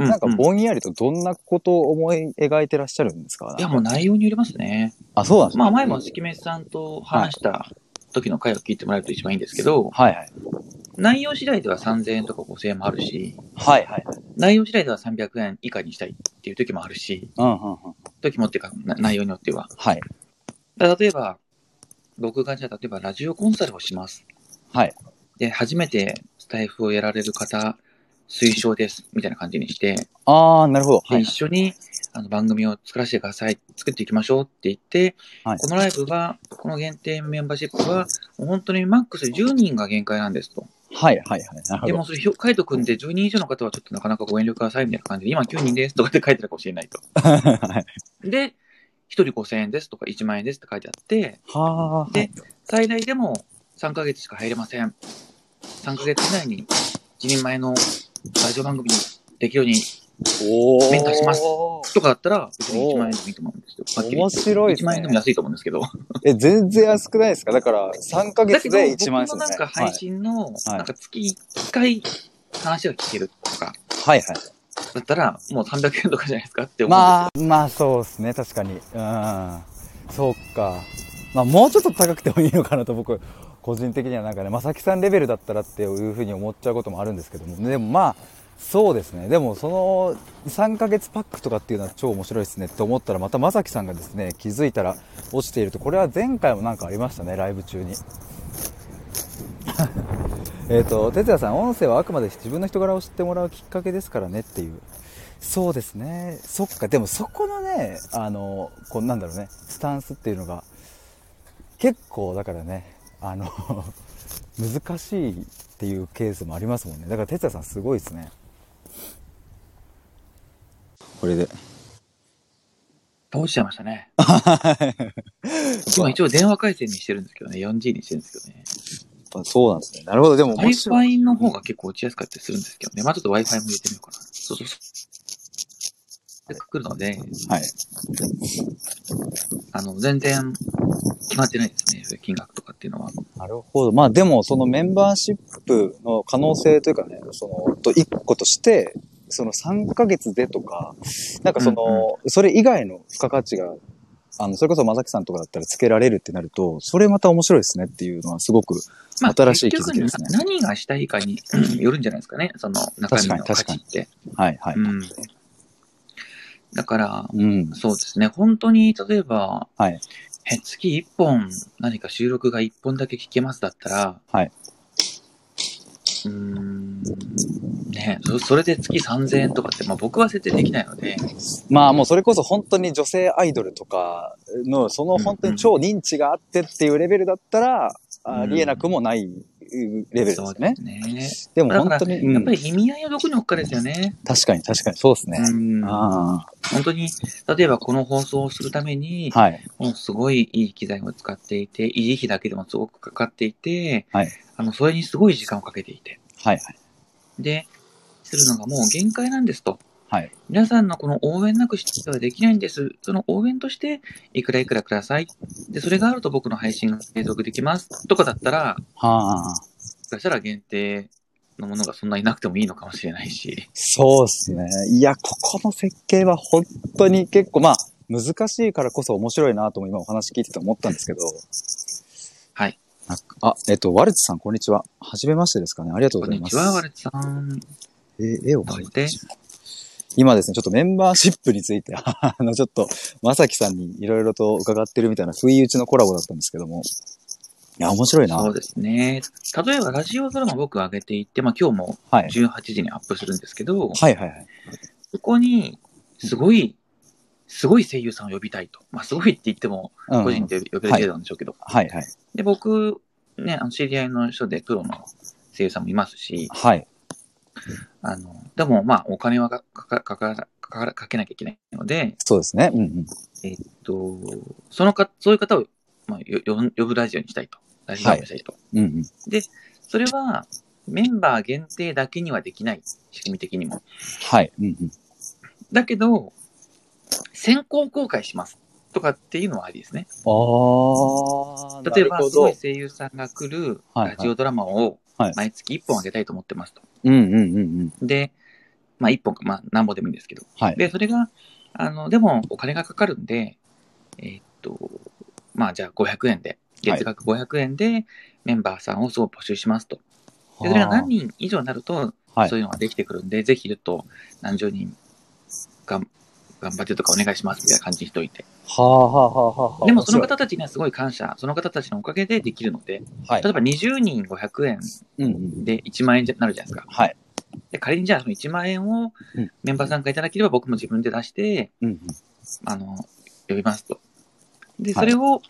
なんかぼんやりとどんなことを思い描いてらっしゃるんですか？ いや、もう内容によりますね。 あ、そうなんですか。 まあ前も月飯さんと話した時の回を聞いてもらえると一番いいんですけど、 はいはい。 内容次第ではさんぜんえんとかごせんえんもあるし、 はいはい。 内容次第ではさんびゃくえん以下にしたいっていう時もあるし、 うんうんうん。 時もっていうか内容によっては。 はい。 だ例えば、僕がじゃあ例えばラジオコンサルをします。 はい。 で、初めてスタイフをやられる方、推奨です。みたいな感じにして、 ああ、なるほど。 で、一緒にあの番組を作らせてください。作っていきましょうって言って、はい、このライブは、この限定メンバーシップは、もう本当にマックスじゅうにんが限界なんですと。 はいはいはい。なるほど。 でもそれ、書いとくんで、じゅうにん以上の方はちょっとなかなかご遠慮くださいみたいな感じで、今きゅうにんですとかって書いてあるかもしれないと。はい、で、ひとりごせんえんですとかいちまんえんですって書いてあって、はで、最大でもさんかげつしか入れません。さんかげつ以内に一人前のラジオ番組にできるようにメンターしますとかだったら、別にいちまんえんでもいいと思うんですよ。はっきり面白いですね。いちまんえんでも安いと思うんですけど。 え、全然安くないですか？だからさんかげつでいちまんえんですね。 僕のなんか配信の、なんか月いっかい話が聞けるとか。はいはい。だったら、もうさんびゃくえんとかじゃないですかって思うんですよ。 まあ、まあそうですね、確かに。うん。そうか。まあもうちょっと高くてもいいのかなと僕、個人的にはなんかね、まさきさんレベルだったらっていうふうに思っちゃうこともあるんですけども、でもまあ、そうですね。でもそのさんかげつパックとかっていうのは超面白いですねって思ったら、またまさきさんがですね、気づいたら落ちていると、これは前回もなんかありましたね、ライブ中に。えっと、哲也さん、音声はあくまで自分の人柄を知ってもらうきっかけですからねっていう。そうですね。そっか。でもそこのね、あの、こうなんだろうね、スタンスっていうのが、結構だからね、あの、難しいっていうケースもありますもんね。だから哲也さんすごいですね。これで。 倒しちゃいましたね。今一応電話回線にしてるんですけどね、よんジー にしてるんですけどね。 そうなんですね。なるほど。でも Wi-Fi の方が結構落ちやすかったりするんですけどね。まあちょっと Wi-Fi も入れてみようかな。そうそうそう。で、くくるので、はい。あの、全然決まってないですね。金額とかっていうのは。 なるほど。まあでも、そのメンバーシップの可能性というかね、その、と一個として、そのさんかげつでとか、なんかその、うんうん、それ以外の付加価値が、あの、それこそまさきさんとかだったらつけられるってなると、それまた面白いですねっていうのはすごく新しい気づきですね。 まあ、何がしたいかによるんじゃないですかね、その中身の価値って。 はいはい。うん、 だから、うん、そうですね、本当に例えば、はい、月いっぽん何か収録がいっぽんだけ聞けますだったら、はい、うーんね、それで月さんぜんえんとかって、まあ、僕は設定できないので。 まあもうそれこそ本当に女性アイドルとかのその本当に超認知があってっていうレベルだったら、うんうん、ありえなくもないレベルですね。そうですね。でも本当に、 うん、やっぱり意味合いはどこに置くかですよね。 確かに確かにそうですね。うん、 あ本当に、例えばこの放送をするために、はい、もうすごいいい機材を使っていて、維持費だけでもすごくかかっていて、はい、あのそれにすごい時間をかけていて。はいはい。で、するのがもう限界なんですと。はい。皆さんのこの応援なくしてはできないんです。その応援として、いくらいくらください。で、それがあると僕の配信が継続できます。とかだったら、はあ。そしたら限定のものがそんなになくてもいいのかもしれないし。 そうですね。いや、ここの設計は本当に結構、まあ、難しいからこそ面白いなとも今お話聞いてて思ったんですけど。 はい。 あ、えっと、ワルツさん、こんにちは。はじめましてですかね。ありがとうございます。 こんにちは、ワルツさん。 えー、絵を描いて。今ですね、ちょっとメンバーシップについて、あの、ちょっと、まさきさんにいろいろと伺ってるみたいな、不意打ちのコラボだったんですけども。いや、面白いな。 そうですね。例えば、ラジオドラマ僕上げていって、まあ今日もじゅうはちじにアップするんですけど、はい、はいはいはい。そこに、すごい、すごい声優さんを呼びたいと。まあ、すごいって言っても、個人で呼べる程度なんでしょうけど。はい、はい、はい。で、僕、ね、あの知り合いの人でプロの声優さんもいますし、はい。あの、でも、まあ、お金はかか、かか、かか、かけなきゃいけないので、 そうですね。うんうん。 えっと、そのか、そういう方を、まあ、呼呼ぶラジオにしたいと。ラジオにしたいと。はい、うんうん。で、それは、メンバー限定だけにはできない。仕組み的にも。はい。うんうん。だけど、先行公開します。とかっていうのはありですね。ああ。例えば、すごい声優さんが来るラジオドラマを毎月いっぽんあげたいと思ってますと。うんうんうんうん。で、 まあいっぽんか、まあ何本でもいいんですけど。 はい。 で、それが、あの、でもお金がかかるんで、えーっと、まあじゃあごひゃくえんで、月額ごひゃくえんでメンバーさんをすごく募集しますと。で、それが何人以上になると、 はい、 そういうのができてくるんで、ぜひちょっと何十人が頑張ってとかお願いしますみたいな感じにしといて。 はあはあはあはあ。 でもその方たちにはすごい感謝、その方たちのおかげでできるので、はい、例えばにじゅうにんごひゃくえんでいちまん円になるじゃないですか。はい。で仮にじゃあそのいちまん円をメンバーさんからいただければ僕も自分で出して、うんうん、あの、呼びますと。で、それを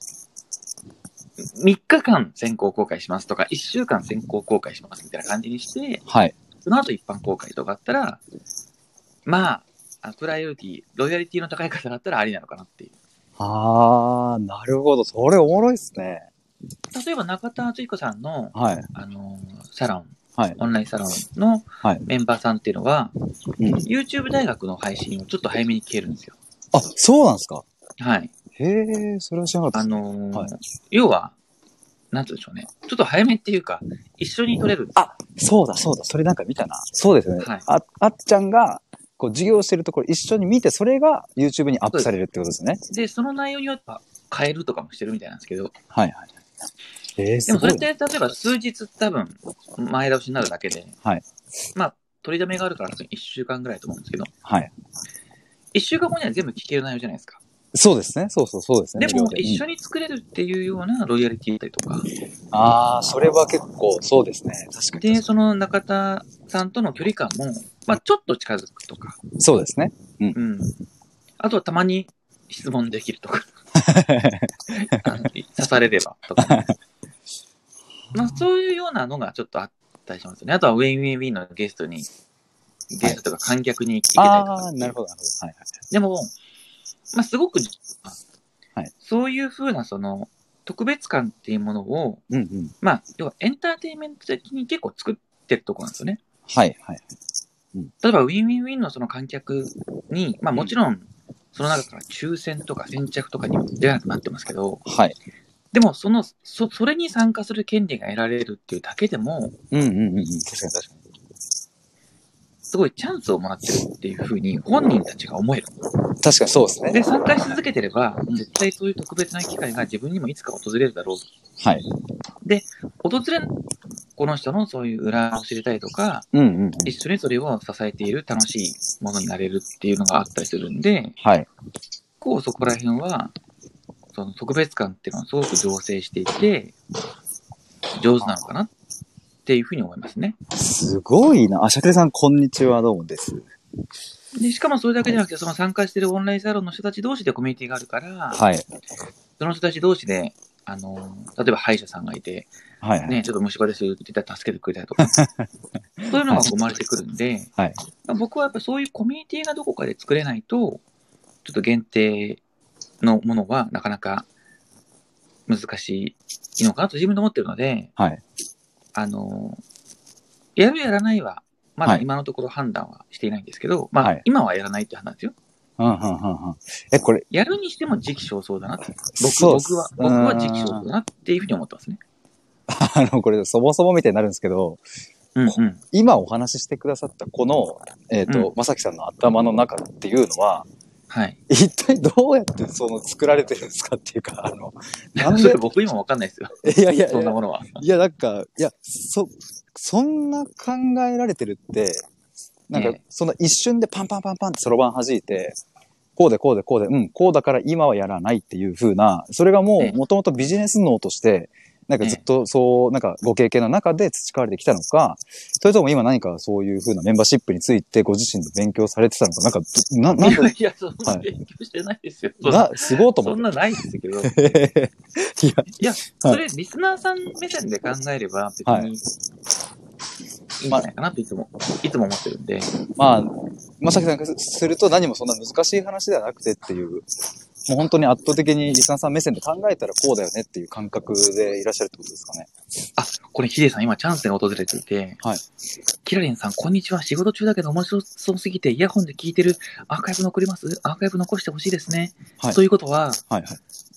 みっかかん先行公開しますとか、いっしゅうかん先行公開しますみたいな感じにして、はい、その後一般公開とかあったら、まあ、プライオリティ、ロイヤリティの高い方だったらありなのかなっていう。 あー、なるほど。それおもろいっすね。 例えば中田敦彦さんの、はい、あの、サロン、はい、オンラインサロンのメンバーさんっていうのは、はい、うん、YouTube 大学の配信をちょっと早めに消えるんですよ。 あ、そうなんですか？ はい。 へえ、それは知らなかったですね。 あのーはい、 要は、なんて言うんでしょうね。ちょっと早めっていうか、一緒に撮れる。 あ、そうだそうだ。それなんか見たな。そうですね。はい、あ、あっちゃんが、こう授業してるところ一緒に見て、それが YouTube にアップされるってことですね。 で、その内容によっては変えるとかもしてるみたいなんですけど。 はいはい。えー、 でもそれって例えば数日多分前倒しになるだけで、はい、まあ取りだめがあるからいっしゅうかんぐらいと思うんですけど、はい、いっしゅうかんごには全部聞ける内容じゃないですか。 そうですね。そうそうそうですね。 でも一緒に作れるっていうようなロイヤリティだったりとか。 ああ、それは結構そうですね。確かに。 で、その中田さんとの距離感も、まあちょっと近づくとか。 そうですね。 うん。うん、あとはたまに質問できるとか。あの刺されればとか、ね。まあそういうようなのがちょっとあったりしますよね。あとはウィンウィンウィンのゲストに、ゲストとか観客に行けたりとか。 ああ、なるほど、なるほど。はいはい。 でも、まあすごく、はい、そういうふうなその特別感っていうものを、うんうん、まあ要はエンターテインメント的に結構作ってるところなんですよね。はいはい。うん、例えばウィンウィンウィンのその観客に、まあもちろんその中から抽選とか先着とかにも出なくなってますけど、はい。でもそのそそれに参加する権利が得られるっていうだけでも、うんうんうんうん、確かに確かに。すごいチャンスをもらってるっていうふうに本人たちが思える。 確かにそうですね。 で、参加し続けてれば、絶対そういう特別な機会が自分にもいつか訪れるだろう。はい。で、訪れる、この人のそういう裏を知りたいとか、うんうんうん、一緒にそれを支えている楽しいものになれるっていうのがあったりするんで、はい。こうそこら辺は、その特別感っていうのはすごく醸成していて、上手なのかなっていうふうに思いますね。 すごいな。あ、シャクレさん、こんにちは、どうもです。 で、しかもそれだけじゃなくて、その参加しているオンラインサロンの人たち同士でコミュニティがあるから、はい。その人たち同士で、あの、例えば歯医者さんがいて、はい、はい、ね、ちょっと虫歯ですって言ったら助けてくれたりとか、そういうのが生まれてくるんで、はい。僕はやっぱそういうコミュニティがどこかで作れないと、ちょっと限定のものはなかなか難しいのかなと自分で思ってるので、はい。あの、やるやらないは、まだ今のところ判断はしていないんですけど、はい、まあ、はい、今はやらないって話なんですよ。うんうんうんうん。え、これ。やるにしても時期尚早だなって。僕、僕は、僕は時期尚早だなっていうふうに思ってますね。 あの、これ、そもそもみたいになるんですけど、うんうん、今お話ししてくださったこの、えっ、ー、と、まさきさんの頭の中っていうのは、はい。一体どうやってその作られてるんですかっていうか、あの、 なんで僕今わかんないですよ。 いやいや、 そんなものは。 いや、なんか、いや、そ、そんな考えられてるって、なんか、その一瞬でパンパンパンパンってそろばん弾いて、こうでこうでこうで、うん、こうだから今はやらないっていう風な、それがもう、もともとビジネス脳として、なんかずっとそう、なんかご経験の中で培われてきたのか、それとも今何かそういう風なメンバーシップについてご自身で勉強されてたのか、なんか、な、なんで。いや、そんな勉強してないですよ。 な、すごいと思って。 そんなないですけど。いや、いや、それリスナーさん目線で考えれば別に、はい、いいんじゃないかなといつも、いつも思ってるんで。 まあ、まさきさんからすると何もそんな難しい話ではなくてっていう、もう本当に圧倒的にリスナーさん目線で考えたらこうだよねっていう感覚でいらっしゃるってことですかね。 あ、これヒデさん今チャンスが訪れていて、はい。キラリンさんこんにちは。仕事中だけど面白そうすぎてイヤホンで聞いてる。アーカイブ残ります？アーカイブ残してほしいですね。はい。ということは、はいはい。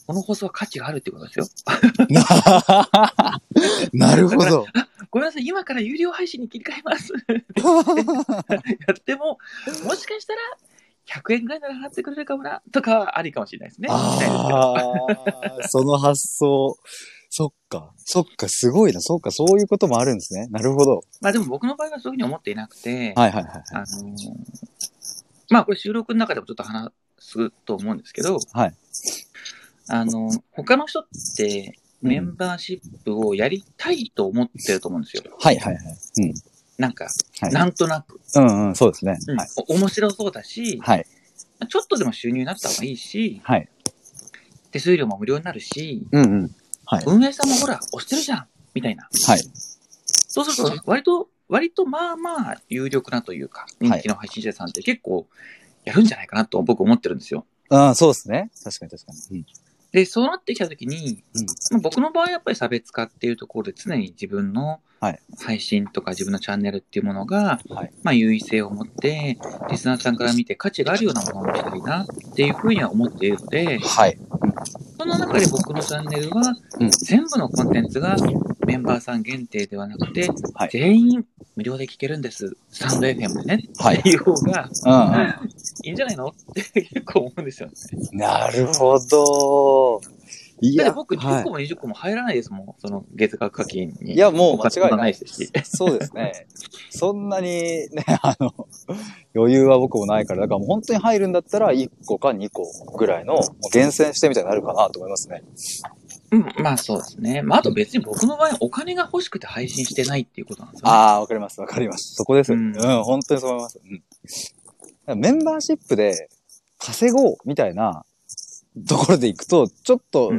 この放送は価値があるってことですよ。 なるほど。 ごめんなさい、今から有料配信に切り替えます。やっても、もしかしたら、ひゃくえんぐらいなら払ってくれるかもな、とかはありかもしれないですね。 ああ、その発想。そっか。そっか、すごいな。そっか、そういうこともあるんですね。なるほど。 まあでも僕の場合はそういうふうに思っていなくて、 はいはいはい、はい。 あのー、まあこれ収録の中でもちょっと話すと思うんですけど、 はい。あの、他の人ってメンバーシップをやりたいと思ってると思うんですよ。 はいはいはい。うん。 なんか、 はい、 なんとなく。 うんうん、そうですね。 うん、はい、面白そうだし、 はい。 ちょっとでも収入になった方がいいし、 はい。 手数料も無料になるし、 うんうん。はい。 運営さんもほら、押してるじゃんみたいな。 はい。 そうすると、割と、割とまあまあ有力なというか、人気の配信者さんって結構やるんじゃないかなと僕思ってるんですよ。 ああ、そうですね。確かに確かに。うん、で、 そうなってきたときに、うん、僕の場合はやっぱり差別化っていうところで常に自分の配信とか自分のチャンネルっていうものが、はい、まあ優位性を持って、リスナーさんから見て価値があるようなものをしたいなっていうふうには思っているので、はい、その中で僕のチャンネルは、全部のコンテンツがメンバーさん限定ではなくて、はい、全員無料で聞けるんです。スタンド エフエム でね。はい。っていう方が、うん、いいんじゃないのって結構思うんですよね。 なるほど。 いや、だって僕じゅっこもにじゅっこも入らないですもん。はい、その月額課金に。 いや、もう間違いないですし。 そうですね。そんなにね、あの、余裕は僕もないから、だからもう本当に入るんだったらいっこかにこぐらいの厳選してみたいになるかなと思いますね。 うん、まあそうですね。まああと別に僕の場合お金が欲しくて配信してないっていうことなんですよね。 ああ、わかります、わかります。そこです。うん、うん、本当にそう思います。うん、メンバーシップで稼ごうみたいなところで行くと、ちょっと、うん、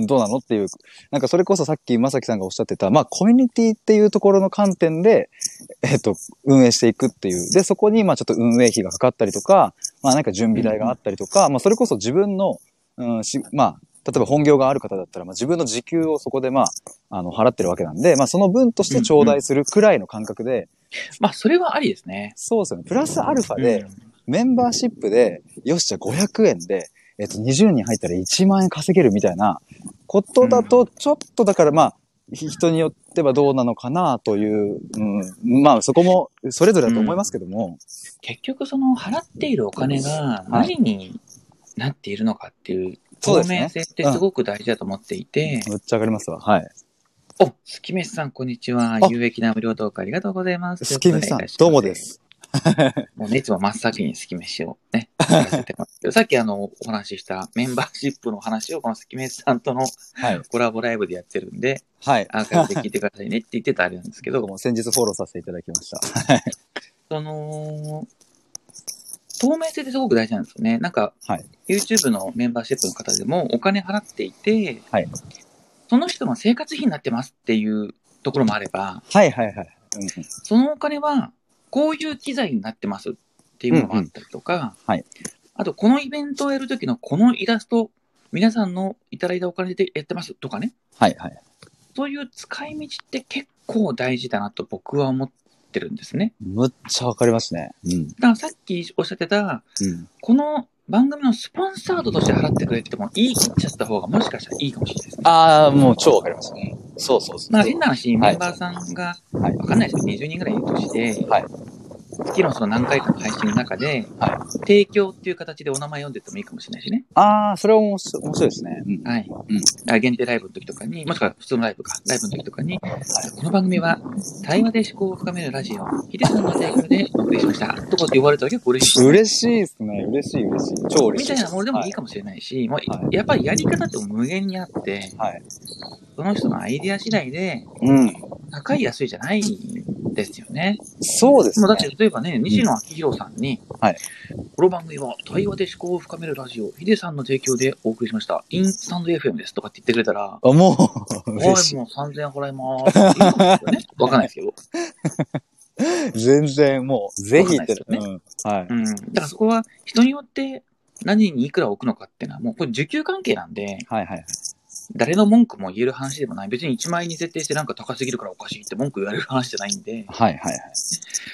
どうなのっていう、なんかそれこそさっきまさきさんがおっしゃってた、まあコミュニティっていうところの観点で、えっと、運営していくっていう。で、そこにまあちょっと運営費がかかったりとか、まあなんか準備代があったりとか、うん、まあそれこそ自分の、うん、しまあ、例えば本業がある方だったら、まあ自分の時給をそこでまあ、あの、払ってるわけなんで、まあその分として頂戴するくらいの感覚で。うんうん、 まあそれはありですね。 そうですよね。プラスアルファで、うん、メンバーシップで、よしじゃあごひゃくえんで、えっと、にじゅうにん入ったらいちまんえん稼げるみたいなことだと、ちょっとだからまあ、人によってはどうなのかなという、うん、まあそこもそれぞれだと思いますけども。うん、 結局その払っているお金が何になっているのかっていう透明性ってすごく大事だと思っていて。 めっちゃわかりますわ。はい。 お、スキメスさんこんにちは。有益な無料トークありがとうございます。 スキメスさん、どうもです。 もうね、いつも真っ先にスキメシをね、やらせてますけど、さっきあの、お話ししたメンバーシップの話をこのスキメスさんとのコラボライブでやってるんで、はい。アーカイブで聞いてくださいねって言ってたあれなんですけど、 僕も先日フォローさせていただきました。 その、透明性ってすごく大事なんですよね。なんか、はい、YouTube のメンバーシップの方でもお金払っていて、はい、その人の生活費になってますっていうところもあれば、 はいはいはい。 うん、そのお金は、こういう機材になってますっていうものもあったりとか、うんうん、はい、あとこのイベントをやるときのこのイラスト、皆さんのいただいたお金でやってますとかね。はいはい。そういう使い道って結構大事だなと僕は思ってるんですね。 むっちゃわかりますね。 うん。だからさっきおっしゃってた、うん、この番組のスポンサードとして払ってくれても言い切っちゃった方がもしかしたらいいかもしれないですね。 ああ、もう超わかります。うん、そうそうそう。 まあ変な話、メンバーさんが、はい、わかんないですけど、にじゅうにんぐらいいるとして、はい、月のその何回かの配信の中で、はい、提供っていう形でお名前読んでってもいいかもしれないしね。 ああ、それは面白いですね。 うん、はい。うん。限定ライブの時とかに、もしくは普通のライブか、ライブの時とかに、はい、この番組は対話で思考を深めるラジオ、ヒデさんの提供でお送りしました。とかって言われたら結構嬉しい、ね。 嬉しいですね。嬉しい嬉しい。超嬉しい。 みたいなものでもいいかもしれないし、はい、もうやっぱりやり方って無限にあって、はい、その人のアイディア次第で、うん、高い安いじゃないですよね。 そうですね。 だって例えばね、西野昭弘さんに、うん、はい、この番組は対話で思考を深めるラジオ、ヒデさんの提供でお送りしました。インスタンド エフエム ですとかって言ってくれたら、 あ、もう、嬉しい。 はい、もうさんぜんえん払いまーす。いいかもですよね。わかんないですけど。 全然もう、ぜひってね。うん。はい。うん。だからそこは人によって何にいくら置くのかっていうのはもうこれ受給関係なんで、はいはい。誰の文句も言える話でもない。別にいちまん円に設定してなんか高すぎるからおかしいって文句言われる話じゃないんで。はいはいはい。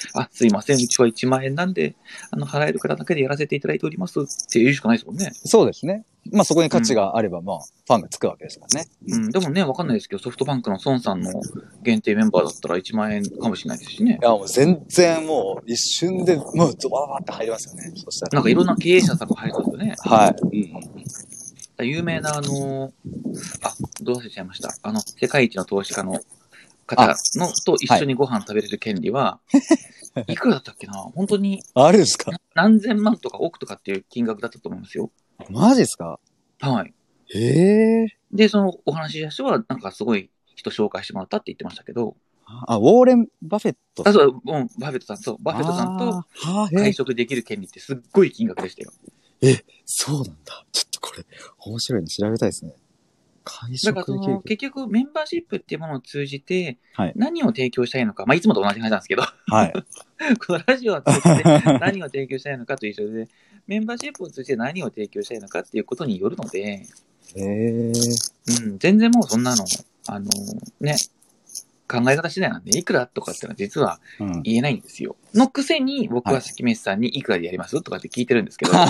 あ、すいません、うちはいちまん円なんで、あの、払える方だけでやらせていただいておりますって言うしかないですもんね。 そうですね。まあそこに価値があれば、まあ、ファンがつくわけですからね。 うん、でもね、わかんないですけど、ソフトバンクの孫さんの限定メンバーだったらいちまん円かもしれないですしね。 いや、もう全然もう、一瞬でもうドババって入りますよね。そしたら。 なんかいろんな経営者さんが入るんですよね。 はい。うんうん有名なあの、あ、どう忘れちゃいました。あの、世界一の投資家の方のと一緒にご飯食べれる権利は、はい、いくらだったっけな本当に。 あれですか何千万とか億とかっていう金額だったと思いますよ。 マジですかはい。 へえ。で、 そのお話しした人は、なんかすごい人紹介してもらったって言ってましたけど。 あ、ウォーレン・バフェットさん。あ、そう、うん、バフェットさん、そう、バフェットさんと会食できる権利ってすっごい金額でしたよ。 え、そうなんだ。ちょっとこれ、面白いの調べたいですね。会食できる。 だからその、結局メンバーシップっていうものを通じて、何を提供したいのか、はい、まあいつもと同じ話なんですけど、はい、このラジオを通じて何を提供したいのかと一緒で、メンバーシップを通じて何を提供したいのかっていうことによるので、 へー、 うん、全然もうそんなの、あの、ね、考え方次第なんで、いくらとかってのは実は言えないんですよ。うん、のくせに、僕は関飯さんにいくらでやりますとかって聞いてるんですけど。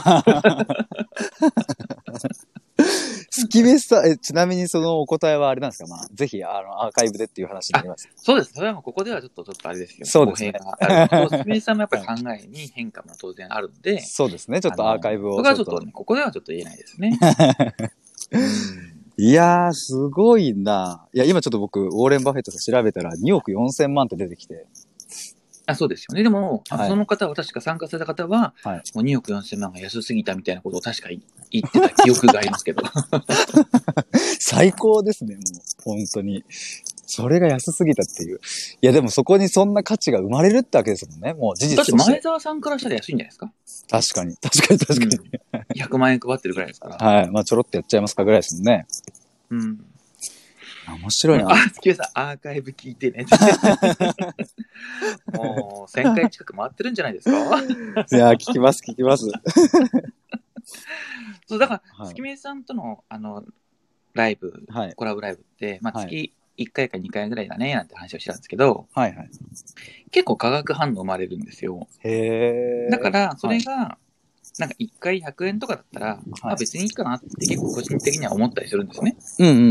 関飯さん、え、ちなみにそのお答えはあれなんですか？まあ、ぜひ、あの、アーカイブでっていう話になります。 そうです。それはもうここではちょっと、ちょっとあれですよ。 そうですね。 関飯さんもやっぱり考えに変化も当然あるんで。 そうですね。ちょっとアーカイブを。 僕はちょっと、ね、ここではちょっと言えないですね。 いやー、すごいな。いや、今ちょっと僕、ウォーレン・バフェットさん調べたらにおくよんせんまんって出てきて。 あ、そうですよね。でも、はい、その方は確か参加された方は、はい、もうにおくよんせんまんが安すぎたみたいなことを確か言ってた記憶がありますけど。 最高ですね、もう。本当に。それが安すぎたっていう。いや、でもそこにそんな価値が生まれるってわけですもんね。もう事実として。 だって前澤さんからしたら安いんじゃないですか？ 確かに。確かに確かに。 うん、ひゃくまん円配ってるぐらいですから。 はい。まあちょろっとやっちゃいますかぐらいですもんね。 うん。 面白いな。 あ、月江さん、アーカイブ聞いてね。もう、せんかい近く回ってるんじゃないですか？ いや、聞きます、聞きます。 そう、だから、月見さんとの、あの、ライブ、はい、コラボライブって、まあ、月いっかいかにかいぐらいだね、なんて話をしてたんですけど、はいはい、結構化学反応生まれるんですよ。 へー。 だから、それが、はい、なんかいっかいひゃくえんとかだったら、はい、まあ別にいいかなって結構個人的には思ったりするんですね。 うんうんうん。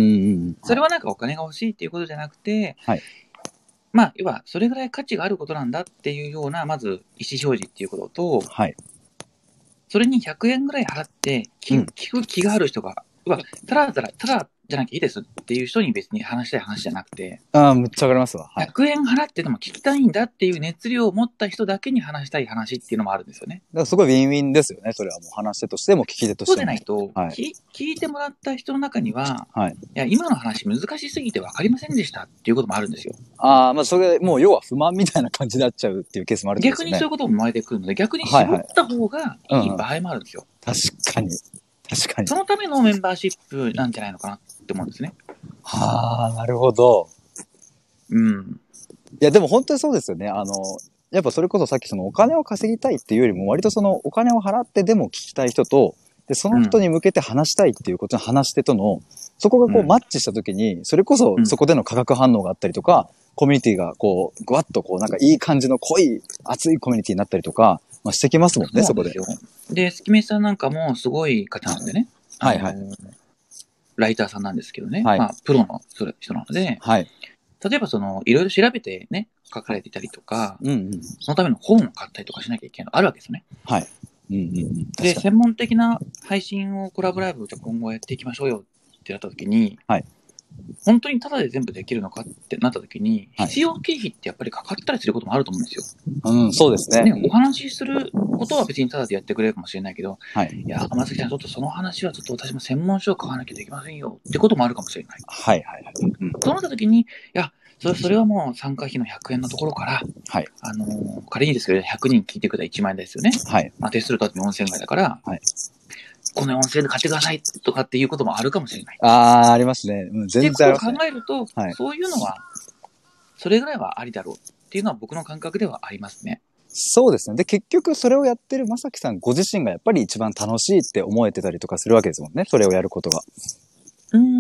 それはなんかお金が欲しいっていうことじゃなくて、はい、まあ、要はそれぐらい価値があることなんだっていうような、まず意思表示っていうことと、はい、それにひゃくえんぐらい払って聞、うん、聞く気がある人が、うわ、ただただ、ただじゃなきゃいいですっていう人に別に話したい話じゃなくて、 ああ、むっちゃわかりますわ。 はい、ひゃくえん払ってでも聞きたいんだっていう熱量を持った人だけに話したい話っていうのもあるんですよね。 だからすごいウィンウィンですよね。それはもう話し手としても聞き手としても。 そうでないと、はい、聞, 聞いてもらった人の中には、はい、いや、今の話難しすぎて分かりませんでしたっていうこともあるんですよ。 ああ、まあそれ、もう要は不満みたいな感じになっちゃうっていうケースもあるんですよね。 逆にそういうことも生まれてくるので、逆に絞った方がいい場合もあるんですよ。 はいはい、うん、確かに。確かに。 そのためのメンバーシップなんじゃないのかなって思うんですね。 はあ、なるほど。 うん。 いや、でも本当にそうですよね。あの、やっぱそれこそさっきそのお金を稼ぎたいっていうよりも割とそのお金を払ってでも聞きたい人と、で、その人に向けて話したいっていうことの話し手との、そこがこうマッチした時に、それこそそこでの化学反応があったりとか、コミュニティがこう、ぐわっとこうなんかいい感じの濃い熱いコミュニティになったりとか、まあ、してきますもんね、そこで。 で、スキメさんなんかもすごい方なんでね。はいはい。ライターさんなんですけどね。はい、まあ、プロの人なので、はい、例えばその、いろいろ調べてね、書かれていたりとか、うんうん、そのための本を買ったりとかしなきゃいけないのがあるわけですよね。はい。うんうんうん、で、専門的な配信をコラボライブをじゃ今後やっていきましょうよってなった時に、はい、本当にタダで全部できるのかってなった時に、必要経費ってやっぱりかかったりすることもあると思うんですよ。 うん、そうですね。 ね、お話しすることは別にタダでやってくれるかもしれないけど、はい、いや、天崎さん、ちょっとその話はちょっと私も専門書を買わなきゃできませんよってこともあるかもしれない。はいはいはい。うん、そうなった時に、いや、それ、それはもう参加費のひゃくえんのところから、はい、あのー、仮にですけど、ひゃくにん聞いてくれたらいちまん円ですよね。はい。まあ、手数料だってよんせんえんぐらいだから、はい。このよんせんえんで買ってくださいとかっていうこともあるかもしれない。 ああ、ありますね。うん、全然ありますね。 って考えると、はい、そういうのは、それぐらいはありだろうっていうのは僕の感覚ではありますね。 そうですね。で、結局それをやってる正樹さんご自身がやっぱり一番楽しいって思えてたりとかするわけですもんね。それをやることが。 うーん、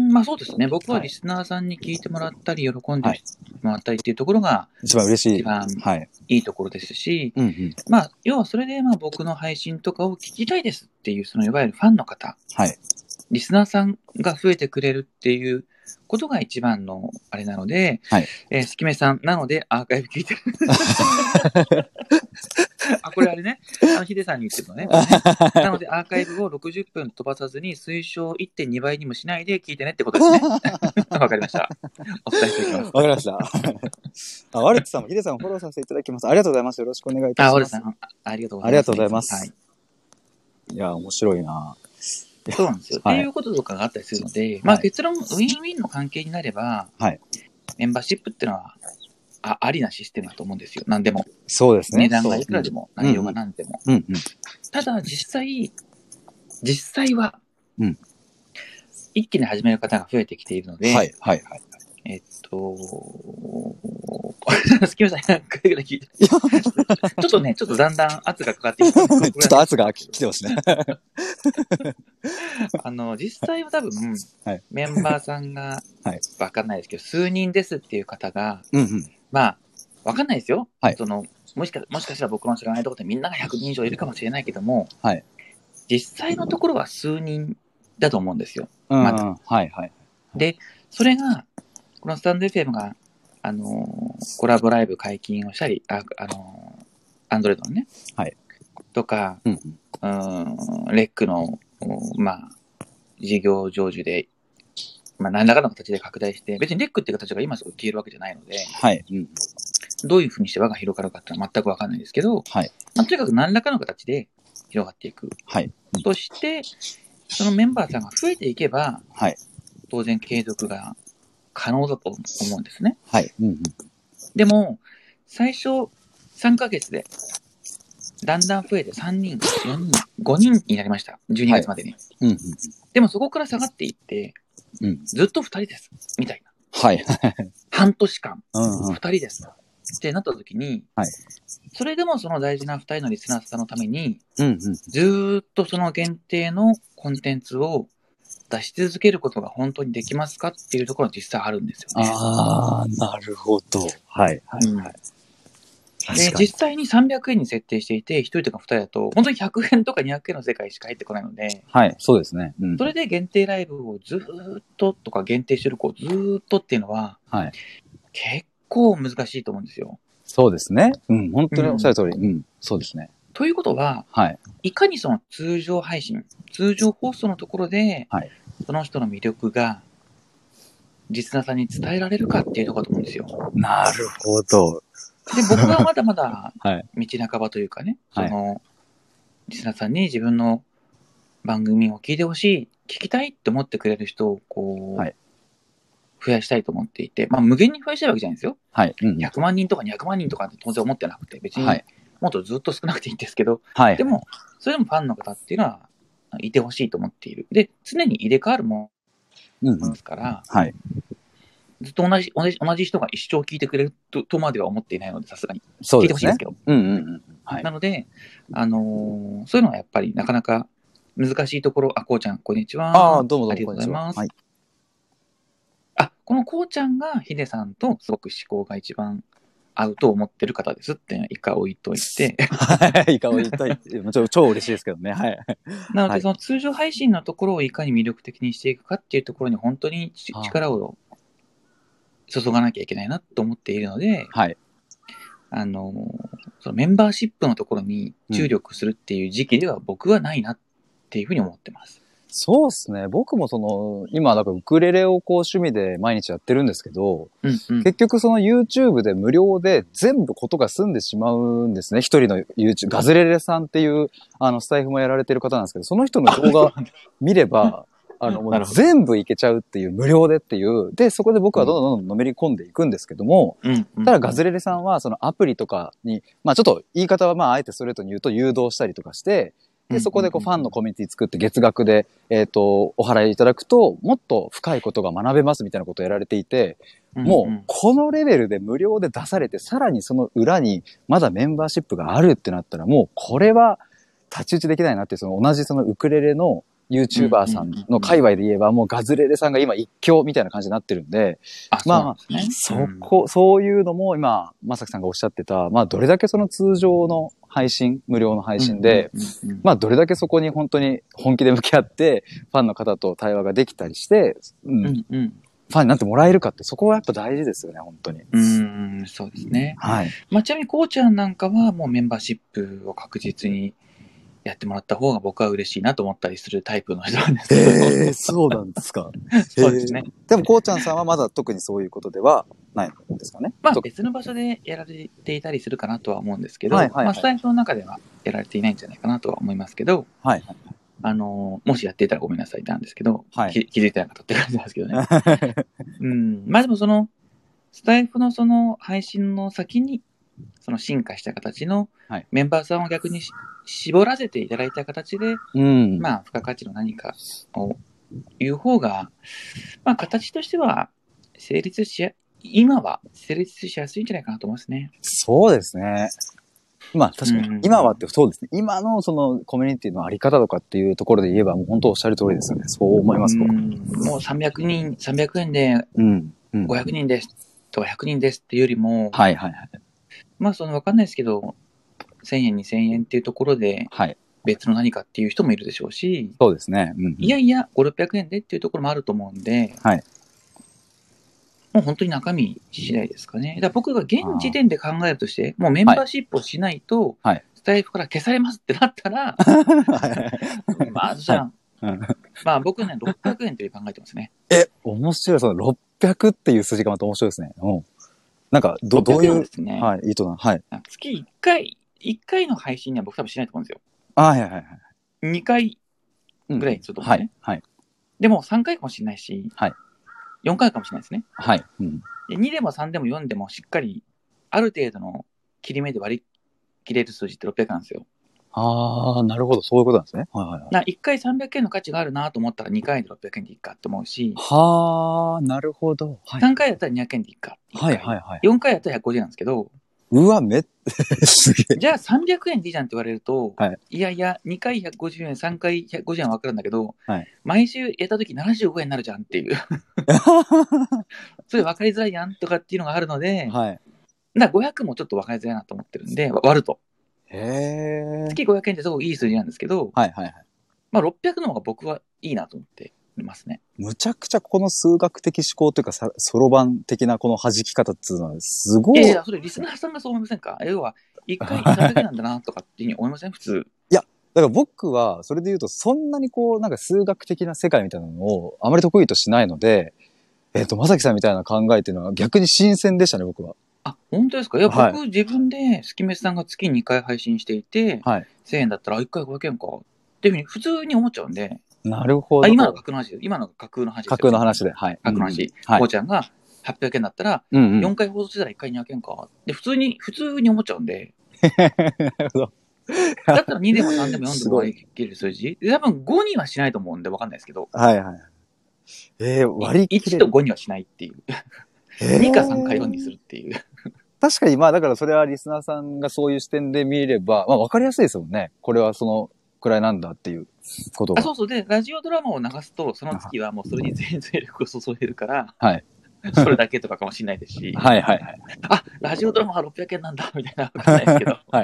ん、まあそうですね。僕はリスナーさんに聞いてもらったり、喜んでもらったりっていうところが、 一番嬉しい。 一番いいところですし、 うんうん、 まあ、要はそれで、まあ僕の配信とかを聞きたいですっていう、そのいわゆるファンの方、 はい、 リスナーさんが増えてくれるっていうことが一番のあれなので、 はい、 えー、すきめさん、なのでアーカイブ聞いてる。あ、これあれね、あの、ヒデさんに言ってるのね。ねなので、アーカイブをろくじゅっぷん飛ばさずに、推奨 いってんに 倍にもしないで聞いてねってことですね。わかりました。お伝えしておきます。 わかりました。あ、ワルツさんもヒデさんをフォローさせていただきます。ありがとうございます。よろしくお願いいたします。あ、ワルツさん、 ありがとうございます。 ありがとうございます。 はい、 いや、面白いな。 そうなんですよ。はい、っていうこととかがあったりするので、まあ結論、ウィンウィンの関係になれば、はい、メンバーシップっていうのは、あ, ありなシステムだと思うんですよ。何でも。 そうですね。 値段がいくらでも、内容が何でも。うんうん、ただ、実際、実際は、うん、一気に始める方が増えてきているので、はい、はい、はい。えっと、スキムさん何回ぐらい聞いてちょっとね、ちょっとだんだん圧がかかってきて、ちょっと圧が来てますね。 あの、実際は多分、はい、メンバーさんが、わかんないですけど、数人ですっていう方が、うんうん、まあ、わかんないですよ。はい、そのもしか、もしかしたら僕の知らないところでみんながひゃくにん以上いるかもしれないけども、はい、実際のところは数人だと思うんですよ。まだ。はいはい。で、それが、このスタンド エフエム が、あのー、コラボライブ解禁をしたり、あ、あのー、アンドロイドのね、はい、とか、うん、うん、レックの、まあ、事業成就で、まあ、何らかの形で拡大して、別にレックっていう形が今すぐ消えるわけじゃないので、はい、うん、どういうふうにして輪が広がるかっていうのは全くわかんないですけど、はい、まあ、とにかく何らかの形で広がっていく。はい、そして、そのメンバーさんが増えていけば、はい、当然継続が可能だと思うんですね。はい、うんうん、でも、最初さんかげつで、だんだん増えてさんにん、よにん、ごにんになりました。じゅうにがつまでに。はい、うんうん、でもそこから下がっていって、うん、ずっとふたりです。みたいな。はい。半年間、ふたりです。ってなった時に、はい、それでもその大事なふたりのリスナーさんのために、うんうん、ずーっとその限定のコンテンツを出し続けることが本当にできますかっていうところが実際あるんですよね。 ああ、なるほど。はい。はい、はい。 で、実際にさんびゃくえんに設定していて、ひとりとかふたりだと、本当にひゃくえんとかにひゃくえんの世界しか入ってこないので、 はい、そうですね。うん、 それで限定ライブをずーっととか限定収録をずーっとっていうのは、はい、結構難しいと思うんですよ。 そうですね。うん、本当におっしゃる通り、うん、うん、そうですね。 ということは、はい、いかにその通常配信、通常放送のところで、はい、その人の魅力が、リスナーさんに伝えられるかっていうところだと思うんですよ。 なるほど。 で、僕はまだまだ、道半ばというかね、はい、その、リスナーさんに自分の番組を聞いてほしい、聞きたいって思ってくれる人を、こう、はい、増やしたいと思っていて、まあ、無限に増やしたいわけじゃないんですよ。はい。うん、ひゃくまんにんとかにひゃくまんにんとかって当然思ってなくて、別に、もっとずっと少なくていいんですけど、はい、でも、それでもファンの方っていうのは、いてほしいと思っている。で、常に入れ替わるものですから、うん、はい。ずっと同じ、同じ、同じ人が一生聞いてくれると、とまでは思っていないので、さすがに。 そうですね。 聞いてほしいですけど。 うんうんうん。はい。 なので、あのー、そういうのはやっぱりなかなか難しいところ、あ、こうちゃん、こんにちは。 ああ、どうもどうも。 ありがとうございます。はい。あ、このこうちゃんがヒデさんとすごく思考が一番合うと思ってる方ですっていうのは一回置いといて。 はい、一回置いといて。もちろん超嬉しいですけどね。はい。 なので、その通常配信のところをいかに魅力的にしていくかっていうところに本当に力を注がなきゃいけないなと思っているので、はい。あの、そのメンバーシップのところに注力するっていう時期では僕はないなっていうふうに思ってます。 そうですね。僕もその、今、だからウクレレをこう趣味で毎日やってるんですけど、うんうん、結局その YouTube で無料で全部ことが済んでしまうんですね。一人の YouTube、ガズレレさんっていう、あの、スタイフもやられてる方なんですけど、その人の動画見れば、あの、もう全部いけちゃうっていう、無料でっていう。で、そこで僕はどんどんどんどんのめり込んでいくんですけども、うん、ただガズレレさんはそのアプリとかに、まあちょっと言い方はまああえてストレートに言うと誘導したりとかして、で、そこでこうファンのコミュニティ作って月額で、えっと、お払いいただくと、もっと深いことが学べますみたいなことをやられていて、もう、このレベルで無料で出されて、さらにその裏にまだメンバーシップがあるってなったら、もうこれは太刀打ちできないなって、その同じそのウクレレの YouTuber さんの界隈で言えば、もうガズレレさんが今一強みたいな感じになってるんで、 あ、 まあ、 そうなんですね。 そこ、そういうのも今、まさきさんがおっしゃってた、まあ、どれだけその通常の配信、無料の配信で、まあ、どれだけそこに本当に本気で向き合って、ファンの方と対話ができたりして、うん、うんうん、ファンになってもらえるかって、そこはやっぱ大事ですよね、本当に。 うん、そうですね。はい。まあ、ちなみに、こうちゃんなんかはもうメンバーシップを確実にやってもらった方が僕は嬉しいなと思ったりするタイプの人なんですけど。 えー、そうなんですか。 そうですね。 でも、こうちゃんさんはまだ特にそういうことではないんですかね。 まあ、別の場所でやられていたりするかなとは思うんですけど、はいはいはい、まあ、スタイフの中ではやられていないんじゃないかなとは思いますけど、はいはい、あの、もしやっていたらごめんなさいなんですけど、はい、気, 気づいてなかったって感じなんですけどね。うん。まあでもその、スタイフのその配信の先に、その進化した形のメンバーさんを逆に絞らせていただいた形で、うん、まあ、付加価値の何かを言う方が、まあ、形としては成立しや、今は成立しやすいんじゃないかなと思いますね。 そうですね。まあ確かに、今はってそうですね。今のそのコミュニティのあり方とかっていうところで言えば、もう本当おっしゃる通りですよね。そう思います。 うん、もうさんびゃくにん、さんびゃくえんでごひゃくにんですとかひゃくにんですっていうよりも、はいはいはい。まあそのわかんないですけど、せんえん、にせんえんっていうところで、別の何かっていう人もいるでしょうし、はい、 そうですね。うんうん、 いやいや、ごひゃく、ろっぴゃくえんでっていうところもあると思うんで、はい、もう本当に中身次第ですかね。だから僕が現時点で考えるとして、もうメンバーシップをしないと、はい、スタイフから消されますってなったら、まあ、じゃあ、まあ僕ね、ろっぴゃくえんという考えてますね。 え、面白い。そのろっぴゃくっていう数字がまた面白いですね。うん。なんか、ど、どういう、ですね、はい、意図な、はい。 月いっかい、いっかいの配信には僕多分しないと思うんですよ。 あ、はいはいはい。 にかいぐらいにすると思うんですね。うん、はい。はい。でもさんかいかもしれないし、はい。よんかいかもしれないですね。はい。うん、でにでもさんでもよんでもしっかり、ある程度の切り目で割り切れる数字ってろっぴゃくなんですよ。 ああ、なるほど。そういうことなんですね。はいはいはい。 ないっかいさんびゃくえんの価値があるなと思ったらにかいでろっぴゃくえんでいいかって思うし。 はあ、なるほど。 はい、さんかいだったらにひゃくえんでいいか。 はいはいはい。 よんかいだったらひゃくごじゅうえんなんですけど。 うわ、めっ、すげえ。 じゃあさんびゃくえんでいいじゃんって言われると、はい、いやいや、にかいひゃくごじゅうえん、さんかいひゃくごじゅうえんは分かるんだけど、はい、毎週やった時ななじゅうごえんになるじゃんっていう。それ分かりづらいやんとかっていうのがあるので、はい、だからごひゃくもちょっと分かりづらいなと思ってるんで、割ると。へー。月ごひゃくえんってすごくいい数字なんですけど、はいはいはい。まあろっぴゃくの方が僕はいいなと思っていますね。 むちゃくちゃこの数学的思考というか、そろばん的なこの弾き方っていうのはすごい。 いやいや、それリスナーさんがそう思いませんか？要は、いっかいさんびゃくえんなんだなとかっていうふうに思いません？普通。 いや、だから僕はそれで言うとそんなにこう、なんか数学的な世界みたいなのをあまり得意としないので、えっと、まさきさんみたいな考えっていうのは逆に新鮮でしたね、僕は。 あ、本当ですか？いや、僕、はい、自分で、スキメスさんが月にかい配信していて、はい、せんえんだったら、いっかいごひゃくえんかっていうふうに普通に思っちゃうんで。 なるほど。 あ、今の架空の話で、今の架空の話です。 架空の話で、はい。 架空の話。うん、こうちゃんがはっぴゃくえんだったら、うんうん、よんかい放送してたらいっかいにひゃくえんか。で、普通に、普通に思っちゃうんで。なるほど。だったらにでもさんでもよんでも割り切れる数字。多分ごにはしないと思うんでわかんないですけど。 はいはい。えー、割り切れる。 いちとごにはしないっていう。えー、にかさんかよんにするっていう。 確かに、まあだからそれはリスナーさんがそういう視点で見れば、まあわかりやすいですもんね。これはそのくらいなんだっていうことが。 あ、そうそう。で、ラジオドラマを流すと、その月はもうそれに全然力を注げるから、はい。それだけとかかもしれないですし。はいはいはい。あ、ラジオドラマはろっぴゃくえんなんだ、みたいなわかんないですけど。はい。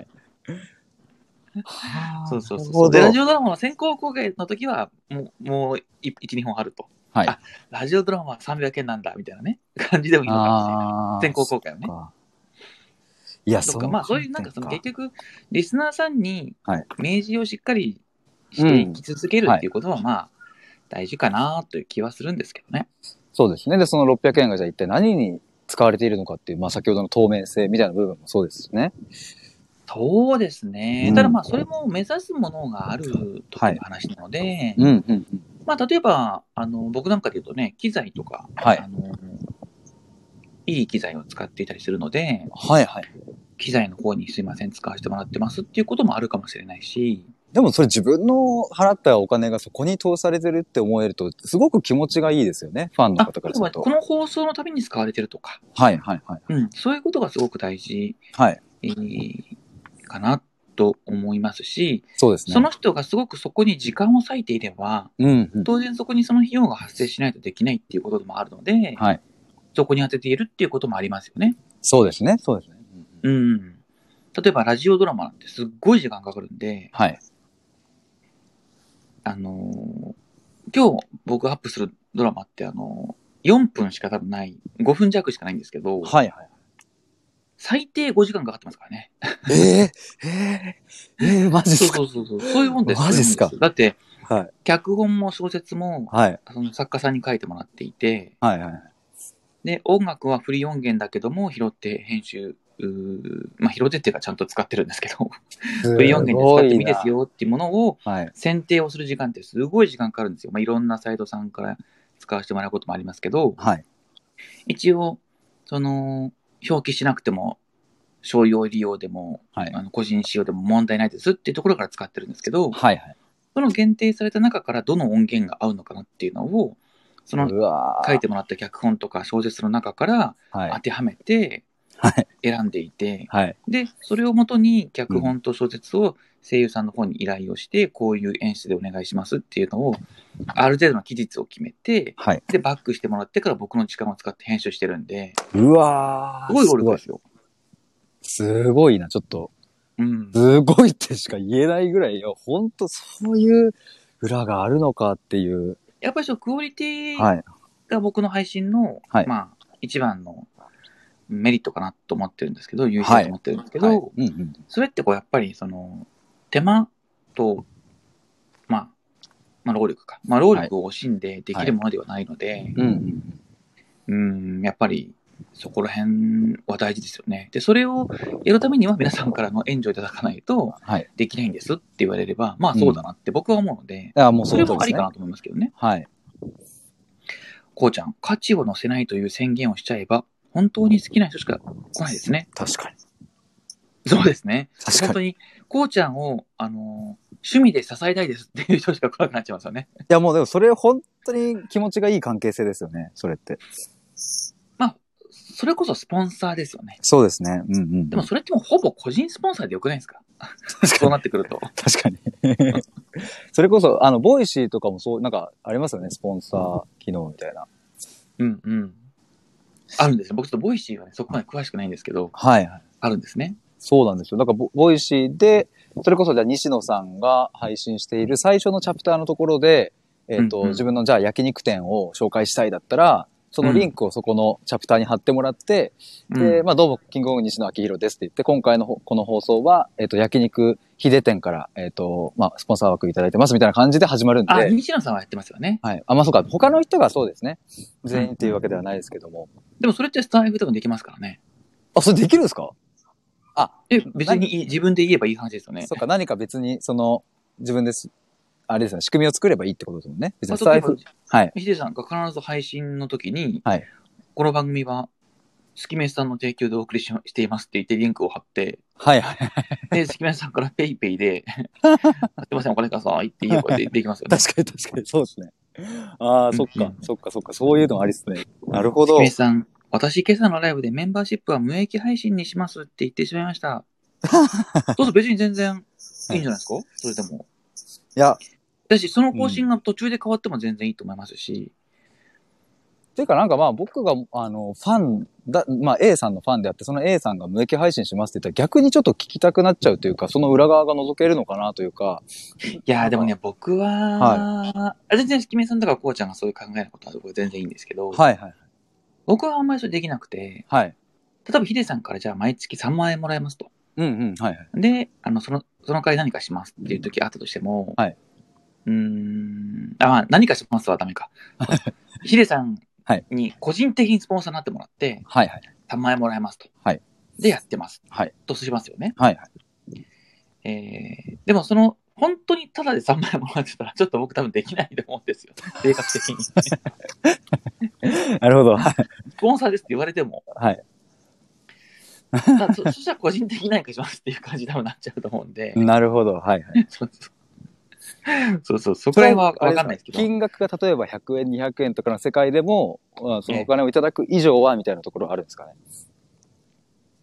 そうそうそう。で、ラジオドラマの先行公開の時は、もう、もういち、にほんあると。はい。あ、ラジオドラマはさんびゃくえんなんだ、みたいなね、感じでもいいのかもしれない。先行公開はね。いや、そうか。まあ、そういう、なんかその結局、リスナーさんに、明示をしっかりしていき続けるっていうことは、まあ、大事かなという気はするんですけどね。 そうですね。で、そのろっぴゃくえんがじゃあ一体何に使われているのかっていう、まあ、先ほどの透明性みたいな部分もそうですね。 そうですね。うん、ただまあ、それも目指すものがあるという話なので、うんうんうん、まあ、例えば、あの、僕なんかで言うとね、機材とか、はい、あの、いい機材を使っていたりするので、はいはい。機材の方にすいません、使わせてもらってますっていうこともあるかもしれないし。 でもそれ自分の払ったお金がそこに投されてるって思えると、すごく気持ちがいいですよね、ファンの方からすると。 この放送のために使われてるとか。 はいはいはい。 うん、そういうことがすごく大事。はい。えーかなと思いますし、 そうですね。 その人がすごくそこに時間を割いていれば、 うんうん、 当然そこにその費用が発生しないとできないっていうことでもあるので、 はい、 そこに当てているっていうこともありますよね。 そうですね。そうですね。 うん、うん。例えばラジオドラマなんてすっごい時間かかるんで、 はい。 あのー、今日僕アップするドラマってあのー、よんぷんしか多分ない、ごふん弱しかないんですけど、 はいはい。 最低ごじかんかかってますからね。 えー、えー、えー、マジっすか。 そうそうそうそう。そういうもんです。 マジっすか。 だって、 はい。 脚本も小説も、はい、その作家さんに書いてもらっていて、 はいはい。 で、音楽はフリー音源だけども、拾って編集、うまあ、拾ってっていうかちゃんと使ってるんですけど、フリー音源で使ってもいいですよっていうものを選定をする時間ってすごい時間かかるんですよ。まあ、いろんなサイトさんから使わせてもらうこともありますけど、 はい、 一応、その、表記しなくても、商用利用でも、はい、あの個人使用でも問題ないですっていうところから使ってるんですけど、はいはい、その限定された中からどの音源が合うのかなっていうのを、その書いてもらった脚本とか小説の中から当てはめて選んでいて、はいはい、で、それをもとに脚本と小説を声優さんの方に依頼をして、こういう演出でお願いしますっていうのを、ある程度の期日を決めて、はい、で、バックしてもらってから僕の時間を使って編集してるんで、 うわー、 すごい労力ですよ。 すごいな、ちょっと。うん、すごいってしか言えないぐらいよ。ほんとそういう裏があるのかっていう。 やっぱりそう、クオリティが僕の配信の、はい、まあ、一番のメリットかなと思ってるんですけど、優位性と思ってるんですけど、はいはいうんうん、それってこう、やっぱりその、手間と、まあ、まあ、労力か。まあ、労力を惜しんでできるものではないので、はいはいうん、うん、やっぱり、そこら辺は大事ですよね。で、それをやるためには皆さんからの援助をいただかないと、できないんですって言われれば、はい、まあそうだなって僕は思うので、うん、それもありかなと思いますけどね。はい。こうちゃん、価値を乗せないという宣言をしちゃえば、本当に好きな人しか来ないですね。 確かに。 そうですね。確かに。本当に、こうちゃんを、あのー、趣味で支えたいですっていう人しか来なくなっちゃいますよね。 いやもうでもそれ本当に気持ちがいい関係性ですよね、それって。 まあ、それこそスポンサーですよね。 そうですね。うんうん、うん。 でもそれってもうほぼ個人スポンサーでよくないですか？そうなってくると。 確かに。それこそ、あの、ボイシーとかもそう、なんかありますよね、スポンサー機能みたいな。 うんうん。あるんですよ。僕ちょっとボイシーはね、そこまで詳しくないんですけど。 はいはい。 あるんですね。 そうなんですよ。だからボ、ボイシーで、それこそじゃあ西野さんが配信している最初のチャプターのところで、えっと、うんうん、自分のじゃあ焼肉店を紹介したいだったら、そのリンクをそこのチャプターに貼ってもらって、うん、で、まあどうも、キングコング西野昭弘ですって言って、今回のこの放送は、えっと、焼肉秀店から、えっと、まあスポンサー枠いただいてますみたいな感じで始まるんで。 あ、西野さんはやってますよね。 はい。あ、まあそうか。他の人がそうですね。全員っていうわけではないですけども。 うん、でもそれってスタイフでもできますからね。 あ、それできるんですか？ あ、え、別に自分で言えばいい話ですよね。 そうか、何か別に、その、自分です、あれですね、仕組みを作ればいいってことですもんね。別にスタイフ。はい。 ヒデさんが必ず配信の時に、はい。この番組は、スキメスさんの提供でお送りししていますって言ってリンクを貼って、 はいはいはい。 で、スキメスさんからペイペイで、すいません、お金くださいって言えばできますよね。 確かに確かに、そうですね。ああ、そっか、そっかそっか、そういうのありっすね。なるほど。 スキメスさん、私今朝のライブでメンバーシップは無益配信にしますって言ってしまいました。そうすると別に全然いいんじゃないですか、はい、それでも。 いや。 だし、その更新が途中で変わっても全然いいと思いますし。 っていうかなんかまあ僕があのファンだ、まあ A さんのファンであって、その A さんが無益配信しますって言ったら逆にちょっと聞きたくなっちゃうというか、その裏側が覗けるのかなというか。 いやーでもね、僕は、はい、全然スキメさんとかこうちゃんがそういう考えのことは僕は全然いいんですけど、 はいはい。 僕はあんまりそれできなくて、はい。例えばヒデさんからじゃあ毎月さんまんえんもらえますと。 うんうん、はいはい。 で、あの、その、その代わり何かしますっていう時あったとしても、はい。うーん、あ、まあ何かしますはダメか。ヒデさんに個人的にスポンサーになってもらって、はいはい。さんまんえんもらえますと。はい。でやってます。はい。としますよね。はいはい。えー、でもその、本当にタダでさんまんえんもらってたら、ちょっと僕多分できないと思うんですよ。性格的に。 なるほど。はい。 スポンサーですって言われても。はい。だそ, そしたら個人的に何かしますっていう感じに多分なっちゃうと思うんで。 なるほど。はいはい。 そうそう。そうそう。そこら辺はわかんないですけど。 金額が例えばひゃくえん、にひゃくえんとかの世界でも、そのお金をいただく以上はみたいなところあるんですかね。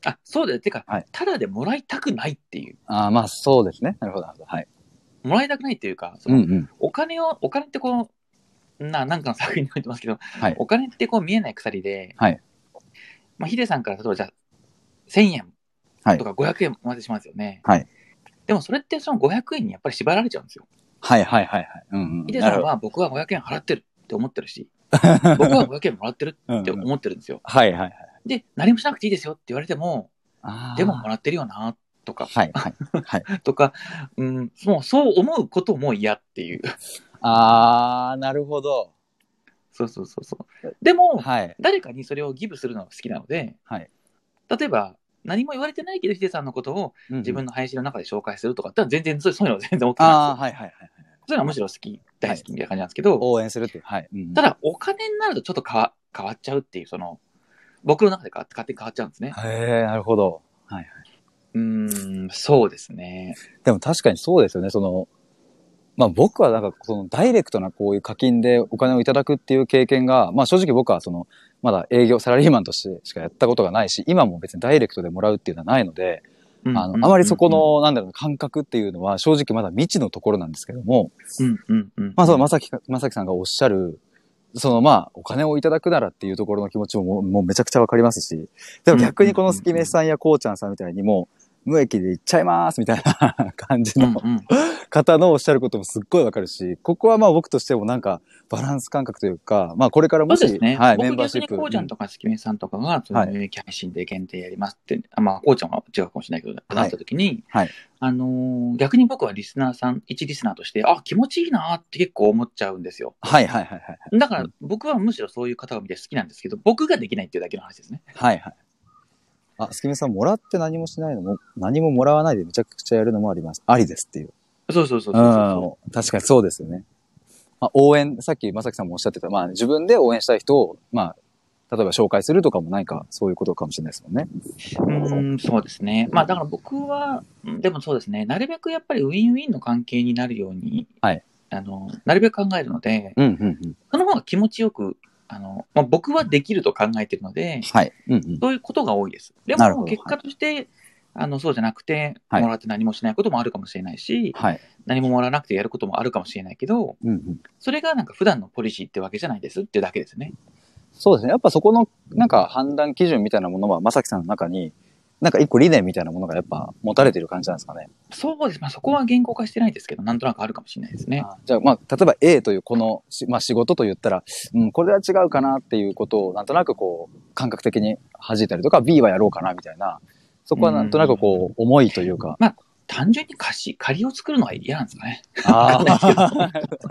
あ、そうだよ。てか、 はい、 ただでもらいたくないっていう。 ああ、まあそうですね。なるほど、なるほど。はい。 もらいたくないっていうか、その、 うんうん、 お金を、お金ってこう、な、なんかの作品に書いてますけど、 はい、 お金ってこう見えない鎖で、 はい、 まあ、ヒデさんから例えばじゃあ、せんえんはい、 とかごひゃくえんお渡ししますよね。 はい。 でもそれってそのごひゃくえんにやっぱり縛られちゃうんですよ。 はいはいはいはい。うんうん。 ヒデさんは僕はごひゃくえん払ってるって思ってるし、僕はごひゃくえんもらってるって思ってるんですよ。 うんうん、はいはいはい。 で、何もしなくていいですよって言われても、でももらってるよな、とか、 はいはいはい。 とか、うん、もうそう思うことも嫌っていう。 あー、なるほど。 そうそうそうそう。でも、 はい。 誰かにそれをギブするのが好きなので、 はい。 例えば、何も言われてないけど、ヒデさんのことをうんうん、 自分の配信の中で紹介するとかって全然、そういうのは全然 OK なんですよ。 あー、はいはいはい。 そういうのはむしろ好き、大好きみたいな感じなんですけど、 応援するっていう。はい。うんうん、 ただ、お金になるとちょっと変わ変わっちゃうっていう、その、僕の中で勝手に変わっちゃうんですね。 へえ、なるほど。はいはい。 うーん、そうですね。 でも確かにそうですよね。その、まあ僕はなんかそのダイレクトなこういう課金でお金をいただくっていう経験が、まあ正直僕はその、まだ営業、サラリーマンとしてしかやったことがないし、今も別にダイレクトでもらうっていうのはないので、あの、あまりそこの、なんだろう、感覚っていうのは正直まだ未知のところなんですけども、 うんうんうん、 まあそのまさき、まさきさんがおっしゃる、そのまあ、お金をいただくならっていうところの気持ちももうもうめちゃくちゃわかりますし、でも逆にこのスキメさんやこうちゃんさんみたいにもう、無益で行っちゃいますみたいな感じの、うんうん、方のおっしゃることもすっごいわかるし、ここはまあ僕としてもなんかバランス感覚というか、まあこれからもし、 そうですね、 はい、 僕逆にこうちゃんとかスキメさんとかが、そういう有益配信で限定やりますって、はい、まあこうちゃんは違うかもしれないけど、はい、なった時に、はい、あのー、逆に僕はリスナーさん、一リスナーとして、あ、気持ちいいなって結構思っちゃうんですよ。 はいはいはいはい。 だから僕はむしろそういう方を見て好きなんですけど、僕ができないっていうだけの話ですね。 はいはい。あ、すきみさん、もらって何もしないのも、何ももらわないでめちゃくちゃやるのもあります。ありですっていう。 そうそうそうそうそう。 確かにそうですよね。まあ、応援、さっきまさきさんもおっしゃってた、まあ自分で応援したい人を、まあ、例えば紹介するとかも何かそういうことかもしれないですもんね。 うん、そうですね。まあだから僕は、でもそうですね、なるべくやっぱりウィンウィンの関係になるように、はい、あの、なるべく考えるので、うんうんうん、その方が気持ちよく、あの、まあ、僕はできると考えているので、はいうんうん、そういうことが多いです。でも、結果として、はい、あの、そうじゃなくて、もらって何もしないこともあるかもしれないし、はい、何ももらわなくてやることもあるかもしれないけど、うんうん、それがなんか普段のポリシーってわけじゃないですってだけですね。 そうですね。やっぱそこのなんか判断基準みたいなものは、まさきさんの中に、なんか一個理念みたいなものがやっぱ持たれてる感じなんですかね。 そうです。まあそこは言語化してないですけど、なんとなくあるかもしれないですね。 あじゃあまあ、例えば A というこの、まあ仕事と言ったら、うん、これは違うかなっていうことをなんとなくこう、感覚的に弾いたりとか、B はやろうかなみたいな、そこはなんとなくこう、思いというか。 まあ、単純に貸し、借りを作るのは嫌なんですかね。ああ。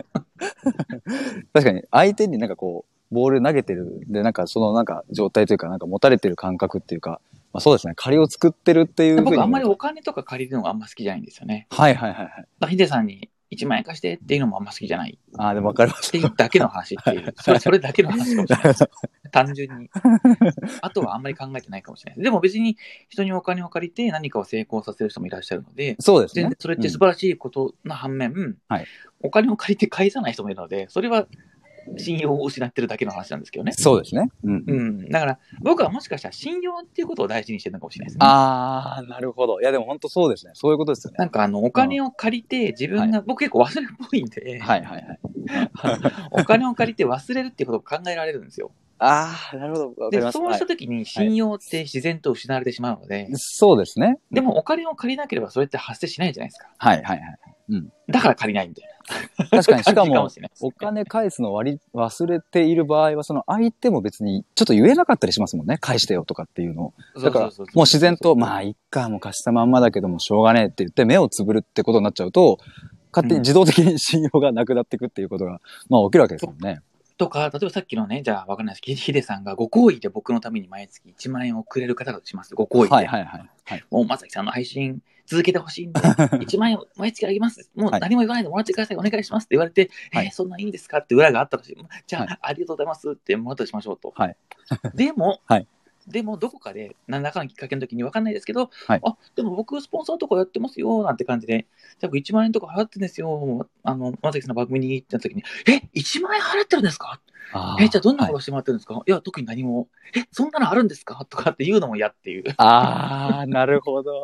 確かに、相手になんかこう、ボール投げてる、で、なんかそのなんか状態というか、なんか持たれてる感覚っていうか、まあそうですね、借りを作ってるっていう風に。 僕あんまりお金とか借りるのがあんま好きじゃないんですよね。 はいはいはいはい。 ヒデさんにいちまんえん貸してっていうのもあんま好きじゃない。 ああ、でもわかりました。 っていうだけの話っていう。それ、それだけの話かもしれないです。単純に。あとはあんまり考えてないかもしれないです。でも別に人にお金を借りて何かを成功させる人もいらっしゃるので、 そうですね。 全然それって素晴らしいことの反面、うんはい、お金を借りて返さない人もいるので、それは信用を失ってるだけの話なんですけどね。 そうですね。 うん。うん。だから、僕はもしかしたら信用っていうことを大事にしてるのかもしれないですね。 ああ、なるほど。いや、でも本当そうですね。そういうことですよね。 なんかあの、お金を借りて自分が、うん、僕結構忘れっぽいんで、 はいはいはい。 お金を借りて忘れるっていうことを考えられるんですよ。 ああ、なるほど。 で、そうしたときに信用って自然と失われてしまうので、はい、 そうですね。 でもお金を借りなければそれって発生しないじゃないですか。 はいはいはい。 うん、だから借りないんで。 確かに、しかも、お金返すの割り忘れている場合は、その相手も別にちょっと言えなかったりしますもんね。返してよとかっていうのを。だから、もう自然と、まあ、いっか、もう貸したまんまだけどもしょうがねえって言って目をつぶるってことになっちゃうと、勝手に自動的に信用がなくなっていくっていうことが、まあ起きるわけですもんね。 とか、例えばさっきのね、じゃあわかんないですけど、ヒデさんがご好意で僕のために毎月いちまんえんをくれる方だとします。ご好意で。はいはいはい。はい、もうまさきさんの配信続けてほしいんで、いちまんえん毎月あげます。もう何も言わないでもらってください。お願いしますって言われて、はい、えー、そんなんいいんですかって裏があったとして、じゃあ、はい、ありがとうございますってもらったとしましょうと。はい、でも、はい、でもどこかで何らかのきっかけの時に分かんないですけど、はい、あ、でも僕スポンサーとかやってますよなんて感じで、じゃあいちまんえんとか払ってるんですよ。あの、まさきさんの番組に行った時に、え、いちまんえん払ってるんですかえ、じゃあどんなことしてもらってるんですか、はい、いや、特に何も。え、そんなのあるんですかとかって言うのも嫌っていう。 あー、なるほど。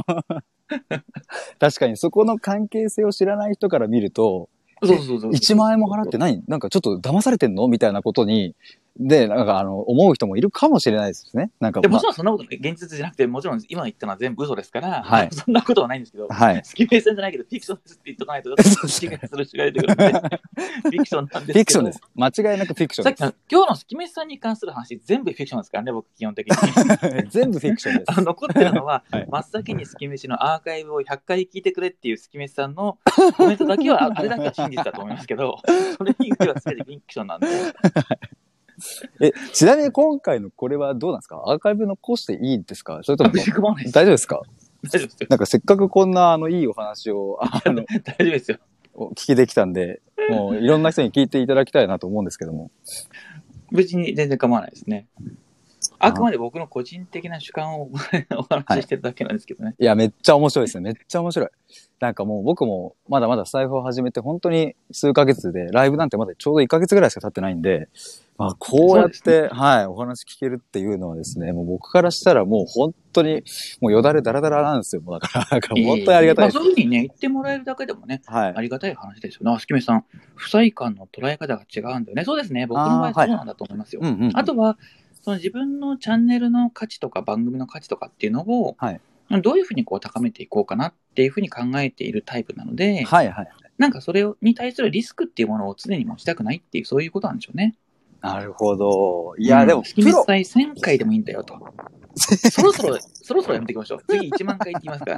確かにそこの関係性を知らない人から見ると、 そうそうそう。 いちまん円も払ってないなんかちょっと騙されてんのみたいなことに、で、なんかあの、思う人もいるかもしれないですね。なんか、 でもちろんそんなこと現実じゃなくて、もちろん今言ったのは全部嘘ですから、 はい、 そんなことはないんですけど、 はい、 スキメイさんじゃないけど、フィクションですって言っとかないと、勘違いする人が出てくるんで、フィクションなんですけど。 フィクションです。間違いなくフィクションです。 さっきの今日のスキメイさんに関する話、全部フィクションですからね、僕基本的に。 全部フィクションです。 あの残ってるのは、 はい、 真っ先にスキメシのアーカイブをひゃっかい聞いてくれっていうスキメシさんのコメントだけは、あれだけは真実だと思いますけど、それ以外は全てフィクションなんで。 え、ちなみに今回のこれはどうなんですか？アーカイブ残していいんですか？それとも、大丈夫ですか？ 大丈夫ですよ。 なんかせっかくこんなあのいいお話を、あの、 大丈夫ですよ。 お聞きできたんで、もういろんな人に聞いていただきたいなと思うんですけども。 別に全然構わないですね。あくまで僕の個人的な主観をお話ししてるだけなんですけどね、はい。 いや、めっちゃ面白いですね。めっちゃ面白い。なんかもう僕もまだまだスタイフを始めて本当に数ヶ月で、ライブなんてまだちょうどいっかげつぐらいしか経ってないんで、まあ、こうやって、ね、はい、お話聞けるっていうのはですね、もう僕からしたらもう本当に、もうよだれだらだらなんですよ。だから、なんか本当にありがたいです。 えーまあ、そういうふうにね、言ってもらえるだけでもね、はい、ありがたい話ですよね。あ、すきめさん、不細感の捉え方が違うんだよね。そうですね。僕の場合そうなんだと思いますよ。あ,、はいうんうんうん、あとは、その自分のチャンネルの価値とか番組の価値とかっていうのを、はい、どういうふうにこう高めていこうかなっていうふうに考えているタイプなので、はいはい、なんかそれに対するリスクっていうものを常に持ちたくないっていう、そういうことなんでしょうね。 なるほど。いや、うん、でも、 スキメさんせんかいでもいいんだよと。そろそろ、そろそろやめていきましょう。次いちまんかいって言いますから。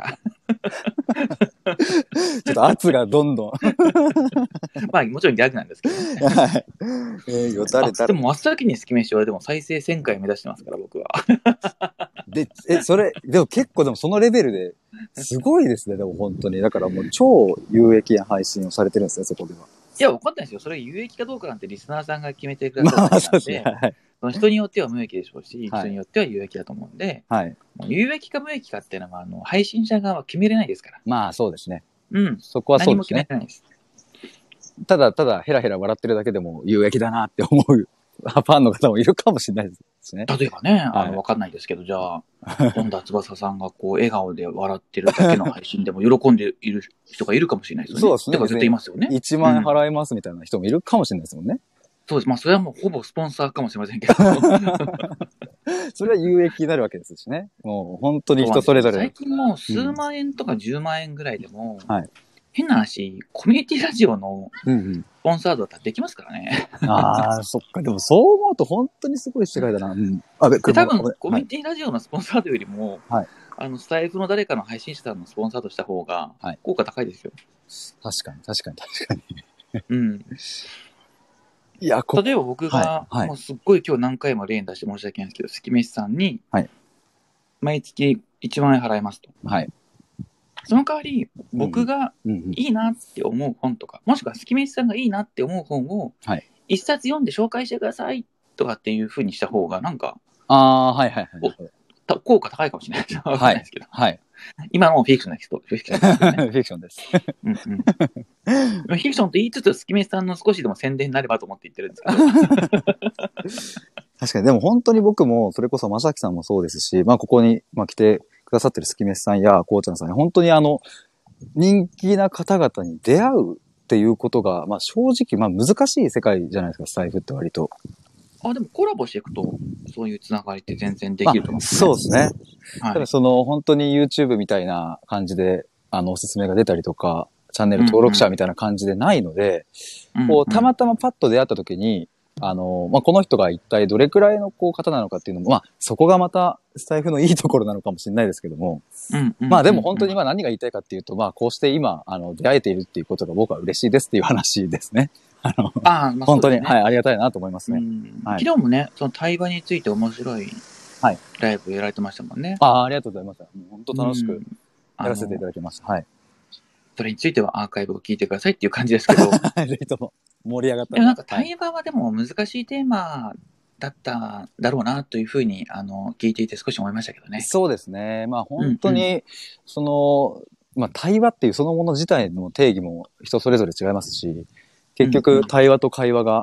ちょっと圧がどんどん。 まあ、もちろんギャグなんですけどね。はい。えー、よだれだれ。でも、真っ先にスキメシはでも再生せんかい目指してますから、僕は。 で、え、それ、でも結構でもそのレベルで、すごいですね、でも本当に。だからもう超有益な配信をされてるんですね、そこでは。 いや、わかんないですよ。それ有益かどうかなんてリスナーさんが決めてくださるわけなんで、まあはい、その人によっては無益でしょうし、はい、人によっては有益だと思うんで、はい、もう有益か無益かっていうのは、あの配信者側は決めれないですから。 まあそうですね。 うん。 そこはそうですね。 何も決めれないです。 ただただヘラヘラ笑ってるだけでも有益だなって思うファンの方もいるかもしれないですね。 例えばね、あの、はい、わかんないですけど、じゃあ、本田翼さんがこう、笑顔で笑ってるだけの配信でも喜んでいる人がいるかもしれないですよね。 そうですね。 だから絶対いますよね。 いちまん円払いますみたいな人もいるかもしれないですもんね。うん、 そうです。まあ、それはもうほぼスポンサーかもしれませんけど。 それは有益になるわけですしね。もう本当に人それぞれ。 最近もう数万円とかじゅうまん円ぐらいでも、うん、はい、変な話、コミュニティラジオのスポンサードだったらできますからね。 うんうん、ああ、そっか。でもそう思うと本当にすごい世界だな。うん、あで多分、コミュニティラジオのスポンサードよりも、はい、あのスタイフの誰かの配信者さんのスポンサードした方が効果高いですよ。 はい、確かに、確かに、確かに。 うん。いや、例えば僕が、はいはい、もうすっごい今日何回も例に出して申し訳ないんですけど、スキメシさんに、毎月いちまん円払いますと。はい。その代わり、僕がいいなって思う本とか、もしくはスキメシさんがいいなって思う本を、一冊読んで紹介してくださいとかっていう風にした方が、なんか、 ああ、はいはいはい。 効果高いかもしれないです。わかんないですけど。はい。今のフィクションですけど、フィクションです、ね。 フィクションです。 うんうん。フィクションと言いつつ、スキメシさんの少しでも宣伝になればと思って言ってるんですけど。 確かに、でも本当に僕も、それこそまさきさんもそうですし、まあここに、まあ来てくださってるスキメシさんやこうちゃんさんに、本当にあの、人気な方々に出会うっていうことが、まあ正直、まあ難しい世界じゃないですか、スタイフって割と。 あ、でもコラボしていくと、そういうつながりって全然できると思うんですね。そうですね。はい、ただその、本当に YouTube みたいな感じで、あの、おすすめが出たりとか、チャンネル登録者みたいな感じでないので、うんうん、こう、たまたまパッと出会った時に、あの、まあ、この人が一体どれくらいのこう方なのかっていうのも、まあ、そこがまたスタイフのいいところなのかもしれないですけども、うんうんうん、まあでも本当にまあ何が言いたいかっていうと、まあこうして今、あの、出会えているっていうことが僕は嬉しいですっていう話ですね。あの、あまあ、本当に、ね、はい、ありがたいなと思いますね。 はい、昨日もね、その対話について面白いライブやられてましたもんね。 ああ、ありがとうございます。もう本当楽しくやらせていただきました。はい。 それについてはアーカイブを聞いてくださいっていう感じですけど。 ぜひとも盛り上がった。 でもなんか対話はでも難しいテーマだっただろうなというふうに、あの、聞いていて少し思いましたけどね。 そうですね。まあ本当に、うんうん、その、まあ対話っていうそのもの自体の定義も人それぞれ違いますし、結局対話と会話が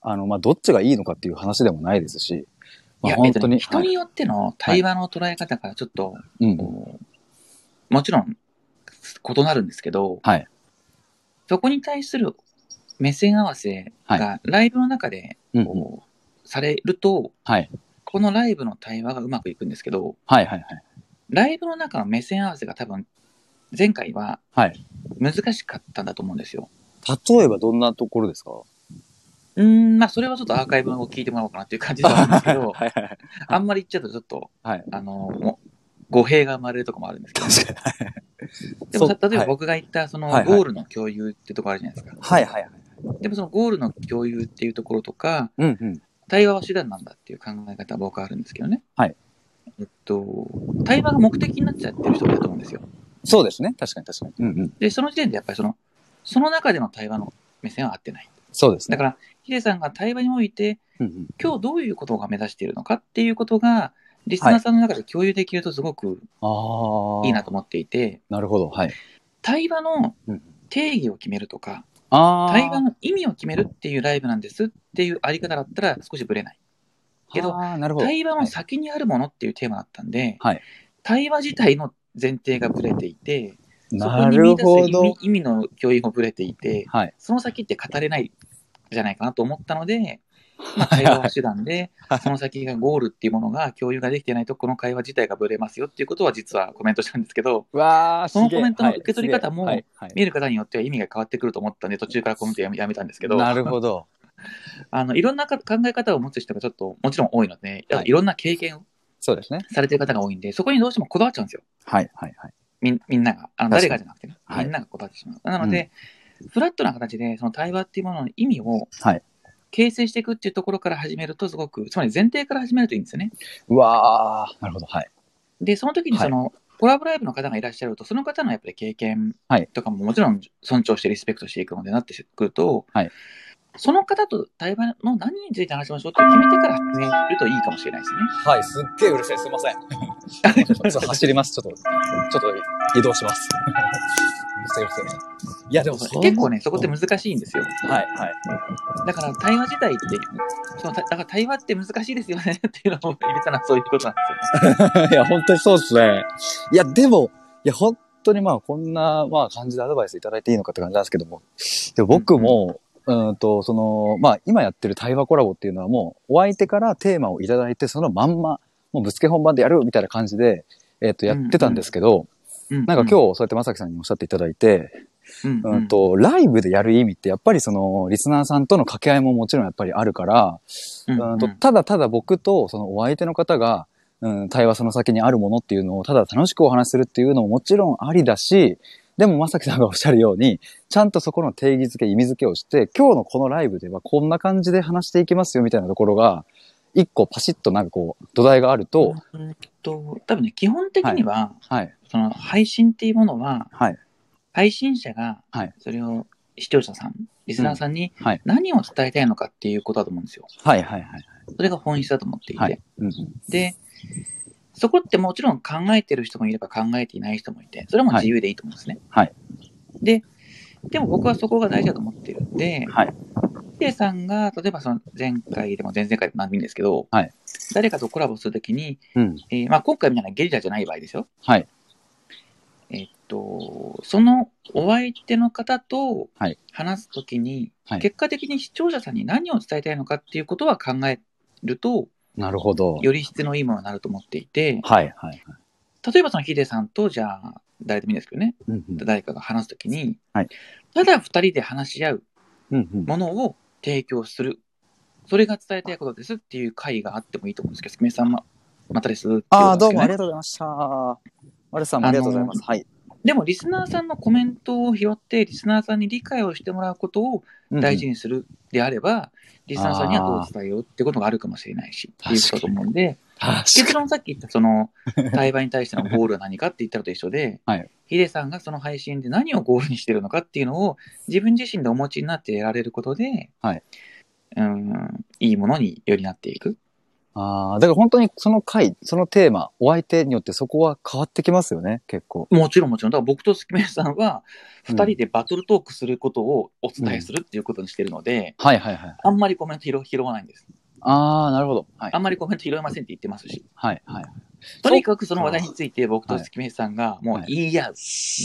あの、まあ、どっちがいいのかっていう話でもないですし、まあ、 いや、 本当に。 えっとね、人によっての対話の捉え方からちょっと、 はいうん、 もちろん異なるんですけど、 はい、 そこに対する目線合わせがライブの中でこう、 うんうん、 されると、 はい、 このライブの対話がうまくいくんですけど、 はいはいはい。 ライブの中の目線合わせが多分前回は難しかったんだと思うんですよ。 はい、例えばどんなところですか？ うーん、まあそれはちょっとアーカイブを聞いてもらおうかなっていう感じではあるんですけど、はいはいはい、あんまり言っちゃうとちょっと、はい、あの、もう語弊が生まれるところもあるんですけど、でも例えば僕が言ったそのゴールの共有っていうところあるじゃないですか。はいはいはい。でもそのゴールの共有っていうところとか、うんうん、対話は手段なんだっていう考え方は僕はあるんですけどね。はい。えっと、対話が目的になっちゃってる人もいると思うんですよ。そうですね。確かに確かに。うんうん、で、その時点でやっぱりその、その中での対話の目線は合ってない。そうですね。だから、ヒデさんが対話において、うんうん、今日どういうことが目指しているのかっていうことが、リスナーさんの中で共有できるとすごくいいなと思っていて、はい、なるほど。はい。対話の定義を決めるとか、うん、対話の意味を決めるっていうライブなんですっていうあり方だったら少しブレない。けど、ど対話の先にあるものっていうテーマだったんで、はい、対話自体の前提がブレていて、そこに見出す意味、意味の共有もブレていて、はい、その先って語れないじゃないかなと思ったので、まあ、対話は手段で、その先がゴールっていうものが共有ができてないと、この会話自体がブレますよっていうことは実はコメントしたんですけど、わそのコメントの受け取り方も、見る方によっては意味が変わってくると思ったんで、途中からコメントやめ、やめたんですけど、なるほど。あのいろんな考え方を持つ人がちょっともちろん多いので、はい、いろんな経験をそうですねされてる方が多いんで、そこにどうしてもこだわっちゃうんですよ。はいはいはい。み, みんなが、あの誰がじゃなくてね、みんながこだわってしまう。はい、なので、うん、フラットな形でその対話っていうものの意味を形成していくっていうところから始めるとすごく、つまり前提から始めるといいんですよね。うわー、なるほど、はい。で、その時にその、はい、コラボライブの方がいらっしゃると、その方のやっぱり経験とかももちろん尊重してリスペクトしていくのでなってくると、はい、その方と対話の何について話しましょうって決めてから進めるといいかもしれないですね。はい、すっげえうるさい。すいません。ちょっと走ります。ちょっと、ちょっと移動します。うるさいうるさい。いや、でも結構ね、そこって難しいんですよ。はいはい。だから対話自体って、そのだから対話って難しいですよねっていうのを入れたのはそういうことなんですよ。いや、本当にそうですね。いや、でも、いや、本当にまあ、こんな、まあ、感じでアドバイスいただいていいのかって感じなんですけども、でも僕も、うんうんうんと、その、まあ、今やってる対話コラボっていうのはもう、お相手からテーマをいただいて、そのまんま、もうぶつけ本番でやるみたいな感じで、えっと、やってたんですけど、うんうん、なんか今日そうやってまさきさんにおっしゃっていただいて、うんうん、うんと、ライブでやる意味ってやっぱりその、リスナーさんとの掛け合いももちろんやっぱりあるから、うんうん、うんとただただ僕とそのお相手の方が、うん、対話その先にあるものっていうのをただ楽しくお話しするっていうのももちろんありだし、でも、まさきさんがおっしゃるように、ちゃんとそこの定義づけ、意味づけをして、今日のこのライブではこんな感じで話していきますよみたいなところが、一個パシッとなんかこう、土台があると。うんと、多分ね、基本的には、はいはい、その配信っていうものは、はい、配信者が、それを視聴者さん、リスナーさんに何を伝えたいのかっていうことだと思うんですよ。はいはいはい。それが本質だと思っていて。はいうん、で、そこってもちろん考えてる人もいれば考えていない人もいて、それも自由でいいと思うんですね。はい。で、でも僕はそこが大事だと思ってるんで、はい。ヒデさんが、例えばその前回でも前々回でも何でもいいんですけど、はい。誰かとコラボするときに、うんえーまあ、今回みたいなゲリラじゃない場合ですよ。はい。えっと、そのお相手の方と話すときに、はい、結果的に視聴者さんに何を伝えたいのかっていうことは考えると、なるほど。より質のいいものになると思っていて、はいはいはい。例えばそのヒデさんと、じゃあ、誰でもいいんですけどね、うんうん、誰かが話すときに、はい、ただ二人で話し合うものを提供する、うんうん。それが伝えたいことですっていう回があってもいいと思うんですけど、すくめさんま、またですっていうことですけど、ね。ああ、どうもありがとうございました。マルさんもありがとうございます。はい。でも、リスナーさんのコメントを拾って、リスナーさんに理解をしてもらうことを大事にするであれば、うんうん、リスナーさんにはどう伝えようってことがあるかもしれないし、っていうことだと思うんで、結論さっき言ったその対話に対してのゴールは何かって言ったのと一緒で、はい、ヒデさんがその配信で何をゴールにしてるのかっていうのを自分自身でお持ちになってやられることで、はい、うんいいものによりなっていく。 ああ、だから本当にその回、そのテーマ、お相手によってそこは変わってきますよね、結構。 もちろんもちろん。だから僕とスキメさんは、二人でバトルトークすることをお伝えするっていうことにしてるので、 うん、はいはいはい。 あんまりコメント拾拾わないんです。 ああ、なるほど。はい。 あんまりコメント拾えませんって言ってますし。 はいはい。 とにかくその話題について僕とスキメさんがもう言い合う、はい、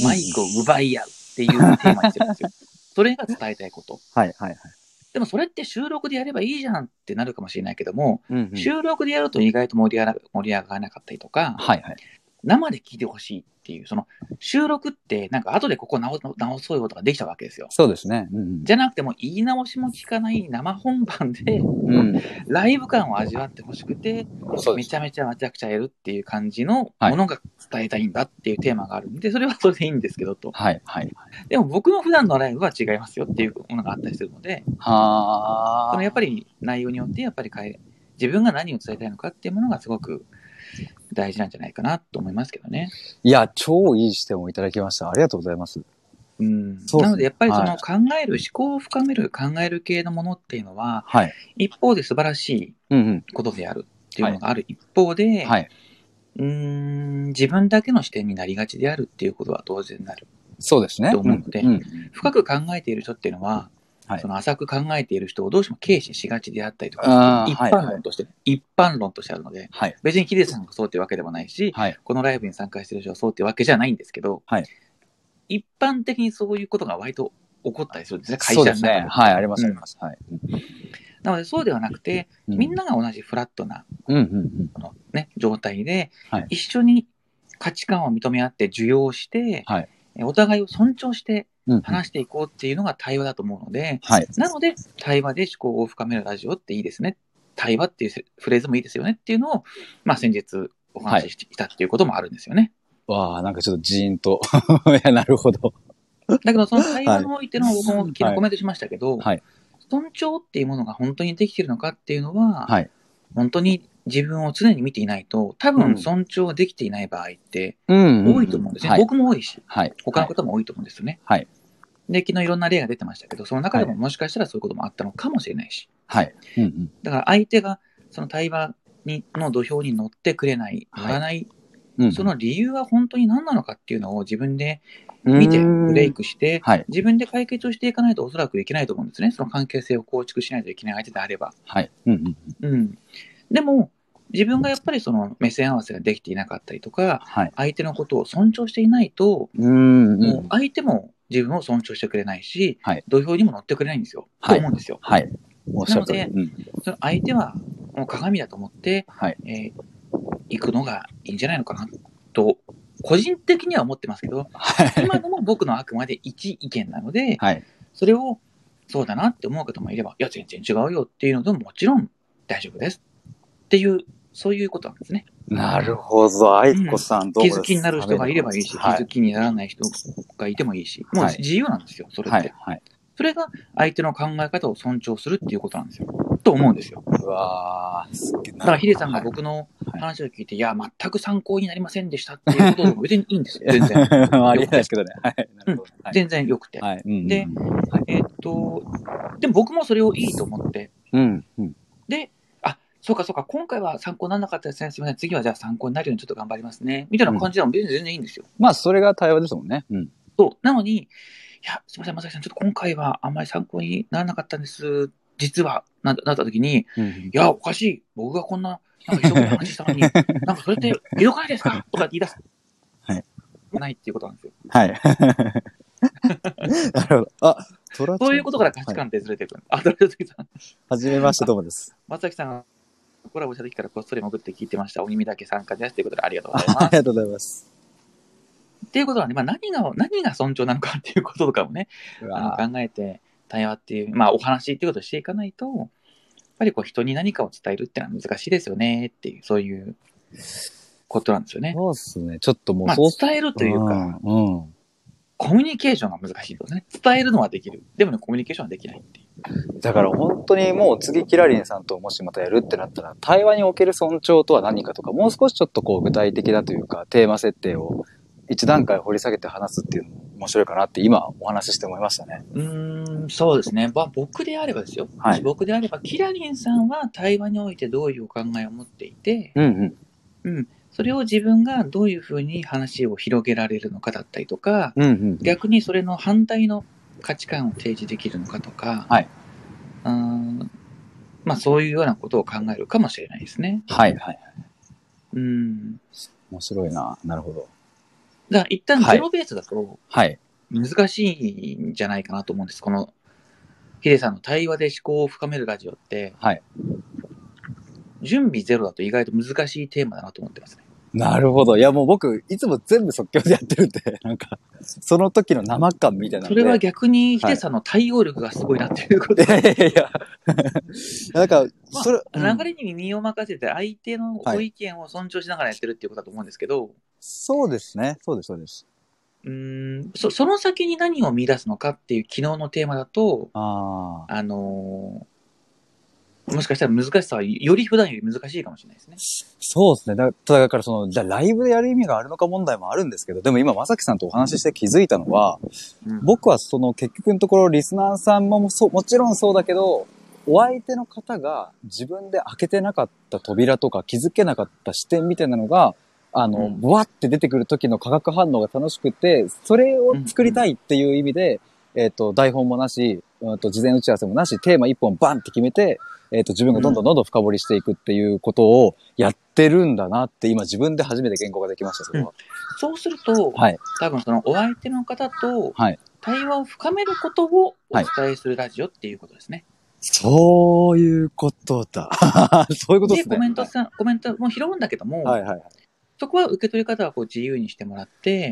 マイクを奪い合うっていうテーマにしてるんですよ。それが伝えたいこと。 はいはいはい。 でもそれって収録でやればいいじゃんってなるかもしれないけども、 うんうん、 収録でやると意外と盛り上が盛り上がらなかったりとか、 はいはい、 生で聞いてほしいっていう、その収録ってなんか後でここ直直そうよとかできちゃうわけですよ。 そうですね。うんうん、 じゃなくても言い直しも聞かない生本番で、うん、ライブ感を味わってほしくて、めちゃめちゃめちゃくちゃやるっていう感じのものが伝えたいんだっていうテーマがあるんで、それはそれでいいんですけどと。はいはい。でも僕の普段のライブは違いますよっていうものがあったりするので、はそのやっぱり内容によってやっぱり変え、自分が何を伝えたいのかっていうものがすごく大事なんじゃないかなと思いますけどね。いや、 超いい視点をいただきました。ありがとうございます。 うん、なのでやっぱりその考える、はい、思考を深める考える系のものっていうのは、はい、一方で素晴らしいことであるっていうのがある一方で、はい、うーん自分だけの視点になりがちであるっていうことは当然なる。 そうですね。 と思うので、うんうん、深く考えている人っていうのは、はい、その浅く考えている人をどうしても軽視しがちであったりとか、一般論として、はい、一般論としてあるので、はい、別にヒデさんがそうっていうわけでもないし、はい、このライブに参加している人はそうっていうわけじゃないんですけど、はい、一般的にそういうことが割と起こったりするんですね、会社の中で。そうですね。はい、あります、あります。はい。なので、そうではなくて、うん、みんなが同じフラットな、うんうんうんこのね、状態で、はい、一緒に価値観を認め合って受容して、はい、お互いを尊重して話していこうっていうのが対話だと思うので、はい、なので、対話で思考を深めるラジオっていいですね。対話っていうフレーズもいいですよねっていうのを、まあ先日お話ししていたっていうこともあるんですよね。 わあ、なんかちょっとジーンと。いや、なるほど。 だけど、その対話においての僕も昨日コメントしましたけど、はい、尊重っていうものが本当にできているのかっていうのは、はい、本当に自分を常に見ていないと、多分尊重できていない場合って多いと思うんですね。僕も多いし、はい、他の方も多いと思うんですよね。はい、で、昨日いろんな例が出てましたけど、その中でももしかしたらそういうこともあったのかもしれないし。はい。うんうん、だから相手がその対話にの土俵に乗ってくれない、乗らない、はいうん、その理由は本当に何なのかっていうのを自分で見てブレイクして、はい、自分で解決をしていかないとおそらくいけないと思うんですね。その関係性を構築しないといけない相手であれば。はい。うんうんうん、でも、自分がやっぱりその目線合わせができていなかったりとか、はい、相手のことを尊重していないと、うんうん、もう相手も自分を尊重してくれないし、はい、土俵にも乗ってくれないんですよ。はい、と思うんですよ。はい。なので、うん、その相手はもう鏡だと思って、はいえー、行くのがいいんじゃないのかなと、個人的には思ってますけど、はい、今のも僕のあくまで一意見なので、はい、それをそうだなって思う方もいれば、いや全然違うよっていうのでももちろん大丈夫ですっていう、そういうことなんですね。 なるほど。愛子さん、うん、 どうですか？気づきになる人がいればいいし、はい、気づきにならない人がいてもいいし、もう自由なんですよ、それって。はいはい、それが相手の考え方を尊重するっていうことなんですよ。と思うんですよ。うわー、すげえな。だからヒデさんが僕の話を聞いて、はい、いや、全く参考になりませんでしたっていうことでも別にいいんですよ。全然。 ありえないですけどね。はい。 うん、全然良くて。はい、で、えー、っと、でも僕もそれをいいと思って、うんうん、で、あ、そうかそうか、今回は参考にならなかったですね。すみません。次はじゃあ参考になるようにちょっと頑張りますね。みたいな感じでも別に全然いいんですよ。 うん、まあ、それが対話ですもんね。うん。 そう。なのに、いや、すみません、まさきさん、ちょっと今回はあんまり参考にならなかったんです。実は、な、なった時に、うん、いや、おかしい。僕がこんな、なんか一言話したのに、なんかそれってひどくないですかとか言い出す。はい。ないっていうことなんですよ。はい。なるほど。あ、トラそういうことから価値観ってずれてくる。はい、あ、トラチョさん。 はじめまして、どうもです。 松崎さんがコラボした時からこっそり潜って聞いてました。お耳だけ参加ですということでありがとうございます。 ありがとうございます。 っていうことはね、まあ何が、何が尊重なのかっていうこととかもね、あの考えて対話っていう、まあお話っていうことをしていかないと、やっぱりこう人に何かを伝えるっていうのは難しいですよねっていう、そういうことなんですよね。 そうですね。ちょっともう、 まあ伝えるというか、うんうん、コミュニケーションが難しいですね。伝えるのはできる。でもね、コミュニケーションはできないっていう。 だから本当にもう次キラリンさんともしまたやるってなったら、対話における尊重とは何かとか、もう少しちょっとこう具体的だというか、テーマ設定を一段階掘り下げて話すっていうのも面白いかなって今お話しして思いましたね。 うーん、そうですね。まあ僕であればですよ。はい、僕であれば、キラリンさんは対話においてどういうお考えを持っていて、うんうん。うん。それを自分がどういうふうに話を広げられるのかだったりとか、うんうん、逆にそれの反対の価値観を提示できるのかとか、はい。うーん、まあそういうようなことを考えるかもしれないですね。 はいはいはい。 うん。 面白いな。なるほど。 だから一旦ゼロベースだと、はい。難しいんじゃないかなと思うんです。この、ヒデさんの対話で思考を深めるラジオって、はい。準備ゼロだと意外と難しいテーマだなと思ってますね。 なるほど。いやもう僕、いつも全部即興でやってるんで、なんか、その時の生感みたいなので。 それは逆にヒデさんの対応力がすごいなっていうこと、 はい、いやいやいや。なんか、それ、 まあ、流れに耳を任せて相手のご意見を尊重しながらやってるっていうことだと思うんですけど。はい、 そうですね。そうです、そうです。 うーん、そ、その先に何を見出すのかっていう昨日のテーマだと、あ, あのー、もしかしたら難しさはより普段より難しいかもしれないですね。 そうですね。だだからその、じゃあライブでやる意味があるのか問題もあるんですけど、でも今、まさきさんとお話しして気づいたのは、うん、僕はその結局のところリスナーさんもそもちろんそうだけど、お相手の方が自分で開けてなかった扉とか気づけなかった視点みたいなのが、あの、ブワって出てくる時の化学反応が楽しくて、それを作りたいっていう意味で、えっと、台本もなし、うんと、事前打ち合わせもなし、テーマ一本バンって決めて、えっと、自分がどんどんどんどん深掘りしていくっていうことをやってるんだなって今自分で初めて言語ができました、それは。うん、 そうすると、はい、多分そのお相手の方と対話を深めることをお伝えするラジオっていうことですね。はい、 そういうことだ。そういうことですね。 で、コメントさん、はい、コメントも拾うんだけども、はいはいはい、そこは受け取り方はこう自由にしてもらって、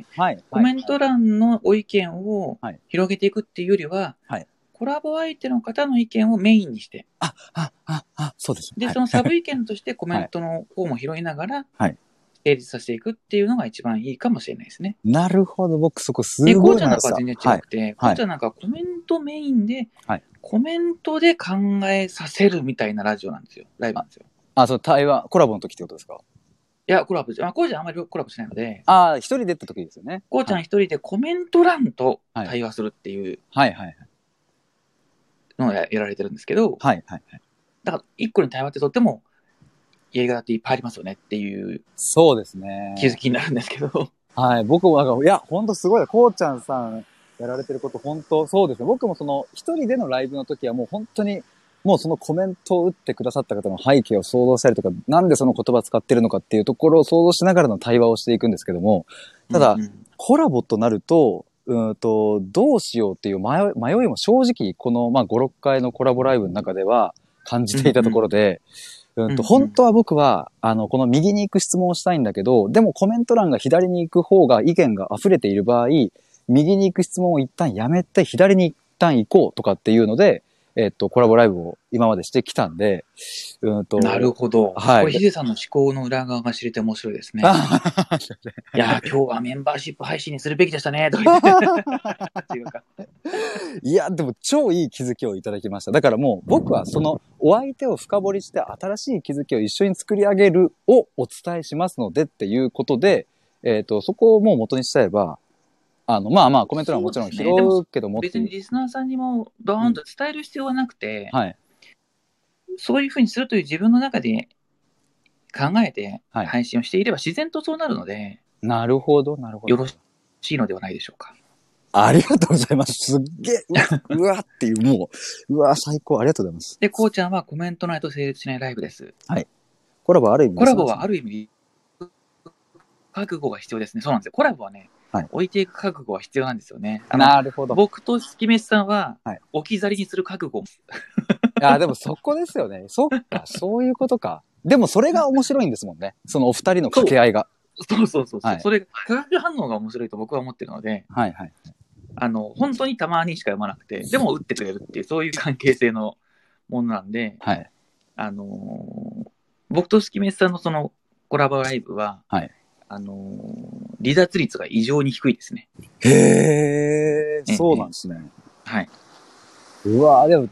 はいはい、コメント欄のご意見を広げていくっていうよりは、はい、コラボ相手の方の意見をメインにして。 あ、あ、あ、あ、そうです。 で、はい、そのサブ意見としてコメントの方も拾いながら、はい。成立させていくっていうのが一番いいかもしれないですね。 なるほど。僕そこすごいな。 で、こうちゃんなんかは全然違くて、はい、こうちゃんなんかはコメントメインで、はい、コメントで考えさせるみたいなラジオなんですよ。ライブなんですよ。 あ、そう、対話、コラボの時ってことですか？ いや、コラボ、あ、こうちゃんあんまりコラボしないので。 ああ、一人でって時ですよね。 こうちゃん一人でコメント欄と対話するっていう。はいはいはい。のをやられてるんですけど、はいはいはい。だから、一個に対話ってとっても、やり方っていっぱいありますよねっていう。 そうですね。 気づきになるんですけど。 はい。僕もなんか、いや、ほんとすごい。こうちゃんさんやられてること本当そうですね。僕もその、一人でのライブの時はもう本当に、もうそのコメントを打ってくださった方の背景を想像したりとか、なんでその言葉使ってるのかっていうところを想像しながらの対話をしていくんですけども、ただ、うんうん、コラボとなると、うんと、どうしようっていう迷い、迷いも正直、この、まあ、ご、ろっかいのコラボライブの中では感じていたところで、うんうん、うんと、本当は僕は、あの、この右に行く質問をしたいんだけど、でもコメント欄が左に行く方が意見が溢れている場合、右に行く質問を一旦やめて、左に一旦行こうとかっていうので、えっと、コラボライブを今までしてきたんで、 うんと。なるほど。はい。これ、ヒデさんの思考の裏側が知れて面白いですね。いや、今日はメンバーシップ配信にするべきでしたね、とか言って。 いや、でも超いい気づきをいただきました。だからもう僕はそのお相手を深掘りして新しい気づきを一緒に作り上げるをお伝えしますのでっていうことで、えっと、そこをもう元にしちゃえば、あの、まあまあ、コメント欄はもちろん拾うけども、 ね、別にリスナーさんにもドーンと伝える必要はなくて、うんはい、そういうふうにするという自分の中で考えて配信をしていれば自然とそうなるので、はい、 なるほど、なるほど。 よろしいのではないでしょうか。 ありがとうございます。すっげえ、うわっていう、もう、うわ最高、ありがとうございます。 で、こうちゃんはコメントないと成立しないライブです。 はい。コラボはある意味、 コラボはある意味、覚悟が必要ですね。そうなんですよ。コラボはね、はい、置いていく覚悟は必要なんですよね。 なるほど。 僕と月飯さんは、はい、置き去りにする覚悟。 いや、でもそこですよね。そっか、そういうことか。でもそれが面白いんですもんね。そのお二人の掛け合いが。 そうそうそうそう、はい。それ、化学反応が面白いと僕は思ってるので、 はいはい。 あの、本当にたまにしか読まなくて、でも打ってくれるっていう、そういう関係性のものなんで、はい。あのー、僕と月飯さんのそのコラボライブは、はい。あのー、離脱率が異常に低いですね。 へー、そうなんですね。 はい。 うわー、でも、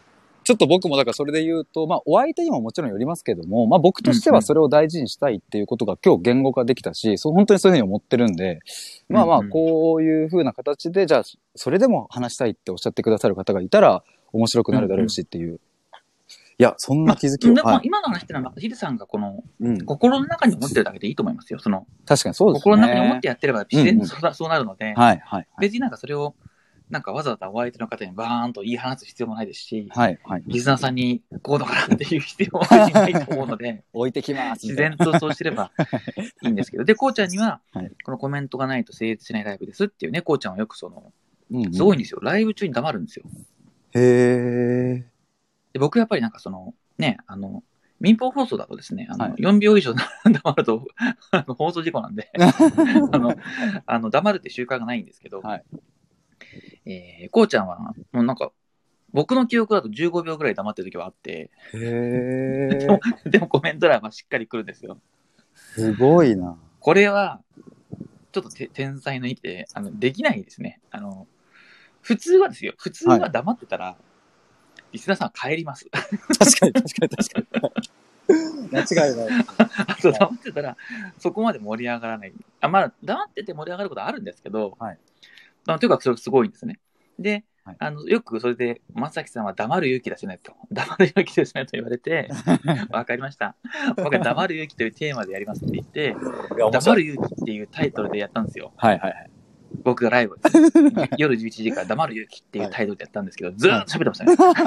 ちょっと僕もだからそれで言うと、まあお相手にももちろんよりますけども、まあ僕としてはそれを大事にしたいっていうことが今日言語化できたし、そう本当にそういうふうに思ってるんで、まあまあこういうふうな形で、じゃあそれでも話したいっておっしゃってくださる方がいたら面白くなるだろうしっていう。うんうん、いや、そんな気づきを。 まあ、でも、はい、今の話ってのは、ヒデさんがこの、うん、心の中に思ってるだけでいいと思いますよ。その、 確かにそうですね。 心の中に思ってやってれば自然とそう、うんうん、そうなるので、 はいはいはい、 別になんかそれを、なんかわざわざお相手の方にバーンと言い放つ必要もないですし、 はいはい、 リスナーさんにこうだからっていう必要もないと思うので、 置いてきます自然とそうしてればいいんですけど、で、こうちゃんには、はい、このコメントがないと成立しないライブですっていうね、こうちゃんはよくその、うんうん、すごいんですよ。ライブ中に黙るんですよ。 へー。 で、僕やっぱりなんかその、ね、あの、民放放送だとですね、あの、はい、よんびょう以上黙ると、あの放送事故なんで、あの、あの、黙るって習慣がないんですけど、はい、えー、こうちゃんは、もうなんか、僕の記憶だとじゅうごびょうぐらい黙ってる時はあって、 へー。 でも、でもコメント欄はしっかり来るんですよ。 すごいな。 これは、ちょっとて天才の域で、あの、できないですね。あの、普通はですよ、普通は黙ってたら、はい、リスナーさんは帰ります。 確かに確かに確かに。間違いない。 あと黙ってたら、そこまで盛り上がらない。あ、まあ、黙ってて盛り上がることはあるんですけど、はい、まあ、とにかくそれすごいんですね。で、はい、あのよくそれで、まさきさんは黙る勇気ですねと。黙る勇気ですねと言われて、わかりました。僕は黙る勇気というテーマでやりますって言って、黙る勇気っていうタイトルでやったんですよ。 はいはいはい。 僕がライブで夜じゅういちじから黙る勇気っていうタイトルでやったんですけど、はい、ずーっと喋ってま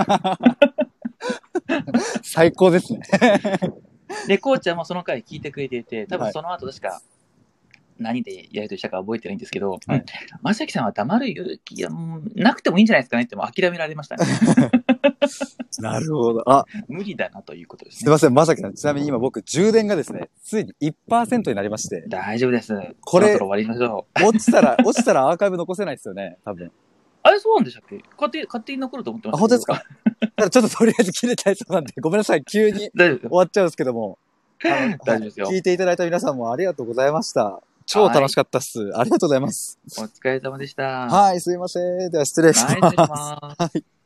したね。 最高ですね。 で、こうちゃんもその回聞いてくれていて、多分その後確か何でやりとりしたか覚えてないんですけど、はい、まさきさんは黙る勇気がなくてもいいんじゃないですかねっても諦められましたね。 なるほど。あ、 無理だなということですね。 すいません、まさきさん。ちなみに今僕充電がですね、ついに いちパーセント になりまして。 大丈夫です。 これ、 そろそろ終わりましょう。落ちたら、落ちたらアーカイブ残せないですよね、多分。 あれそうなんでしたっけ？勝手に、勝手に残ると思ってました。 あ、本当ですか？ただちょっととりあえず切れちゃいそうなんで、ごめんなさい、急に終わっちゃうんですけども。 大丈夫ですよ、 はい。聞いていただいた皆さんもありがとうございました。超楽しかったっす。ありがとうございます。 お疲れ様でした。 はい、すいません。では失礼します。 はい、失礼します。 はい。